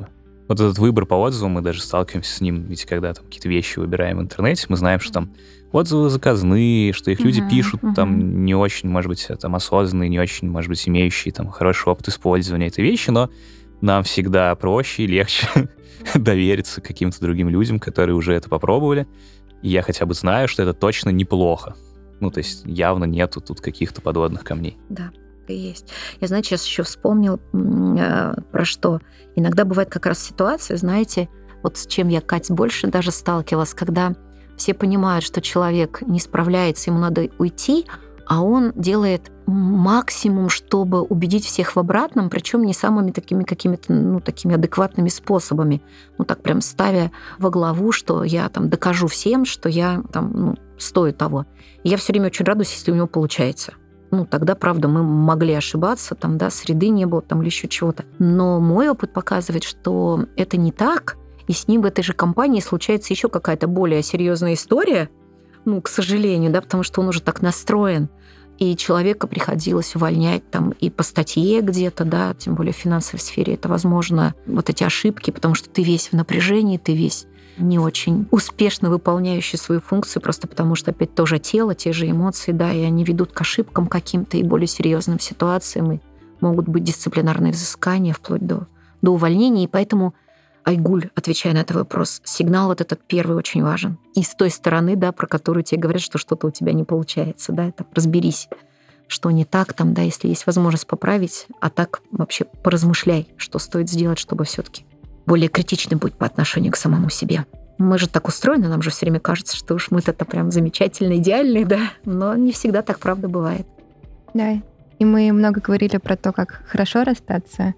Вот этот выбор по отзывам, мы даже сталкиваемся с ним, ведь когда там какие-то вещи выбираем в интернете, мы знаем, что там отзывы заказные, что их люди uh-huh, пишут uh-huh. там не очень, может быть, там осознанные, не очень, может быть, имеющие там хороший опыт использования этой вещи, но нам всегда проще и легче довериться каким-то другим людям, которые уже это попробовали. И я хотя бы знаю, что это точно неплохо. Ну, то есть явно нету тут каких-то подводных камней. Да, и есть. Я, знаете, сейчас еще вспомнил э, про что. Иногда бывает как раз ситуация, знаете, вот с чем я, Кать, больше даже сталкивалась, когда все понимают, что человек не справляется, ему надо уйти, а он делает максимум, чтобы убедить всех в обратном, причем не самыми такими какими-то, ну, такими адекватными способами. Ну, так прям ставя во главу, что я там докажу всем, что я там, ну, стою того. И я все время очень радуюсь, если у него получается. Ну, тогда, правда, мы могли ошибаться, там, да, среды не было, там, или еще чего-то. Но мой опыт показывает, что это не так, и с ним в этой же компании случается еще какая-то более серьезная история, ну, к сожалению, да, потому что он уже так настроен, и человека приходилось увольнять там и по статье где-то, да, тем более в финансовой сфере это возможно, вот эти ошибки, потому что ты весь в напряжении, ты весь не очень успешно выполняющий свою функцию, просто потому что опять тоже тело, те же эмоции, да, и они ведут к ошибкам каким-то и более серьезным ситуациям, и могут быть дисциплинарные взыскания вплоть до, до увольнения, и поэтому Айгуль, отвечая на этот вопрос, сигнал вот этот первый очень важен. И с той стороны, да, про которую тебе говорят, что что-то у тебя не получается, да, это разберись, что не так там, да, если есть возможность поправить, а так вообще поразмышляй, что стоит сделать, чтобы все-таки более критичным быть по отношению к самому себе. Мы же так устроены, нам же все время кажется, что уж мы-то прям замечательные, идеальные, да, но не всегда так, правда, бывает. Да, и мы много говорили про то, как хорошо расстаться.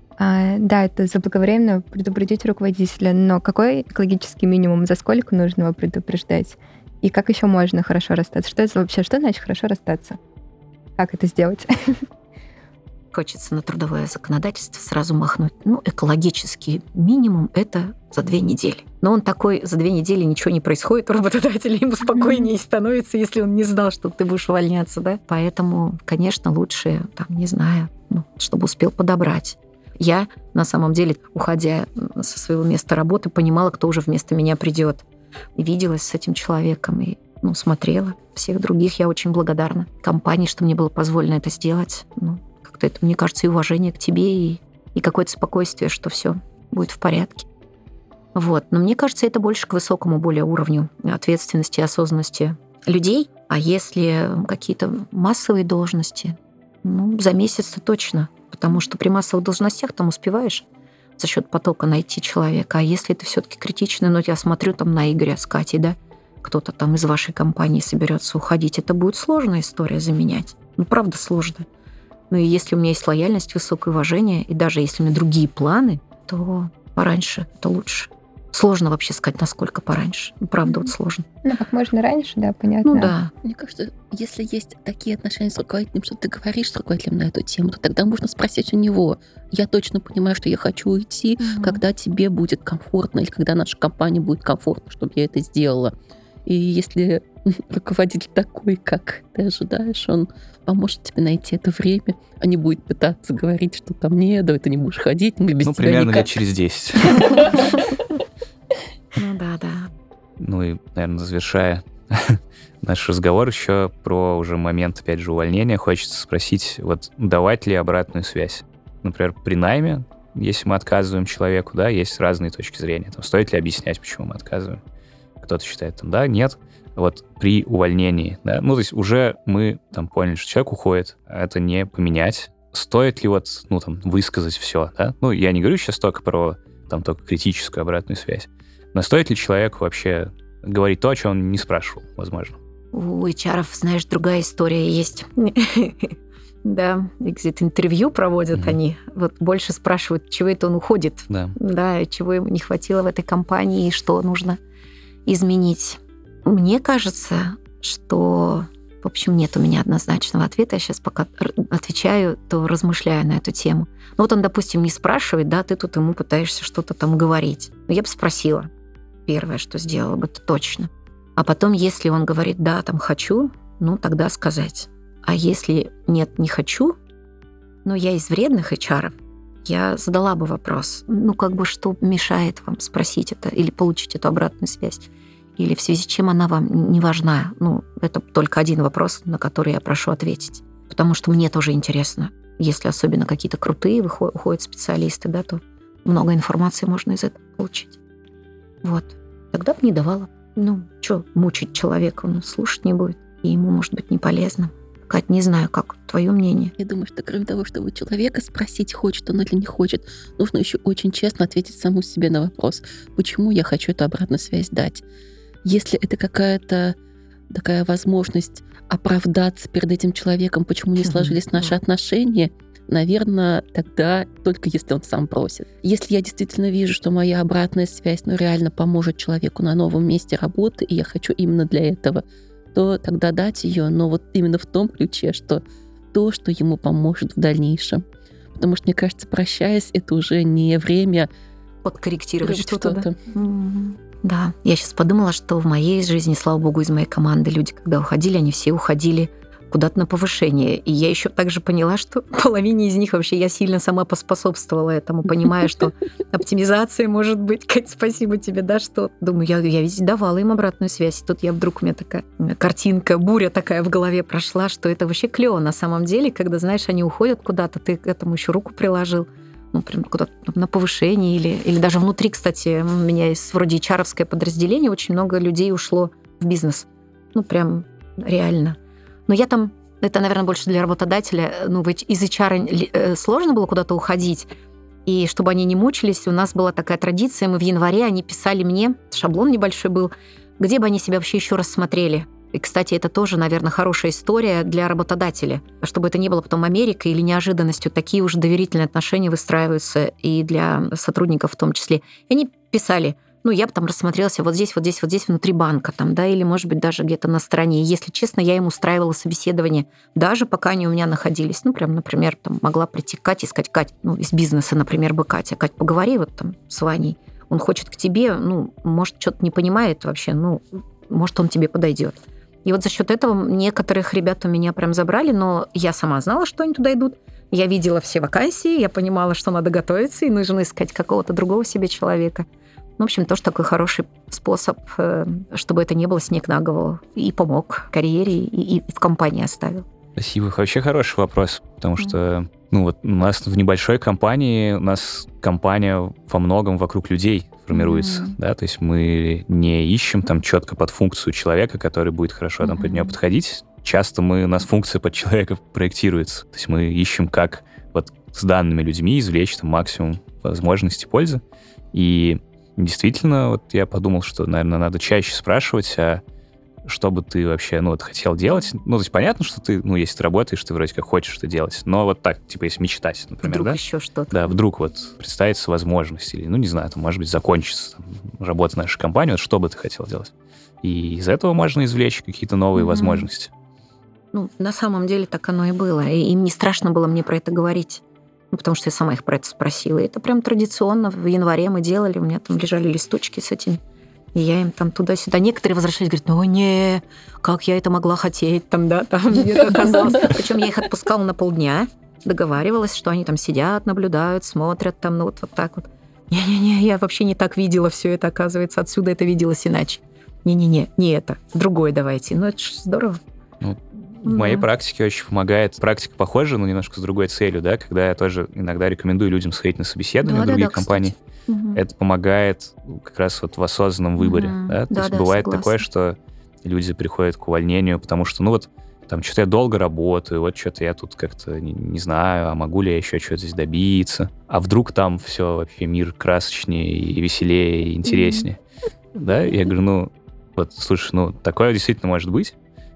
А, да, это заблаговременно предупредить руководителя, но какой экологический минимум, за сколько нужно его предупреждать? И как еще можно хорошо расстаться? Что это вообще, что значит хорошо расстаться? Как это сделать? Хочется на трудовое законодательство сразу махнуть. Ну, экологический минимум — это за две недели. Но он такой, за две недели ничего не происходит, у работодателя ему спокойнее становится, если он не знал, что ты будешь увольняться, да? Поэтому, конечно, лучше, там, не знаю, ну, чтобы успел подобрать. Я, на самом деле, уходя со своего места работы, понимала, кто уже вместо меня придет. И виделась с этим человеком, и, ну, смотрела. Всех других я очень благодарна компании, что мне было позволено это сделать. Ну, как-то это, мне кажется, и уважение к тебе, и, и какое-то спокойствие, что все будет в порядке. Вот. Но мне кажется, это больше к высокому более уровню ответственности и осознанности людей. А если какие-то массовые должности, ну, за месяц-то точно. Потому что при массовых должностях там успеваешь за счет потока найти человека. А если это все-таки критично, ну, я смотрю там на Игоря с Катей, да, кто-то там из вашей компании соберется уходить, это будет сложная история заменять. Ну, правда, сложно. Ну, и если у меня есть лояльность, высокое уважение, и даже если у меня другие планы, то пораньше это лучше. Сложно вообще сказать, насколько пораньше. Ну, правда, вот сложно. Ну, как можно раньше, да, понятно. Ну, да. Мне кажется, если есть такие отношения с руководителем, что ты говоришь с руководителем на эту тему, то тогда можно спросить у него. Я точно понимаю, что я хочу уйти, mm-hmm. когда тебе будет комфортно, или когда наша компания будет комфортно, чтобы я это сделала. И если руководитель такой, как ты ожидаешь, он поможет тебе найти это время, а не будет пытаться говорить, что там нет, давай ты не будешь ходить, мы без ну, тебя примерно никак. лет через десять. Ну да, да. Ну и, наверное, завершая наш разговор еще про уже момент, опять же, увольнения, хочется спросить, вот давать ли обратную связь? Например, при найме, если мы отказываем человеку, да, есть разные точки зрения. Там, стоит ли объяснять, почему мы отказываем? Кто-то считает, там, да, нет. Вот при увольнении, да, ну, то есть уже мы там поняли, что человек уходит, а это не поменять. Стоит ли вот, ну, там, высказать все, да? Ну, я не говорю сейчас только про, там, только критическую обратную связь. Но стоит ли человеку вообще говорить то, о чем он не спрашивал, возможно? У эйч ар-ов, знаешь, другая история есть. Да, экзит-интервью проводят они. Вот больше спрашивают, чего это он уходит. Да. Да, чего ему не хватило в этой компании, и что нужно изменить. Мне кажется, что... В общем, нет у меня однозначного ответа. Я сейчас пока отвечаю, то размышляю на эту тему. Ну вот он, допустим, не спрашивает, да, ты тут ему пытаешься что-то там говорить. Но я бы спросила. Первое, что сделала бы, это точно. А потом, если он говорит, да, там, хочу, ну, тогда сказать. А если нет, не хочу, ну, я из вредных эйч ар-ов, я задала бы вопрос, ну, как бы, что мешает вам спросить это или получить эту обратную связь, или в связи с чем она вам не важна. Ну, это только один вопрос, на который я прошу ответить. Потому что мне тоже интересно. Если особенно какие-то крутые выходят, уходят специалисты, да, то много информации можно из этого получить. Вот. Тогда бы не давала. Ну, что мучить человека, он слушать не будет, и ему может быть не полезно. Кать, не знаю, как твое мнение. Я думаю, что кроме того, чтобы человека спросить, хочет он или не хочет, нужно еще очень честно ответить саму себе на вопрос, почему я хочу эту обратную связь дать. Если это какая-то такая возможность оправдаться перед этим человеком, почему не сложились наши отношения, наверное, тогда только если он сам просит. Если я действительно вижу, что моя обратная связь ну, реально поможет человеку на новом месте работы, и я хочу именно для этого, то тогда дать ее, но вот именно в том ключе, что то, что ему поможет в дальнейшем. Потому что, мне кажется, прощаясь, это уже не время подкорректировать что-то. что-то. Да? Mm-hmm. Да, я сейчас подумала, что в моей жизни, слава богу, из моей команды люди, когда уходили, они все уходили куда-то на повышение. И я еще также поняла, что половине из них вообще я сильно сама поспособствовала этому, понимая, что оптимизация может быть. Кать, спасибо тебе, да, что... Думаю, я, я ведь давала им обратную связь. И тут я вдруг, у меня такая картинка, буря такая в голове прошла, что это вообще клево на самом деле, когда, знаешь, они уходят куда-то, ты к этому еще руку приложил, ну, прям куда-то на повышение или, или даже внутри, кстати, у меня есть вроде эйч ар-овское подразделение, очень много людей ушло в бизнес. Ну, прям реально. Но я там, это, наверное, больше для работодателя, ну, из эйч ар сложно было куда-то уходить, и чтобы они не мучились, у нас была такая традиция, мы в январе, они писали мне, шаблон небольшой был, где бы они себя вообще еще раз смотрели. И, кстати, это тоже, наверное, хорошая история для работодателя, чтобы это не было потом Америкой или неожиданностью. Такие уже доверительные отношения выстраиваются и для сотрудников в том числе. И они писали, ну, я бы там рассмотрелся вот здесь, вот здесь, вот здесь, внутри банка, там, да, или, может быть, даже где-то на стороне. И, если честно, я им устраивала собеседование, даже пока они у меня находились. Ну, прям, например, там могла прийти к Кате и сказать, Кать, ну, из бизнеса, например, бы Катя, Кать, поговори вот там с Ваней. Он хочет к тебе, ну, может, что-то не понимает вообще, ну, может, он тебе подойдет. И вот за счет этого некоторых ребят у меня прям забрали, но я сама знала, что они туда идут. Я видела все вакансии, я понимала, что надо готовиться, и нужно искать какого-то другого себе человека. Ну, в общем, тоже такой хороший способ, чтобы это не было снег на голову. И помог карьере, и, и в компании оставил. Спасибо. Вообще хороший вопрос, потому что ну, вот у нас в небольшой компании, у нас компания во многом вокруг людей формируется, mm-hmm. да, то есть мы не ищем там четко под функцию человека, который будет хорошо там mm-hmm. под нее подходить. Часто мы, у нас функция под человека проектируется. То есть мы ищем, как вот с данными людьми извлечь там максимум возможностей пользы. И действительно, вот я подумал, что, наверное, надо чаще спрашивать, а что бы ты вообще, ну, вот, хотел делать. Ну, то есть понятно, что ты, ну, если ты работаешь, ты вроде как хочешь это делать, но вот так, типа, если мечтать, например, вдруг да? еще что-то. Да, вдруг вот представится возможность, или, ну, не знаю, там, может быть, закончится там, работа нашей компании, вот что бы ты хотел делать? И из этого можно извлечь какие-то новые mm-hmm. возможности. Ну, на самом деле так оно и было, и им не страшно было мне про это говорить. Ну, потому что я сама их про это спросила. И это прям традиционно. В январе мы делали, у меня там лежали листочки с этим. И я им там туда-сюда. Некоторые возвращались, говорят, ну не, как я это могла хотеть, там, да, там где-то оказалось. Причем я их отпускала на полдня, договаривалась, что они там сидят, наблюдают, смотрят, там, ну вот, вот так вот. Не-не-не, я вообще не так видела все это, оказывается, отсюда это виделось иначе. Не-не-не, не это, другое давайте. Ну, это же здорово. Ну, в моей да. практике очень помогает. Практика похожа, но немножко с другой целью, да, когда я тоже иногда рекомендую людям сходить на собеседование да, в другие да, да, компании. Угу. Это помогает как раз вот в осознанном выборе. Угу. Да? То да, есть да, бывает согласна. такое, что люди приходят к увольнению, потому что, ну вот, там, что-то я долго работаю, вот что-то я тут как-то не, не знаю, а могу ли я еще что-то здесь добиться. А вдруг там все вообще мир красочнее и веселее, и интереснее. Mm-hmm. Да, я говорю, ну, вот, слушай, ну, такое действительно может быть,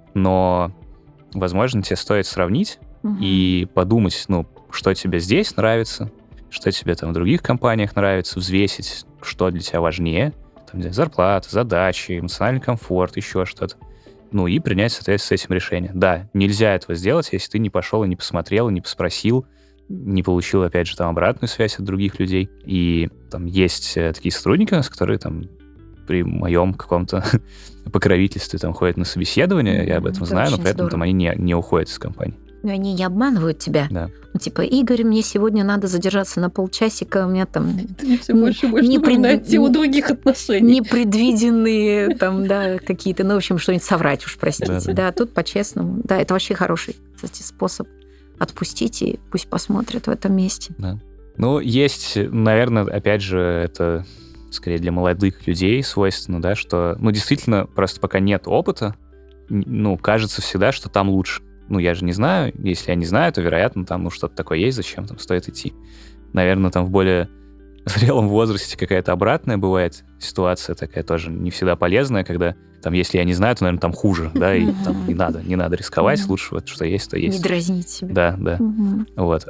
но, возможно, тебе стоит сравнить mm-hmm. и подумать, ну, что тебе здесь нравится, что тебе там в других компаниях нравится, взвесить, что для тебя важнее, там, зарплата, задачи, эмоциональный комфорт, еще что-то. Ну и принять, соответственно, с этим решение. Да, нельзя этого сделать, если ты не пошел и не посмотрел, и не поспросил, не получил, опять же, там обратную связь от других людей. И там есть такие сотрудники у нас, которые там при моем каком-то покровительстве там ходят на собеседование, mm-hmm. я об этом это знаю, но при этом здорово. там они не, не уходят из компании. Но они не обманывают тебя. Да. Ну, типа, Игорь, мне сегодня надо задержаться на полчасика, у меня там... Ты мне все больше и больше не напоминает пред- тему других отношений. Непредвиденные там, да, какие-то, ну, в общем, что-нибудь соврать уж, простите. Да, да. Да, тут по-честному. Да, это вообще хороший, кстати, способ отпустить, и пусть посмотрят в этом месте. Да. Ну, есть, наверное, опять же, это скорее для молодых людей свойственно, да, что, ну, действительно, просто пока нет опыта, ну, кажется всегда, что там лучше. Ну, я же не знаю. Если я не знаю, то, вероятно, там, ну, что-то такое есть, зачем там стоит идти. Наверное, там в более зрелом возрасте какая-то обратная бывает ситуация такая тоже не всегда полезная, когда там, если я не знаю, то, наверное, там хуже, да, и там не надо, не надо рисковать, лучше вот что есть, то есть. Не дразнить себя. Да, да. Мгм. Вот.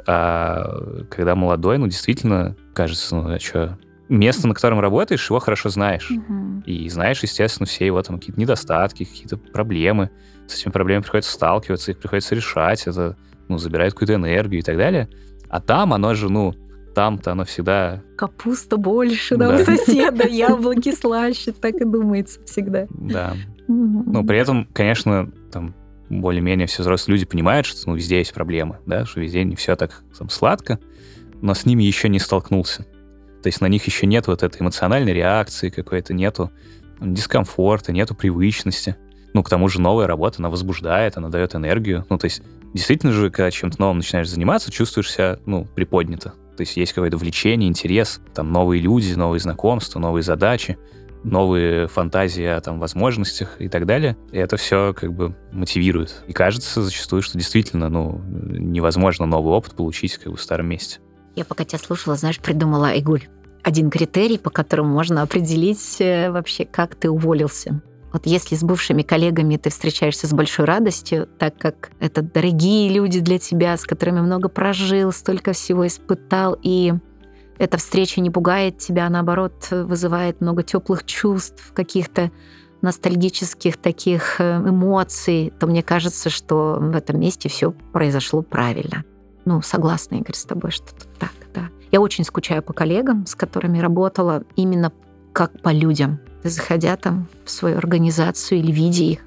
А когда молодой, ну, действительно, кажется, ну, а что... Место, на котором работаешь, его хорошо знаешь. Мгм. И знаешь, естественно, все его там какие-то недостатки, какие-то проблемы. С этими проблемами приходится сталкиваться, их приходится решать. Это, ну, забирает какую-то энергию и так далее. А там оно же, ну, там-то оно всегда... Капуста больше, да, Да. у соседа, яблоки слаще, так и думается всегда. Да. Мгм. Ну, при этом, конечно, там более-менее все взрослые люди понимают, что, ну, везде есть проблемы, да, что везде не все так там сладко, но с ними еще не столкнулся. То есть на них еще нет вот этой эмоциональной реакции какой-то, нету дискомфорта, нету привычности. Ну, к тому же новая работа, она возбуждает, она дает энергию. Ну, то есть действительно же, когда чем-то новым начинаешь заниматься, чувствуешь себя, ну, приподнято. То есть есть какое-то влечение, интерес, там новые люди, новые знакомства, новые задачи, новые фантазии о там возможностях и так далее. И это все как бы мотивирует. И кажется зачастую, что действительно, ну, невозможно новый опыт получить как бы в старом месте. Я пока тебя слушала, знаешь, придумала, Айгуль, один критерий, по которому можно определить э, вообще, как ты уволился. Вот если с бывшими коллегами ты встречаешься с большой радостью, так как это дорогие люди для тебя, с которыми много прожил, столько всего испытал, и эта встреча не пугает тебя, а наоборот, вызывает много теплых чувств, каких-то ностальгических таких эмоций, то мне кажется, что в этом месте все произошло правильно. Ну, согласна, Игорь, с тобой, что тут так, да. Я очень скучаю по коллегам, с которыми работала, именно как по людям. Заходя там в свою организацию или видя их,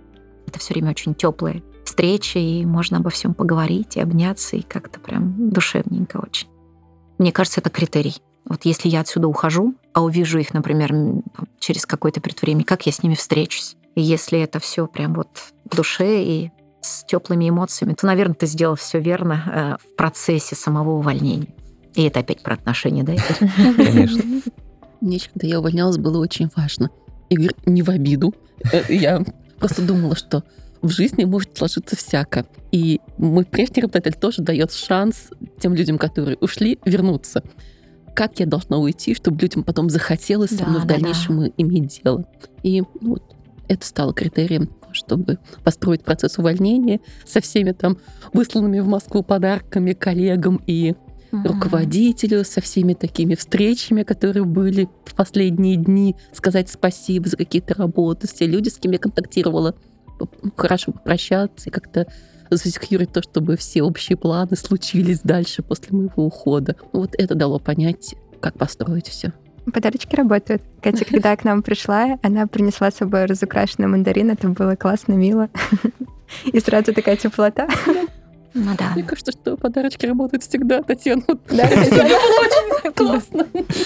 это все время очень теплые встречи, и можно обо всем поговорить и обняться, и как-то прям душевненько очень. Мне кажется, это критерий. Вот если я отсюда ухожу, а увижу их, например, там, через какое-то период времени, как я с ними встречусь? И если это все прям вот в душе и с теплыми эмоциями, то, наверное, ты сделал все верно э, в процессе самого увольнения. И это опять про отношения, да, Игорь? Конечно. Мне еще, когда я увольнялась, было очень важно. Игорь, не в обиду. Э, Я просто думала, что в жизни может сложиться всяко. И мой прежний работодатель тоже дает шанс тем людям, которые ушли, вернуться. Как я должна уйти, чтобы людям потом захотелось со Да, мной в да, дальнейшем иметь дело. И ну, вот это стало критерием, чтобы построить процесс увольнения со всеми там высланными в Москву подарками коллегам и руководителю, со всеми такими встречами, которые были в последние дни, сказать спасибо за какие-то работы, все люди, с кем я контактировала, хорошо попрощаться и как-то засекьюрить то, чтобы все общие планы случились дальше после моего ухода. Вот это дало понять, как построить все. Подарочки работают. Катя, когда к нам пришла, она принесла с собой разукрашенный мандарин. Это было классно, мило. И сразу такая теплота. Ну да. Мне кажется, что подарочки работают всегда, Татьяна. Да, Это было очень классно.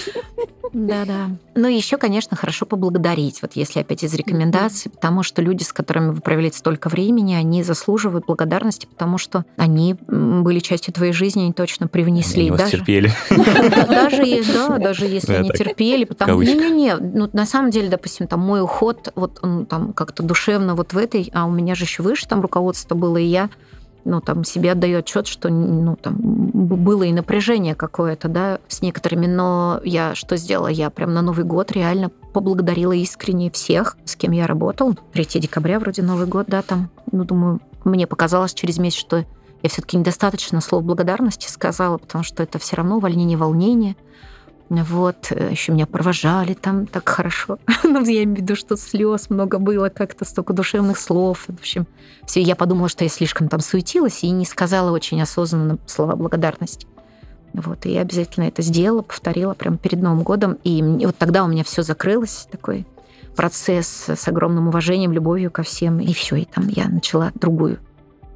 Да-да. Ну, еще, конечно, хорошо поблагодарить, вот если опять из рекомендаций, потому что люди, с которыми вы провели столько времени, они заслуживают благодарности, потому что они м, были частью твоей жизни, они точно привнесли. Они вас Даже, терпели. даже, е- да, даже если Да, они так, терпели, потому кавычках. не-не-не, ну, на самом деле, допустим, там мой уход, вот он там как-то душевно вот в этой, а у меня же еще выше там руководство было, и я ну, там, себе отдаю отчет, что ну, там, было и напряжение какое-то, да, с некоторыми, но я что сделала? Я прям на Новый год реально поблагодарила искренне всех, с кем я работала. третьего декабря вроде Новый год, да, там, ну, думаю, мне показалось через месяц, что я все-таки недостаточно слов благодарности сказала, потому что это все равно увольнение, волнение. Вот, еще меня провожали там так хорошо. Ну, я имею в виду, что слез много было, как-то столько душевных слов. В общем, все. Я подумала, что я слишком там суетилась и не сказала очень осознанно слова благодарности. Вот, и я обязательно это сделала, повторила прямо перед Новым годом. И вот тогда у меня все закрылось, такой процесс с огромным уважением, любовью ко всем. И все, и там я начала другую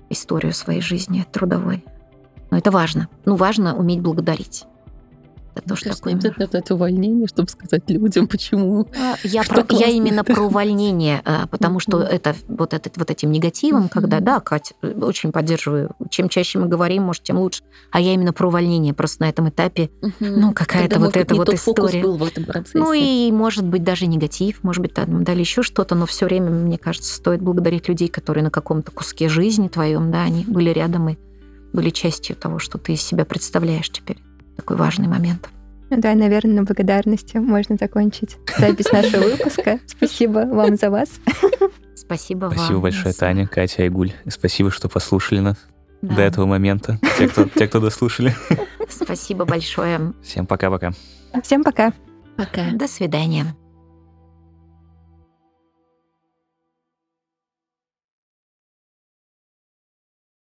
историю своей жизни трудовой. Но это важно. Ну, важно уметь благодарить. Это то, что Кажется, такое. не обязательно дать увольнение, чтобы сказать людям, почему. А, Я, Что про, я классно именно это. про увольнение, а, потому что Мгм. это вот, этот, вот этим негативом, Мгм. когда, да, Кать, э, очень поддерживаю. Чем чаще мы говорим, может, тем лучше. А я именно про увольнение. Просто на этом этапе, Мгм. ну, какая-то Когда, вот может быть, эта не вот тот фокус история. был в этом процессе. Ну и, может быть, даже негатив, может быть, там дали еще что-то, но все время, мне кажется, стоит благодарить людей, которые на каком-то куске жизни твоем, да, они были рядом и были частью того, что ты из себя представляешь теперь. Такой важный момент. Ну да, наверное, на благодарности можно закончить запись нашего выпуска. Спасибо вам за вас. Спасибо, вам. Спасибо большое, Таня, Катя, Айгуль. Спасибо, что послушали нас Да. до этого момента. Те, кто, те, кто дослушали. Спасибо большое. Всем пока-пока. Всем пока. Пока. До свидания.